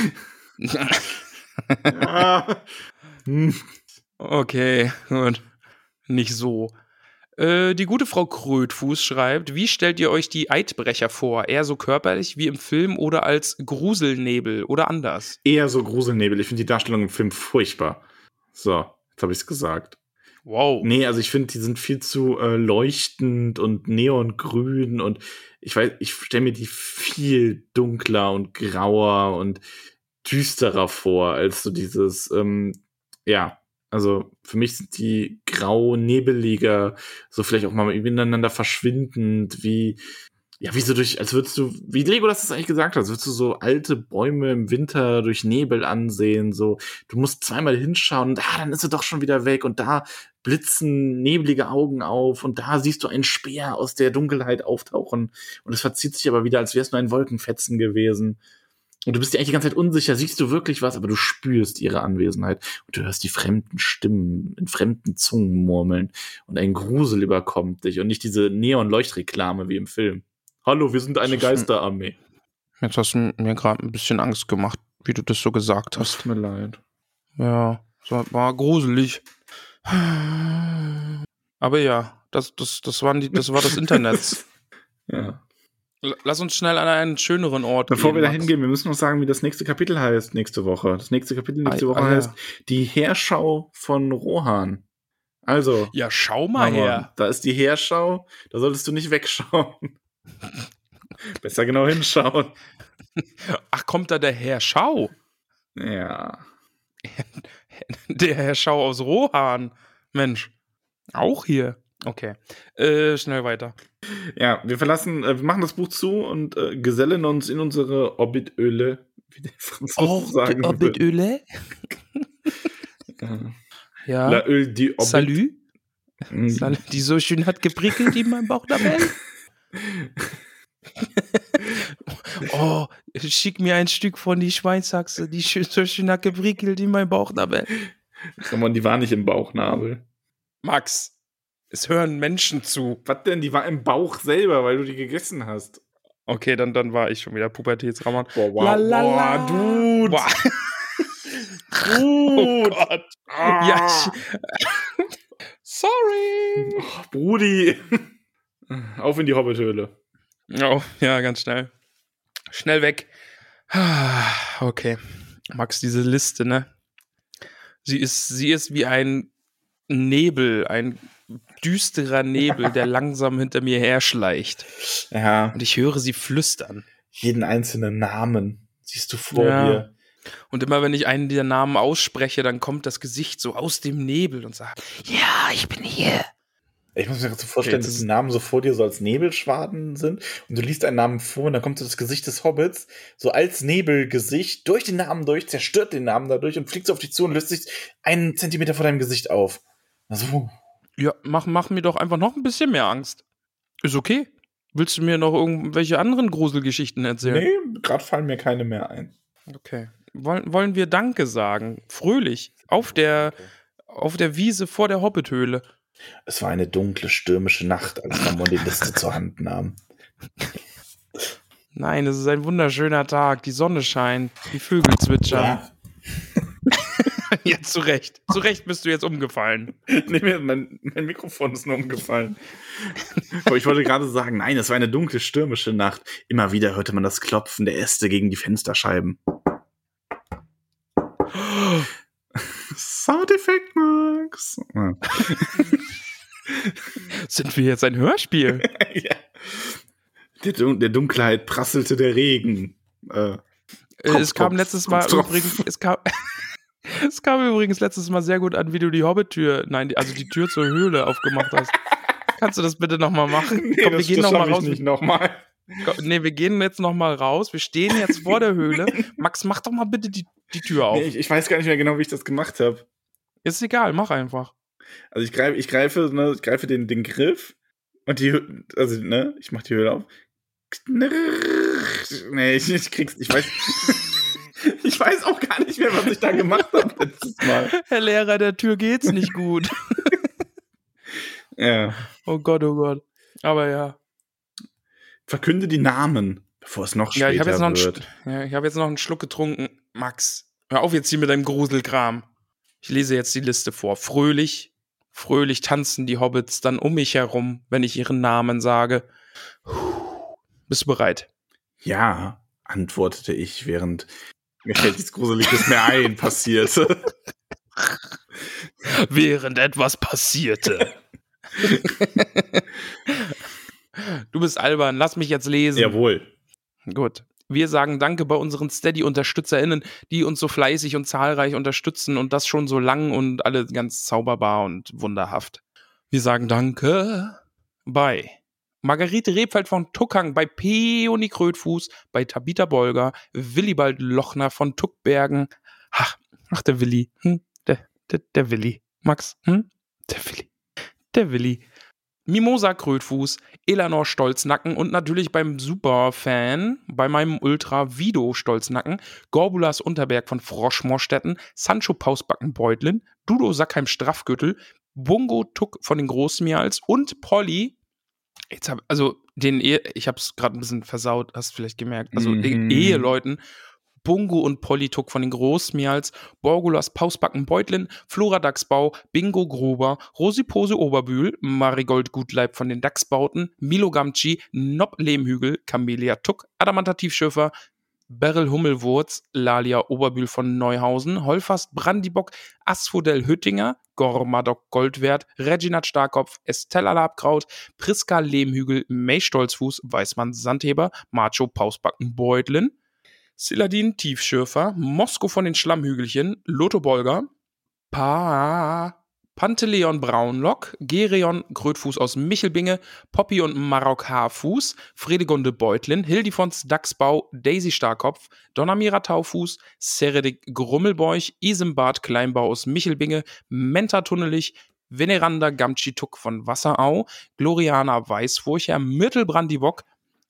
Ja. Hm. Okay, gut. Nicht so. Äh, die gute Frau Krötfuß schreibt, wie stellt ihr euch die Eidbrecher vor? Eher so körperlich wie im Film oder als Gruselnebel oder anders? Eher so Gruselnebel. Ich finde die Darstellung im Film furchtbar. So, jetzt habe ich es gesagt. Wow. Nee, also ich finde, die sind viel zu äh, leuchtend und neongrün und ich weiß, ich stelle mir die viel dunkler und grauer und düsterer vor, als so dieses, ähm, ja, also für mich sind die grau, nebeliger, so vielleicht auch mal ineinander verschwindend, wie Ja, wie so durch, als würdest du, wie Legolas das eigentlich gesagt hat, als würdest du so alte Bäume im Winter durch Nebel ansehen, so, du musst zweimal hinschauen und ah, dann ist er doch schon wieder weg und da blitzen neblige Augen auf und da siehst du einen Speer aus der Dunkelheit auftauchen und es verzieht sich aber wieder, als wär's nur ein Wolkenfetzen gewesen. Und du bist dir eigentlich die ganze Zeit unsicher, siehst du wirklich was, aber du spürst ihre Anwesenheit und du hörst die fremden Stimmen in fremden Zungen murmeln und ein Grusel überkommt dich und nicht diese Neon-Leuchtreklame wie im Film. Hallo, wir sind eine Geisterarmee. Jetzt hast du mir gerade ein bisschen Angst gemacht, wie du das so gesagt hast. Tut mir leid. Ja, so, war gruselig. Aber ja, das, das, das, waren die, das war das Internet. Ja. Lass uns schnell an einen schöneren Ort Bevor gehen, wir da Max. hingehen, wir müssen noch sagen, wie das nächste Kapitel heißt nächste Woche. Das nächste Kapitel nächste Ah, Woche ah, ja. heißt Die Heerschau von Rohan. Also, Ja, schau mal Mama, her. da ist die Heerschau, da solltest du nicht wegschauen. Besser genau hinschauen. Ach, kommt da der Herr Schau? Ja. Der Herr Schau aus Rohan. Mensch, auch hier. Okay, äh, schnell weiter. Ja, wir verlassen, äh, wir machen das Buch zu und äh, gesellen uns in unsere Orbitöle, wie der Franzose sagen würde. Orbitöle? Ja. La Öl die Orbit. Salut. Mhm. Salut. Die so schön hat geprickelt in meinem Bauchnabel. Oh, schick mir ein Stück von die Schweinshaxe, die schön, so schön hat geprickelt in meinem Bauchnabel. Komm on, die war nicht im Bauchnabel. Max, es hören Menschen zu. Was denn? Die war im Bauch selber, weil du die gegessen hast. Okay, dann, dann war ich schon wieder Pubertätsrammer. Boah, wow, La, la, la. boah, Dude. Boah. Dude. Oh Gott. Ah. Ja, ich, sorry. Oh, Brudi. Auf in die Hobbithöhle. Oh, ja, ganz schnell. Schnell weg. Okay. Max, diese Liste, ne? Sie ist, sie ist wie ein Nebel, ein düsterer Nebel, der langsam hinter mir herschleicht. Ja. Und ich höre sie flüstern. Jeden einzelnen Namen siehst du vor Ja. dir. Und immer wenn ich einen dieser Namen ausspreche, dann kommt das Gesicht so aus dem Nebel und sagt, ja, ich bin hier. Ich muss mir gerade so vorstellen, Okay, dass das die Namen so vor dir so als Nebelschwaden sind und du liest einen Namen vor und dann kommt so das Gesicht des Hobbits so als Nebelgesicht durch den Namen durch, zerstört den Namen dadurch und fliegt so auf dich zu und löst sich einen Zentimeter vor deinem Gesicht auf. Also, Ja, mach, mach mir doch einfach noch ein bisschen mehr Angst. Ist okay. Willst du mir noch irgendwelche anderen Gruselgeschichten erzählen? nee, gerade fallen mir keine mehr ein. Okay. Wollen, wollen wir Danke sagen? Fröhlich. Auf der, auf der Wiese vor der Hobbithöhle. Es war eine dunkle, stürmische Nacht, als Ramon die Liste zur Hand nahm. Nein, es ist ein wunderschöner Tag. Die Sonne scheint. Die Vögel zwitschern. Ja. Ja, zu Recht. Zu Recht bist du jetzt umgefallen. Nee, mir- mein, mein Mikrofon ist nur umgefallen. Aber ich wollte gerade sagen, nein, es war eine dunkle, stürmische Nacht. Immer wieder hörte man das Klopfen der Äste gegen die Fensterscheiben. Soundeffekt, Max. Ja. Sind wir jetzt ein Hörspiel? Ja. Der, Dun der Dunkelheit prasselte der Regen. Äh, Äh, es kam Kopf, letztes Mal Kopf drauf. übrigens, es kam, es kam übrigens letztes Mal sehr gut an, wie du die Hobbit-Tür, nein, die, also die Tür zur Höhle aufgemacht hast. Kannst du das bitte nochmal machen? nee, Komm, wir das, gehen das noch mal schaff ich raus. nicht nochmal. Komm, nee, wir gehen jetzt noch mal raus. Wir stehen jetzt vor der Höhle. Max, mach doch mal bitte die, die Tür auf. Nee, ich, ich weiß gar nicht mehr genau, wie ich das gemacht habe. Ist egal, mach einfach. Also ich greife, ich greife, ne, ich greife den, den Griff und die, Hü- also ne, ich mach die Höhle auf. Knirrrr. Nee, ich, ich krieg's, ich weiß, ich weiß auch gar nicht mehr, was ich da gemacht habe letztes Mal. Herr Lehrer, der Tür geht's nicht gut. Ja. Oh Gott, oh Gott. Aber ja. Verkünde die Namen, bevor es noch Ja, später ich habe jetzt, noch einen wird. Sch- ja, ich hab jetzt noch einen Schluck getrunken. Max, hör auf jetzt hier mit deinem Gruselkram. Ich lese jetzt die Liste vor. Fröhlich, fröhlich tanzen die Hobbits dann um mich herum, wenn ich ihren Namen sage. Bist du bereit? Ja, antwortete ich, während mir fällt nichts Gruseliges mehr ein, passierte. Während etwas passierte. Du bist albern, lass mich jetzt lesen. Jawohl. Gut. Wir sagen Danke bei unseren Steady-UnterstützerInnen, die uns so fleißig und zahlreich unterstützen und das schon so lang und alle ganz zauberbar und wunderhaft. Wir sagen Danke bei Margarete Rebfeld von Tuckhang, bei Peony Krötfuß, bei Tabitha Bolger, Willibald Lochner von Tuckbergen. Ach, ach der Willi, hm, der, der, der Willi. Max, hm, der Willi, der Willi. Mimosa Krötfuß, Elanor Stolznacken und natürlich beim Superfan, bei meinem Ultra Vido Stolznacken, Gorbulas Unterberg von Froschmorstetten, Sancho Pausbacken Beutlin, Dudo Sackheim Straffgürtel, Bungo Tuck von den Großmials und Polly. Jetzt hab, also den Ehe, ich hab's gerade ein bisschen versaut, hast du vielleicht gemerkt, also Mhm. den Eheleuten, Bungo und Polytuck von den Großmials, Borgulas Pausbacken Beutlin, Flora Dachsbau, Bingo Gruber, Rosipose Oberbühl, Marigold Gutleib von den Dachsbauten, Milo Gamci, Nob Lehmhügel, Camelia Tuck, Adamanta Tiefschiffer, Beryl Hummelwurz, Lalia Oberbühl von Neuhausen, Holfast Brandibock, Asphodel Hüttinger, Gormadok Goldwert, Reginat Starkopf, Estella Labkraut, Priska Lehmhügel, May Stolzfuß, Weißmann Sandheber, Macho Pausbacken Beutlin, Siladin Tiefschürfer, Mosko von den Schlammhügelchen, Lotto Bolger, Pa, Panteleon Braunlock, Gereon Krötfuß aus Michelbinge, Poppy und Marok Haarfuß, Fredegonde Beutlin, Hildifons Dachsbau, Daisy Starkopf, Donamira Taufuß, Seredik Grummelbeuch, Isembart Kleinbau aus Michelbinge, Menta Tunnelich, Veneranda Gamtschi-Tuck von Wasserau, Gloriana Weißfurcher, Mittelbrandibock,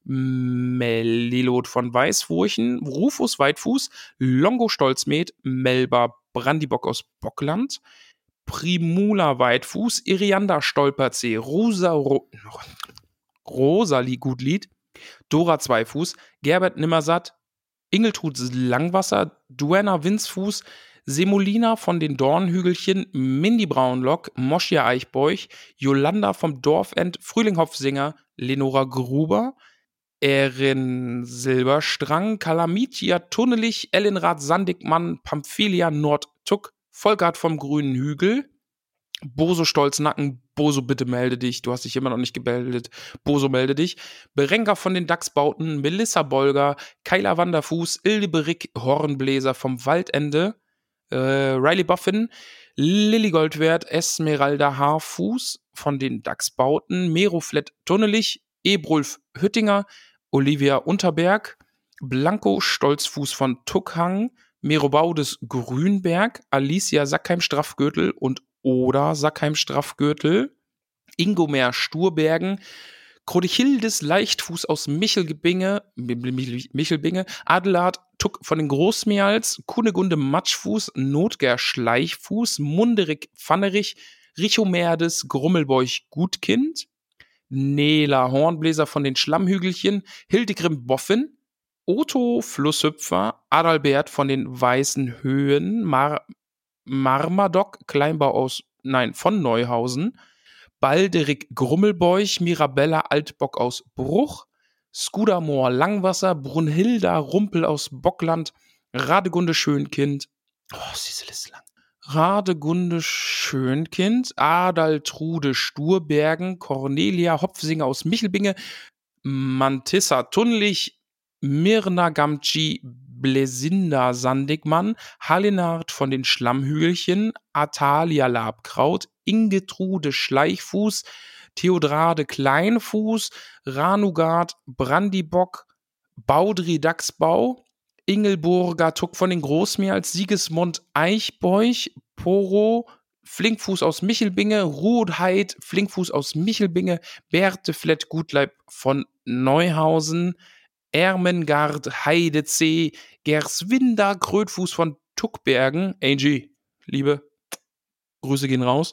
Melilot von Weißfurchen, Rufus Weitfuß, Longo Stolzmet, Melba Brandibock aus Bockland, Primula Weitfuß, Irianda Stolperzee, Rosa Ro Rosalie Gutlied, Dora Zweifuß, Gerbert Nimmersatt, Ingeltrud Langwasser, Duenna Winzfuß, Semolina von den Dornhügelchen, Mindy Braunlock, Moschia Eichbeuch, Jolanda vom Dorfend, Frühling Hopfsinger, Lenora Gruber, Erin Silberstrang, Kalamitia Tunnelich, Ellenrad Sandigmann, Pamphilia Nordtuck, Volkart vom Grünen Hügel, Boso Stolznacken, Boso bitte melde dich, du hast dich immer noch nicht gemeldet, Boso melde dich, Berenker von den Dachsbauten, Melissa Bolger, Kyla Wanderfuß, Ilde Berick, Hornbläser vom Waldende, äh, Riley Buffin, Lilly Goldwert, Esmeralda Haarfuß von den Dachsbauten, Meroflett Tunnelich, Ebrulf Hüttinger, Olivia Unterberg, Blanco Stolzfuß von Tuckhang, Merobaudes Grünberg, Alicia Sackheim-Straffgürtel und Oda Sackheim-Straffgürtel, Ingomer Sturbergen, Krodichildes Leichtfuß aus Michelbinge, Michelbinge, Adelard Tuck von den Großmials, Kunegunde Matschfuß, Notger Schleichfuß, Munderig Pfannerich, Richomerdes Grummelbeuch Gutkind, Nela Hornbläser von den Schlammhügelchen, Hildegrim Boffin, Otto Flusshüpfer, Adalbert von den Weißen Höhen, Mar Marmadoc Kleinbau aus, nein, von Neuhausen, Balderik Grummelbeuch, Mirabella Altbock aus Bruch, Skudamor Langwasser, Brunhilda Rumpel aus Bockland, Radegunde Schönkind, oh, ist diese Liste lang. Radegunde Schönkind, Adaltrude Sturbergen, Cornelia Hopfsinger aus Michelbinge, Mantissa Tunlich, Mirna Gamci, Blesinda Sandigmann, Hallinard von den Schlammhügelchen, Atalia Labkraut, Ingetrude Schleichfuß, Theodrade Kleinfuß, Ranugard Brandibock, Baudry Dachsbau, Ingelburger Tuck von den Großmials, Sigismund Eichbeuch, Poro, Flinkfuß aus Michelbinge, Ruhdheit, Flinkfuß aus Michelbinge, Berteflett Gutleib von Neuhausen, Ermengard Heidezee, Gerswinder Krötfuß von Tuckbergen, Angie, Liebe, Grüße gehen raus,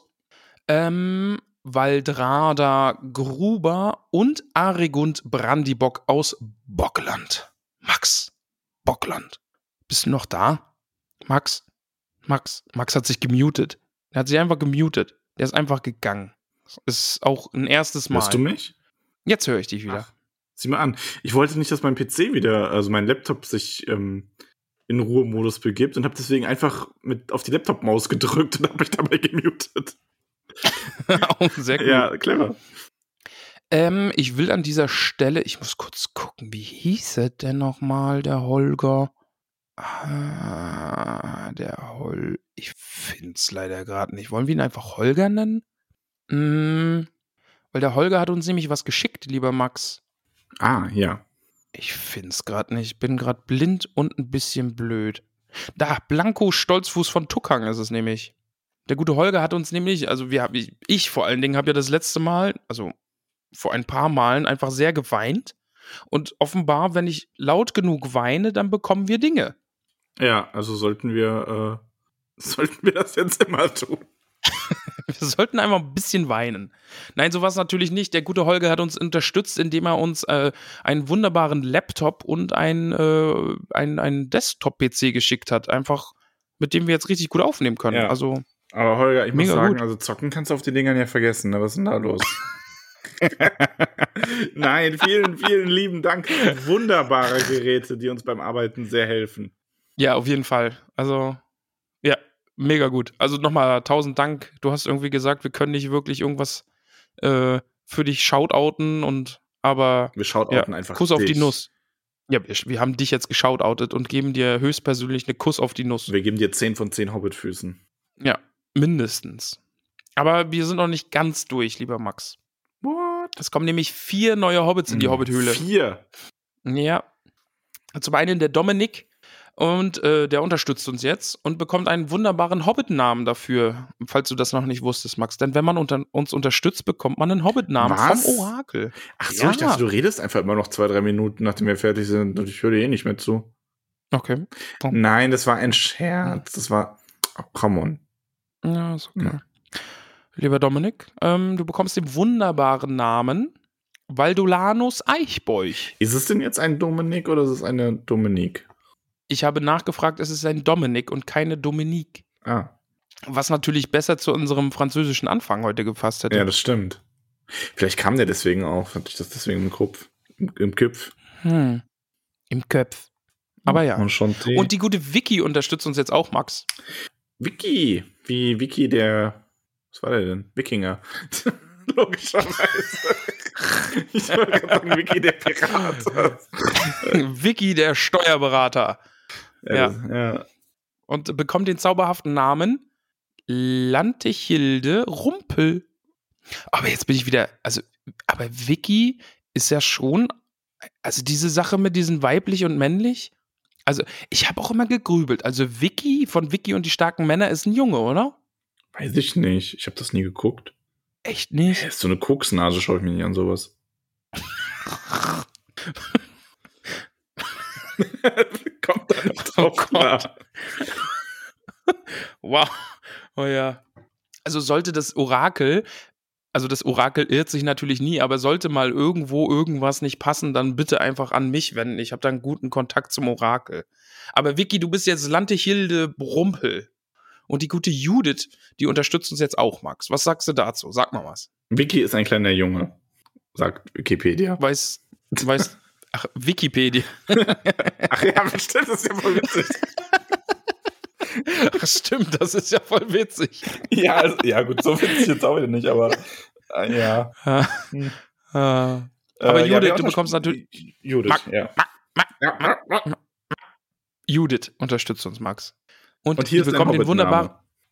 ähm, Waldrada Gruber und Aregund Brandibock aus Bockland. Max, Bockland. Bist du noch da? Max? Max? Max hat sich gemutet. Er hat sich einfach gemutet. Der ist einfach gegangen. Das ist auch ein erstes Mal. Hörst du mich? Jetzt höre ich dich wieder. Ach, sieh mal an. Ich wollte nicht, dass mein P C wieder, also mein Laptop sich ähm, in Ruhemodus begibt und habe deswegen einfach mit auf die Laptop-Maus gedrückt und habe mich dabei gemutet. Auch sehr gut. Ja, clever. Ähm, ich will an dieser Stelle, ich muss kurz gucken, wie hieß er denn nochmal, der Holger? Ah, der Hol... Ich find's leider gerade nicht. Wollen wir ihn einfach Holger nennen? Mm, Weil der Holger hat uns nämlich was geschickt, lieber Max. Ah, ja. Ich find's gerade nicht. Bin gerade blind und ein bisschen blöd. Da, Blanco Stolzfuß von Tuckang ist es nämlich. Der gute Holger hat uns nämlich, also wir, ich, ich vor allen Dingen habe ja das letzte Mal, also vor ein paar Malen einfach sehr geweint. Und offenbar, wenn ich laut genug weine, dann bekommen wir Dinge. Ja, also sollten wir, äh, sollten wir das jetzt immer tun. Wir sollten einfach ein bisschen weinen. Nein, so war es natürlich nicht. Der gute Holger hat uns unterstützt, indem er uns äh, einen wunderbaren Laptop und ein, äh, ein, ein Desktop-P C geschickt hat. Einfach, mit dem wir jetzt richtig gut aufnehmen können. Ja. Also, Aber Holger, ich muss mega sagen, gut. also zocken kannst du auf die Dingern ja vergessen. Ne? Was ist denn da los? Nein, vielen, vielen lieben Dank. Wunderbare Geräte, die uns beim Arbeiten sehr helfen. Ja, auf jeden Fall. Also, ja, mega gut. Also nochmal tausend Dank. Du hast irgendwie gesagt, wir können nicht wirklich irgendwas äh, für dich shoutouten und aber Wir shoutouten einfach Kuss auf dich. die Nuss. Ja, wir, wir haben dich jetzt geshoutoutet und geben dir höchstpersönlich einen Kuss auf die Nuss. Wir geben dir zehn von zehn Hobbitfüßen. Ja, mindestens. Aber wir sind noch nicht ganz durch, lieber Max. What? Es kommen nämlich vier neue Hobbits in die Hobbithöhle. Vier? Ja. Zum einen der Dominik und äh, der unterstützt uns jetzt und bekommt einen wunderbaren Hobbit-Namen dafür, falls du das noch nicht wusstest, Max. Denn wenn man unter, uns unterstützt, bekommt man einen Hobbit-Namen Was? vom Orakel. Ach so, Ja. ich dachte, du redest einfach immer noch zwei, drei Minuten, nachdem wir fertig sind und ich höre dir eh nicht mehr zu. Okay. Oh. Nein, das war ein Scherz. Das war, oh, come on. Ja, ist okay. Ja. Lieber Dominik, ähm, du bekommst den wunderbaren Namen Valdolanus Eichbeuch. Ist es denn jetzt ein Dominik oder ist es eine Dominik? Ich habe nachgefragt, es ist ein Dominik und keine Dominique. Ah, Was natürlich besser zu unserem französischen Anfang heute gepasst hätte. ja, das stimmt. Vielleicht kam der deswegen auch, hatte ich das deswegen im Kopf. Im, im Köpf. Hm. Im Köpf. Aber ja. Und schon Und die gute Vicky unterstützt uns jetzt auch, Max. Vicky, wie Vicky der, was war der denn? Wikinger. Logischerweise. Ich wollte gerade sagen, Vicky der Pirat. Vicky, der Steuerberater. Ja. Ja. Das, ja. Und bekommt den zauberhaften Namen Lantechilde Rumpel. Aber jetzt bin ich wieder, also, aber Vicky ist ja schon, also diese Sache mit diesen weiblich und männlich, also ich habe auch immer gegrübelt. Also Vicky von Vicky und die starken Männer ist ein Junge, oder? Weiß ich nicht. Ich habe das nie geguckt. Echt nicht? Ist so eine Koksnase, schaue ich mir nicht an sowas. Kommt da nicht drauf Oh Gott. nach. Wow. Oh ja. Also sollte das Orakel, also das Orakel irrt sich natürlich nie, aber sollte mal irgendwo irgendwas nicht passen, dann bitte einfach an mich wenden. Ich habe da einen guten Kontakt zum Orakel. Aber Vicky, du bist jetzt Lantechilde Brumpel. Und die gute Judith, die unterstützt uns jetzt auch, Max. Was sagst du dazu? Sag mal was. Vicky ist ein kleiner Junge, sagt Wikipedia. Weiß, weiß, ach, Wikipedia. Ach ja, bestimmt, das ist ja voll witzig. Ach, stimmt, das ist ja voll witzig. Ja, also, ja gut, so witzig jetzt auch wieder nicht, aber äh, ja. Hm. Aber Äh, Judith, ja, du bekommst natürlich. Judith, Max, ja. ja. Judith unterstützt uns, Max. Und, Und hier die ist bekommt ein den wunderbaren.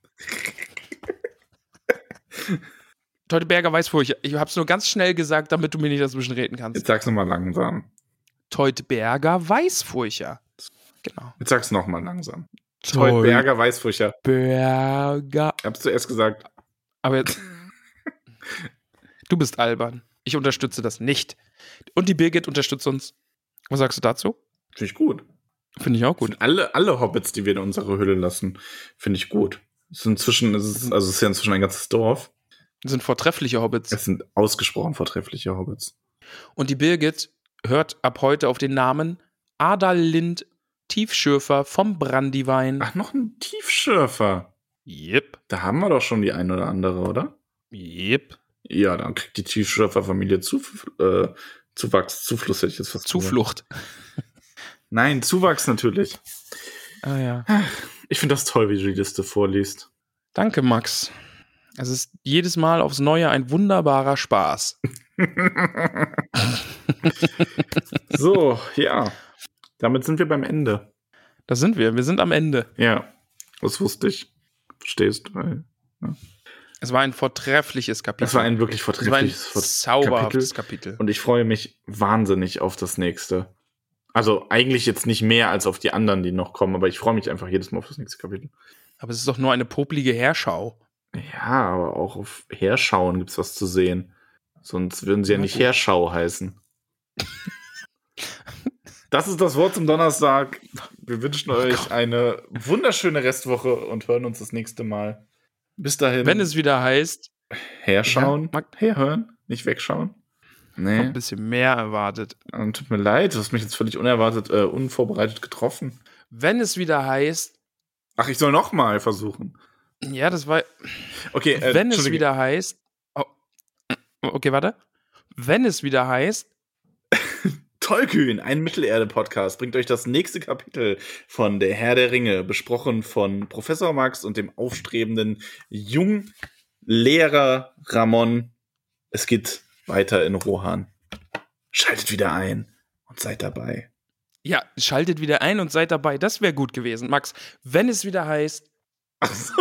Hobbit-Name. Teutoberger Weißfurcher. Ich hab's nur ganz schnell gesagt, damit du mir nicht dazwischen reden kannst. Jetzt sag's nochmal langsam. Teutoberger Weißfurcher. Genau. Jetzt sag's nochmal langsam. Teutoberger Weißfurcher. Teutoberger. Ich hab's zuerst gesagt. Aber jetzt. Du bist albern. Ich unterstütze das nicht. Und die Birgit unterstützt uns. Was sagst du dazu? Finde ich gut. Finde ich auch gut. Alle, alle Hobbits, die wir in unsere Höhle lassen, finde ich gut. Es ist inzwischen, es ist, also es ist ja inzwischen ein ganzes Dorf. Das sind vortreffliche Hobbits. Es sind ausgesprochen vortreffliche Hobbits. Und die Birgit hört ab heute auf den Namen Adalind Tiefschürfer vom Brandywein. Ach, noch ein Tiefschürfer. Yep. Da haben wir doch schon die ein oder andere, oder? Yep. Ja, dann kriegt die Tiefschürfer-Familie Zuf äh, Zuwachs, Zufluss hätte ich jetzt fast gesagt. Zuflucht. Nein, Zuwachs natürlich. Ah ja. Ich finde das toll, wie du die Liste vorliest. Danke, Max. Es ist jedes Mal aufs Neue ein wunderbarer Spaß. So, ja. Damit sind wir beim Ende. Da sind wir. Wir sind am Ende. Ja, das wusste ich. Verstehst du? Weil, ja. Es war ein vortreffliches Kapitel. Es war ein wirklich vortreffliches es war ein zauberhaftes Kapitel. Kapitel. Und ich freue mich wahnsinnig auf das nächste. Also eigentlich jetzt nicht mehr als auf die anderen, die noch kommen, aber ich freue mich einfach jedes Mal auf das nächste Kapitel. Aber es ist doch nur eine poplige Herschau. Ja, aber auch auf Herschauen gibt's was zu sehen. Sonst würden sie ja nicht Herschau heißen. Das ist das Wort zum Donnerstag. Wir wünschen euch eine wunderschöne Restwoche und hören uns das nächste Mal. Bis dahin. Wenn es wieder heißt... Herschauen? Ja. Herhören? Nicht wegschauen? Nee. Ein bisschen mehr erwartet. Und tut mir leid, du hast mich jetzt völlig unerwartet, äh, unvorbereitet getroffen. Wenn es wieder heißt... Ach, ich soll noch mal versuchen. Ja, das war... Okay, äh, Wenn es wieder heißt... Oh, okay, warte. Wenn es wieder heißt... Tollkühn, ein Mittelerde-Podcast, bringt euch das nächste Kapitel von Der Herr der Ringe, besprochen von Professor Max und dem aufstrebenden Junglehrer Ramon. Es geht weiter in Rohan. Schaltet wieder ein und seid dabei. Ja, schaltet wieder ein und seid dabei. Das wäre gut gewesen, Max. Wenn es wieder heißt... Ach so.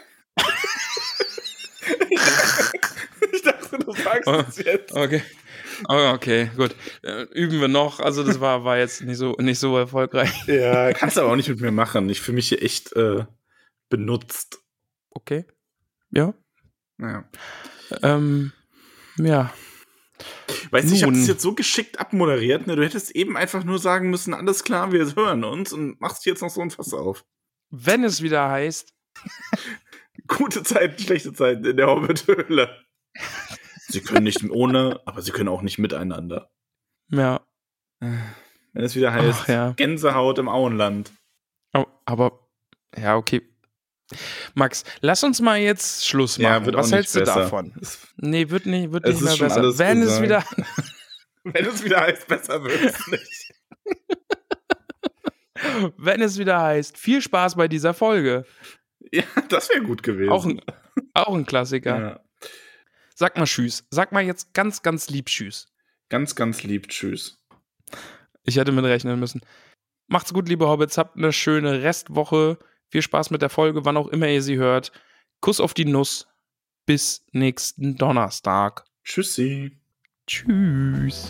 Ich dachte, du sagst oh, es jetzt. Okay. Oh, okay, gut. Äh, üben wir noch. Also das war, war jetzt nicht so, nicht so erfolgreich. Ja, kannst du aber auch nicht mit mir machen. Ich fühle mich hier echt äh, benutzt. Okay. Ja. Naja. Ähm, ja. Weißt du, ich habe das jetzt so geschickt abmoderiert, ne? Du hättest eben einfach nur sagen müssen, alles klar, wir hören uns und machst jetzt noch so ein Fass auf. Wenn es wieder heißt... Gute Zeiten, schlechte Zeiten in der Hobbithöhle. Sie können nicht ohne, aber sie können auch nicht miteinander. Ja. Wenn es wieder heißt, Ach, ja. Gänsehaut im Auenland. Oh, aber, ja, okay. Max, lass uns mal jetzt Schluss machen. Ja, wird Was auch hältst nicht du besser. davon? Nee, wird nicht, wird es nicht ist mehr schon besser. Wenn gesagt. es wieder... Wenn es wieder heißt, besser wird es nicht. Wenn es wieder heißt, viel Spaß bei dieser Folge. Ja, das wäre gut gewesen. Auch ein, auch ein Klassiker. Ja. Sag mal Tschüss. Sag mal jetzt ganz, ganz lieb Tschüss. Ganz, ganz lieb Tschüss. Ich hätte mit rechnen müssen. Macht's gut, liebe Hobbits. Habt eine schöne Restwoche. Viel Spaß mit der Folge, wann auch immer ihr sie hört. Kuss auf die Nuss. Bis nächsten Donnerstag. Tschüssi. Tschüss.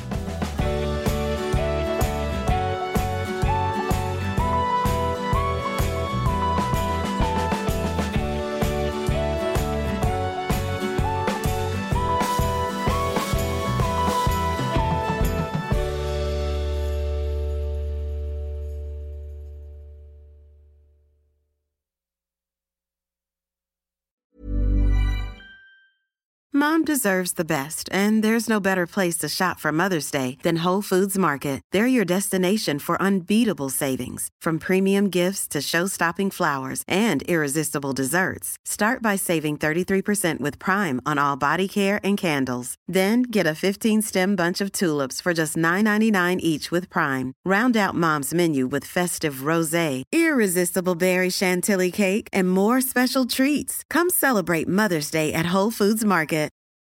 Mom deserves the best, and there's no better place to shop for Mother's Day than Whole Foods Market. They're your destination for unbeatable savings, from premium gifts to show-stopping flowers and irresistible desserts. Start by saving thirty-three percent with Prime on all body care and candles. Then get a fifteen-stem bunch of tulips for just nine ninety-nine each with Prime. Round out Mom's menu with festive rosé, irresistible berry chantilly cake, and more special treats. Come celebrate Mother's Day at Whole Foods Market.